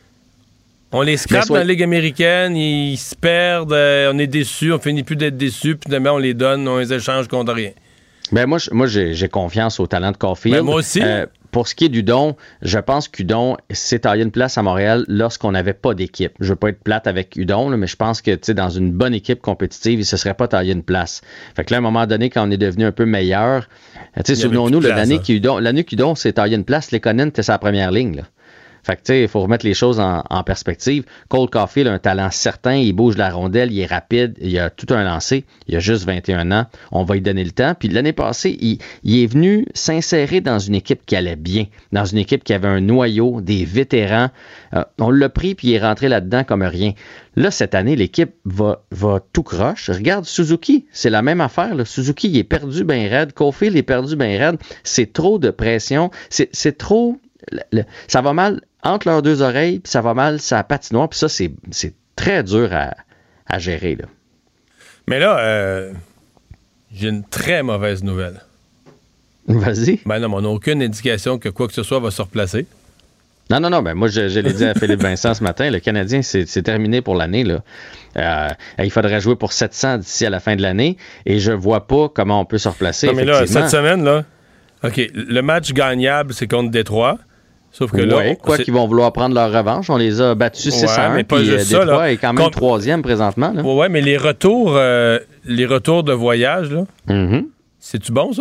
On les scrape soit... dans la Ligue américaine, ils se perdent, euh, on est déçus, on finit plus d'être déçus, puis demain on les donne, on les échange contre rien. Ben moi, moi j'ai, j'ai confiance au talent de Caulfield. Ben moi aussi. Euh, pour ce qui est d'Udon, je pense qu'Udon s'est taillé une place à Montréal lorsqu'on n'avait pas d'équipe. Je veux pas être plate avec Udon, là, mais je pense que dans une bonne équipe compétitive, il ne se serait pas taillé une place. Fait que là, à un moment donné, quand on est devenu un peu meilleur, souvenons-nous, là, l'année, qu'Udon, l'année qu'Udon s'est taillé une place, Lekonen était sa première ligne. Là. Fait que, tu sais, il faut remettre les choses en, en perspective. Cole Caulfield a un talent certain, il bouge la rondelle, il est rapide, il a tout un lancé, il a juste vingt et un ans, on va lui donner le temps. Puis l'année passée, il, il est venu s'insérer dans une équipe qui allait bien, dans une équipe qui avait un noyau, des vétérans. Euh, on l'a pris, puis il est rentré là-dedans comme rien. Là, cette année, l'équipe va, va tout croche. Regarde Suzuki, c'est la même affaire. Là. Suzuki, il est perdu bien raide, Caulfield est perdu bien raide. C'est trop de pression, c'est, c'est trop... Le, le, ça va mal entre leurs deux oreilles, puis ça va mal sa patinoire, puis ça, c'est, c'est très dur à, à gérer. Là. Mais là, euh, j'ai une très mauvaise nouvelle. Vas-y. Ben non, mais on n'a aucune indication que quoi que ce soit va se replacer. Non, non, non, ben moi, je, je l'ai dit à Philippe Vincent ce matin, le Canadien, c'est, c'est terminé pour l'année. Là. Euh, il faudrait jouer pour sept cents d'ici à la fin de l'année, et je vois pas comment on peut se replacer. Non, mais là, cette semaine, là, OK, le match gagnable, c'est contre Détroit. Sauf que là, ouais, quoi qu'ils vont vouloir prendre leur revanche, on les a battus six à un, mais pas puis juste Détroit ça, là. est quand même Comme... troisième présentement. Oui, ouais, mais les retours, euh, les retours de voyage, là, mm-hmm. c'est-tu bon, ça?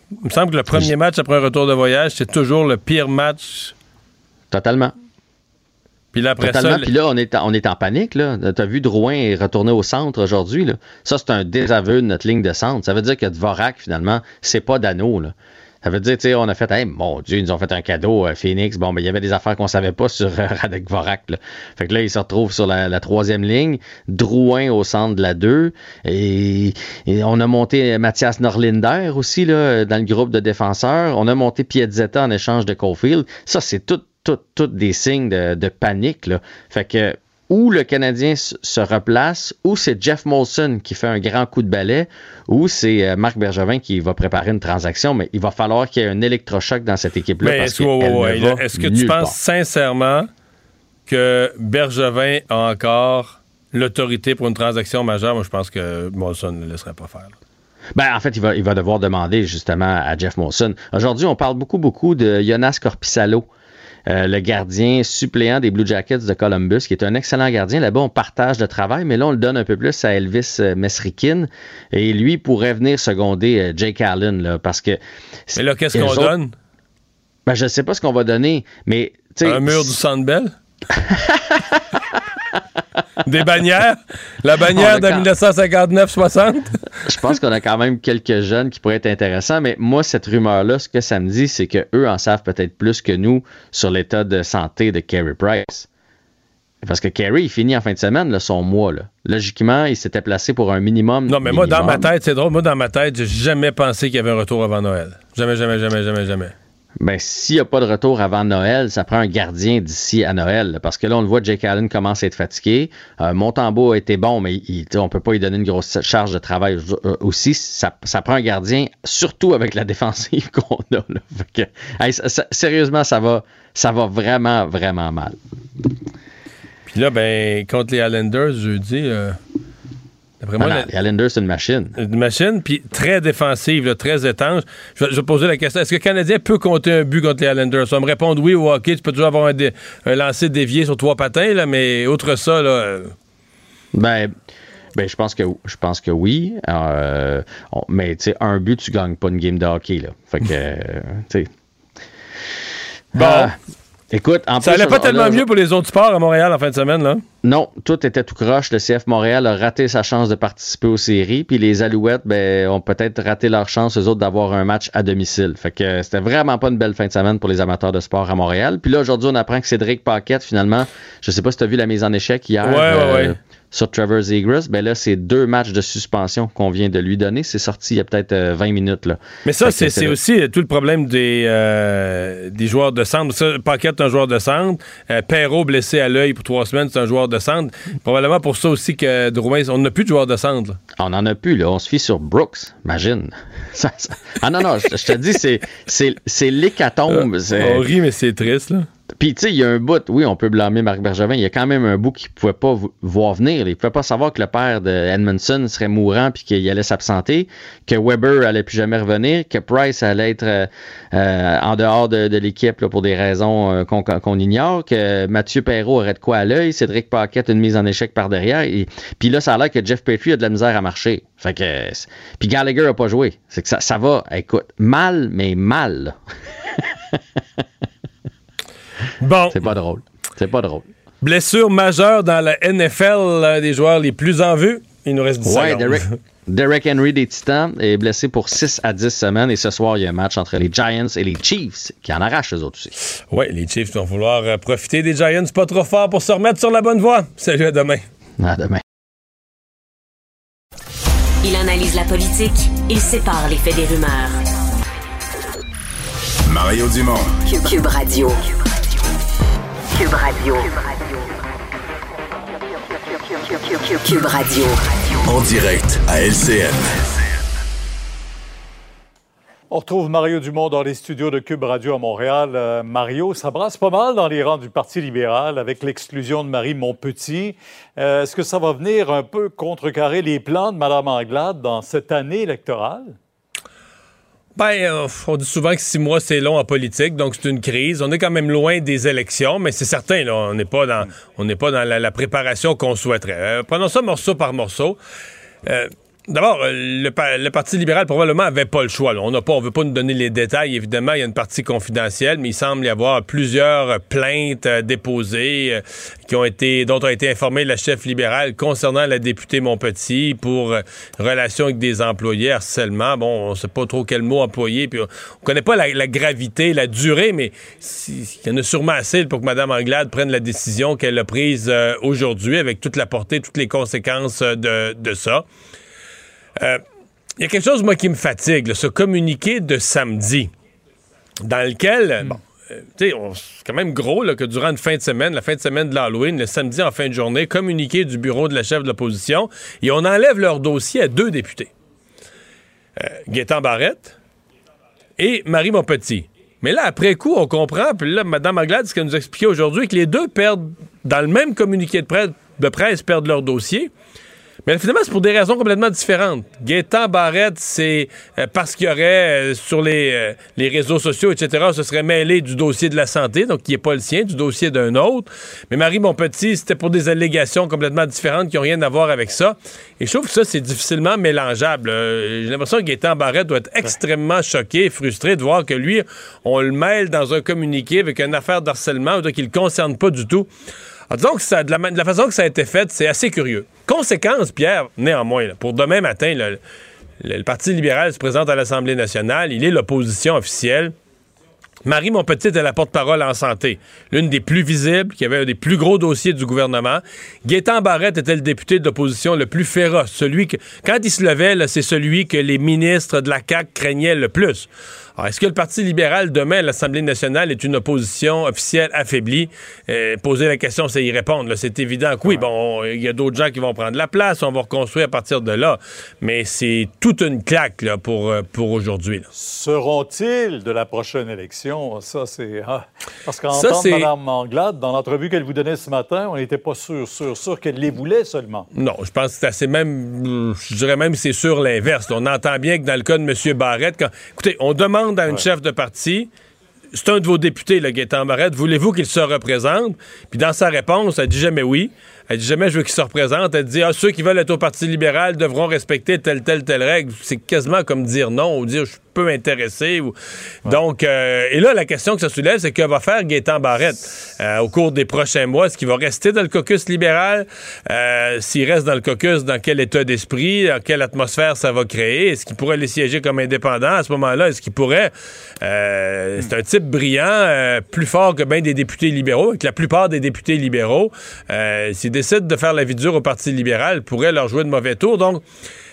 Il me semble que le premier match après un retour de voyage, c'est toujours le pire match. Totalement. Puis là, après Totalement. ça... Puis là, on est, en, on est en panique. Là. T'as vu Drouin retourner au centre aujourd'hui. Là. Ça, c'est un désaveu de notre ligne de centre. Ça veut dire que Dvorak, finalement, c'est pas Dano. Là. Ça veut dire, tu sais, on a fait, hey, mon Dieu, ils nous ont fait un cadeau, euh, Phoenix. Bon, ben, il y avait des affaires qu'on savait pas sur euh, Radek Dvorak. Là. Fait que là, il se retrouve sur la, la troisième ligne. Drouin au centre de la deux. Et, et on a monté Mathias Norlinder aussi, là, dans le groupe de défenseurs. On a monté Piazzetta en échange de Caulfield. Ça, c'est tout, tout, tout des signes de, de panique, là. Fait que, ou le Canadien se replace, ou c'est Jeff Molson qui fait un grand coup de balai, ou c'est Marc Bergevin qui va préparer une transaction, mais il va falloir qu'il y ait un électrochoc dans cette équipe-là. Mais parce est-ce, que ouais, ouais, ne est-ce que tu penses part. sincèrement que Bergevin a encore l'autorité pour une transaction majeure? Moi, je pense que Molson ne le laisserait pas faire. Ben, en fait, il va, il va devoir demander justement à Jeff Molson. Aujourd'hui, on parle beaucoup, beaucoup de Jonas Korpisalo. Euh, le gardien suppléant des Blue Jackets de Columbus, qui est un excellent gardien. Là-bas, on partage le travail, mais là, on le donne un peu plus à Elvis Mesrikin. Et lui pourrait venir seconder euh, Jake Allen, là, parce que... Mais là, qu'est-ce qu'on autres... donne? Ben, je ne sais pas ce qu'on va donner, mais... Un mur du Centre Bell? Des bannières? La bannière de quand... dix-neuf cent cinquante-neuf soixante? Je pense qu'on a quand même quelques jeunes qui pourraient être intéressants, mais moi, cette rumeur-là, ce que ça me dit, c'est qu'eux en savent peut-être plus que nous sur l'état de santé de Carey Price. Parce que Carey, il finit en fin de semaine là, son mois. Là. Logiquement, il s'était placé pour un minimum. Non, mais minimum. moi, dans ma tête, c'est drôle, moi, dans ma tête, j'ai jamais pensé qu'il y avait un retour avant Noël. Jamais, jamais, jamais, jamais, jamais. Ben, s'il n'y a pas de retour avant Noël, ça prend un gardien d'ici à Noël. Là, parce que là, on le voit, Jake Allen commence à être fatigué. Euh, Montembeault a été bon, mais il, on ne peut pas lui donner une grosse charge de travail euh, aussi. Ça, ça prend un gardien, surtout avec la défensive qu'on a. Là. Fait que, hey, ça, ça, sérieusement, ça va, ça va vraiment, vraiment mal. Puis là, ben, contre les Islanders, jeudi... Euh... Après moi, non, la... Islanders, c'est une machine. Une machine, puis très défensive, là, très étanche. Je vais, je vais poser la question, est-ce que le Canadien peut compter un but contre les Islanders? Ça va me répondre oui au hockey, tu peux toujours avoir un, dé... un lancer dévié sur trois patins, là, mais outre ça, là... Euh... Ben... Ben, je pense que je pense que oui. Euh, on, mais tu sais, un but, tu gagnes pas une game de hockey, là. Fait que, euh, tu sais... Bon... Euh, Écoute, en ça plus, allait pas on, tellement on a... mieux pour les autres sports à Montréal en fin de semaine, là? Non, tout était tout croche. Le C F Montréal a raté sa chance de participer aux séries, puis les Alouettes, ben, ont peut-être raté leur chance, eux autres, d'avoir un match à domicile. Fait que euh, c'était vraiment pas une belle fin de semaine pour les amateurs de sport à Montréal. Puis là, aujourd'hui, on apprend que Cédric Paquette, finalement, je sais pas si tu as vu la mise en échec hier. Ouais, euh, ouais, ouais. Sur Trevor Zegras, ben là, c'est deux matchs de suspension qu'on vient de lui donner. C'est sorti il y a peut-être euh, vingt minutes. Là. Mais ça, c'est, c'est, c'est aussi tout le problème des, euh, des joueurs de centre. Ça, Paquette, un joueur de centre. Euh, Perrault, blessé à l'œil pour trois semaines, c'est un joueur de centre. Probablement pour ça aussi que Drouin, on n'a plus de joueurs de centre. Là. On n'en a plus, là. On se fie sur Brooks, imagine. ça, ça... Ah non, non, je, je te dis, c'est, c'est, c'est l'hécatombe. C'est... On rit, mais c'est triste, là. Puis, tu sais, il y a un bout, oui, on peut blâmer Marc Bergevin, il y a quand même un bout qu'il ne pouvait pas voir venir. Il ne pouvait pas savoir que le père de Edmondson serait mourant puis qu'il allait s'absenter, que Weber allait plus jamais revenir, que Price allait être euh, euh, en dehors de, de l'équipe là, pour des raisons euh, qu'on, qu'on ignore, que Mathieu Perrault aurait de quoi à l'œil, Cédric Paquette une mise en échec par derrière. Et, puis là, ça a l'air que Jeff Petrie a de la misère à marcher. Fait que, puis Gallagher n'a pas joué. C'est que ça, ça va, écoute, mal, mais mal. Bon. C'est pas drôle. C'est pas drôle. Blessure majeure dans la N F L, l'un des joueurs les plus en vue. Il nous reste dix ouais, secondes. Derek, Derek Henry des Titans est blessé pour six à dix semaines et ce soir, il y a un match entre les Giants et les Chiefs qui en arrachent eux autres aussi. Oui, les Chiefs vont vouloir euh, profiter des Giants pas trop fort pour se remettre sur la bonne voie. Salut, à demain. À demain. Il analyse la politique, il sépare les faits des rumeurs. Mario Dumont. Cube, Cube Radio. Cube Radio. Cube Radio. En direct à L C N. On retrouve Mario Dumont dans les studios de Cube Radio à Montréal. Euh, Mario, ça brasse pas mal dans les rangs du Parti libéral avec l'exclusion de Marie Montpetit. Euh, est-ce que ça va venir un peu contrecarrer les plans de Mme Anglade dans cette année électorale? Ben, euh, on dit souvent que six mois, c'est long en politique, donc c'est une crise. On est quand même loin des élections, mais c'est certain, là, on n'est pas dans, on n'est pas dans la, la préparation qu'on souhaiterait. Euh, prenons ça morceau par morceau. Euh, D'abord, le, le Parti libéral probablement n'avait pas le choix. Là. On n'a pas, on veut pas nous donner les détails. Évidemment, il y a une partie confidentielle, mais il semble y avoir plusieurs plaintes euh, déposées euh, qui ont été, dont a été informée la chef libérale concernant la députée Montpetit pour euh, relation avec des employés, harcèlement. Bon, on ne sait pas trop quel mot employer. Puis on ne connaît pas la, la gravité, la durée, mais il y en a sûrement assez pour que Mme Anglade prenne la décision qu'elle a prise euh, aujourd'hui avec toute la portée, toutes les conséquences euh, de, de ça. Il euh, y a quelque chose, moi, qui me fatigue, là, ce communiqué de samedi, dans lequel, mm. bon, euh, tu sais, c'est quand même gros là, que durant une fin de semaine, la fin de semaine de l'Halloween, le samedi en fin de journée, communiqué du bureau de la chef de l'opposition, et on enlève leur dossier à deux députés. Euh, Gaétan Barrette et Marie Montpetit. Mais là, après coup, on comprend, puis là, Mme Anglade, ce qu'elle nous expliquait aujourd'hui, que les deux perdent, dans le même communiqué de presse, de presse perdent leur dossier. Mais finalement, c'est pour des raisons complètement différentes. Gaétan Barrette, c'est euh, parce qu'il y aurait, euh, sur les, euh, les réseaux sociaux, et cetera, se serait mêlé du dossier de la santé, donc qui n'est pas le sien, du dossier d'un autre. Mais Marie Montpetit, c'était pour des allégations complètement différentes qui n'ont rien à voir avec ça. Et je trouve que ça, c'est difficilement mélangeable. Euh, j'ai l'impression que Gaétan Barrette doit être extrêmement choqué, frustré de voir que lui, on le mêle dans un communiqué avec une affaire d'harcèlement qui ne le concerne pas du tout. Alors, disons que ça, de, la, de la façon que ça a été fait, c'est assez curieux. Conséquence, Pierre, néanmoins, là, pour demain matin, là, le, le Parti libéral se présente à l'Assemblée nationale. Il est l'opposition officielle. Marie Montpetit est la porte-parole en santé, l'une des plus visibles, qui avait un des plus gros dossiers du gouvernement. Gaétan Barrette était le député de l'opposition le plus féroce. Celui que, quand il se levait, là, c'est celui que les ministres de la C A Q craignaient le plus. Alors, est-ce que le Parti libéral, demain, à l'Assemblée nationale, est une opposition officielle affaiblie? Euh, poser la question, c'est y répondre. Là, c'est évident que oui, bon, il y a d'autres gens qui vont prendre la place, on va reconstruire à partir de là. Mais c'est toute une claque là, pour, pour aujourd'hui. Là. Seront-ils de la prochaine élection? Ça, c'est... Ah, parce qu'entendre Mme Anglade, dans l'entrevue qu'elle vous donnait ce matin, on n'était pas sûr, sûr, sûr qu'elle les voulait seulement. Non, je pense que c'est assez même... Je dirais même que c'est sur l'inverse. On entend bien que dans le cas de M. Barrette, quand... écoutez, on demande à une ouais. chef de parti, c'est un de vos députés, le Gaétan Barrette, voulez-vous qu'il se représente? Puis dans sa réponse, elle dit jamais oui. Elle dit jamais je veux qu'il se représente. Elle dit ah, ceux qui veulent être au Parti libéral devront respecter telle, telle, telle règle. C'est quasiment comme dire non ou dire je suis peu intéressé. Ou... Ouais. Donc, euh, et là, la question que ça soulève, c'est que va faire Gaétan Barrette euh, au cours des prochains mois? Est-ce qu'il va rester dans le caucus libéral? Euh, s'il reste dans le caucus, dans quel état d'esprit? Dans quelle atmosphère ça va créer? Est-ce qu'il pourrait les siéger comme indépendant à ce moment-là? Est-ce qu'il pourrait... Euh, hmm. C'est un type brillant, euh, plus fort que bien des députés libéraux, que la plupart des députés libéraux. Euh, s'il décide de faire la vie dure au Parti libéral, pourrait leur jouer de mauvais tour. Donc,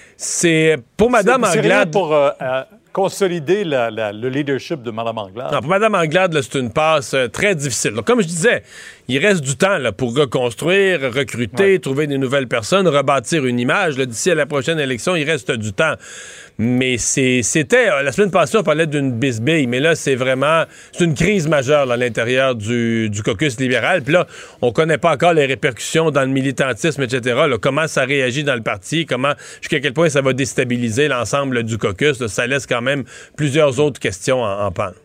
c'est pour Mme Anglade... C'est rien pour euh, euh, consolider la, la, le leadership de Mme Anglade. Non, pour Mme Anglade, là, c'est une passe euh, très difficile. Donc, comme je disais, il reste du temps là, pour reconstruire, recruter, ouais. trouver des nouvelles personnes, rebâtir une image. Là, d'ici à la prochaine élection, il reste du temps. Mais c'est, c'était... Euh, la semaine passée, on parlait d'une bisbille, mais là, c'est vraiment... C'est une crise majeure là, à l'intérieur du, du caucus libéral. Puis là, on connaît pas encore les répercussions dans le militantisme, et cetera. Là, comment ça réagit dans le parti, comment, jusqu'à quel point ça va déstabiliser l'ensemble du caucus. Là, ça laisse quand même plusieurs autres questions en, en panne.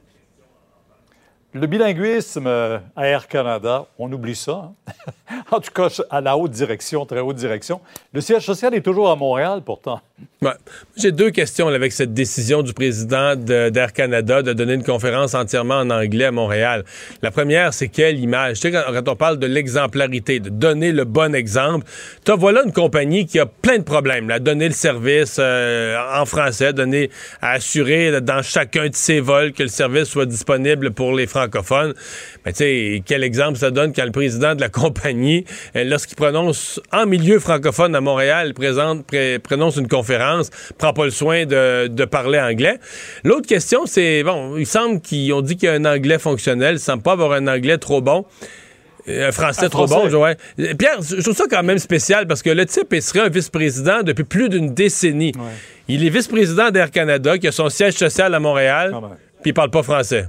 Le bilinguisme à Air Canada, on oublie ça. Hein? En tout cas, à la haute direction, très haute direction. Le siège social est toujours à Montréal, pourtant. Ouais. J'ai deux questions là, avec cette décision du président de, d'Air Canada de donner une conférence entièrement en anglais à Montréal. La première, c'est quelle image? Tu sais, quand, quand on parle de l'exemplarité, de donner le bon exemple, t'as voilà une compagnie qui a plein de problèmes. Là, donner le service euh, en français, donner à assurer là, dans chacun de ses vols que le service soit disponible pour les francophones. Mais tu sais, quel exemple ça donne quand le président de la compagnie, euh, lorsqu'il prononce en milieu francophone à Montréal, présente, pré, prononce une conférence, prend pas le soin de, de parler anglais. L'autre question, c'est, bon, il semble qu'ils ont dit qu'il y a un anglais fonctionnel, il semble pas avoir un anglais trop bon. Un français un trop français. bon, ouais. Pierre, je trouve ça quand même spécial parce que le type, il serait un vice-président depuis plus d'une décennie. Ouais. Il est vice-président d'Air Canada, qui a son siège social à Montréal, ah puis il parle pas français.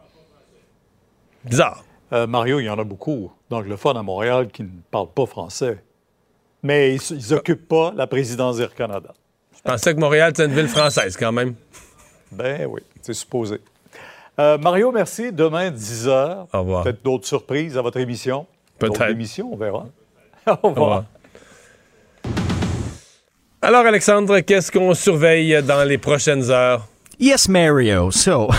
Bizarre. Euh, Mario, il y en a beaucoup d'anglophones à Montréal qui ne parlent pas français. Mais ils n'occupent pas la présidence d'Air Canada. Je pensais que Montréal, c'est une ville française, quand même. Ben oui, c'est supposé. Euh, Mario, merci. Demain, dix heures. Au revoir. Peut-être d'autres surprises à votre émission. Peut-être. D'autres émissions, on verra. Au revoir. Au revoir. Alors, Alexandre, qu'est-ce qu'on surveille dans les prochaines heures? Yes, Mario. So.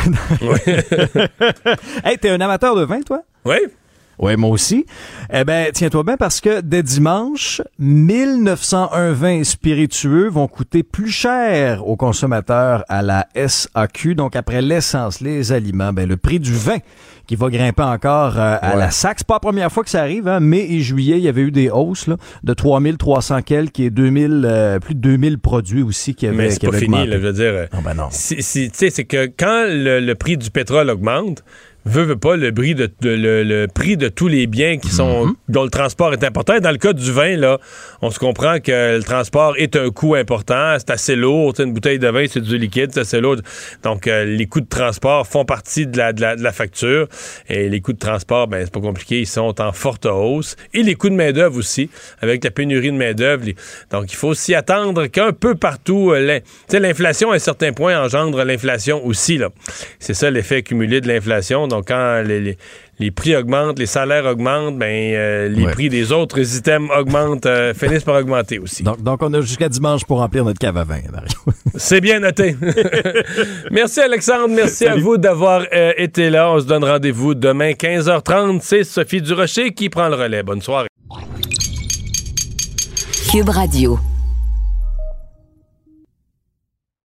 Hey, t'es un amateur de vin, toi? Oui. Oui, moi aussi. Eh ben, tiens-toi bien parce que dès dimanche, mille neuf cent un vins spiritueux vont coûter plus cher aux consommateurs à la S A Q. Donc, après l'essence, les aliments, ben, le prix du vin qui va grimper encore euh, à ouais. la S A Q. C'est pas la première fois que ça arrive, hein. Mai et juillet, il y avait eu des hausses, là, de trois mille trois cents quelques et deux mille, euh, plus de deux mille produits aussi qui avaient Mais c'est qui pas avaient fini, augmenté. là, je veux dire. Non, ben non. Si, si, tu sais, c'est que quand le, le prix du pétrole augmente, veut, veut pas, le prix de, de le, le prix de tous les biens qui sont mm-hmm. dont le transport est important. Et dans le cas du vin, là, on se comprend que le transport est un coût important. C'est assez lourd. T'sais, une bouteille de vin, c'est du liquide, c'est assez lourd. Donc, euh, les coûts de transport font partie de la, de, la, de la facture. Et les coûts de transport, ben c'est pas compliqué, ils sont en forte hausse. Et les coûts de main-d'œuvre aussi, avec la pénurie de main-d'œuvre. Les... Donc, il faut s'y attendre qu'un peu partout, euh, l'in... l'inflation, à un certain point, engendre l'inflation aussi, là. C'est ça l'effet cumulé de l'inflation. Donc, quand les, les, les prix augmentent, les salaires augmentent, ben euh, les ouais. prix des autres items augmentent, euh, finissent par augmenter aussi. Donc, donc, on a jusqu'à dimanche pour remplir notre cave à vin, Mario. C'est bien noté. Merci, Alexandre. Merci Salut. à vous d'avoir euh, été là. On se donne rendez-vous demain, quinze heures trente. C'est Sophie Durocher qui prend le relais. Bonne soirée. Cube Radio.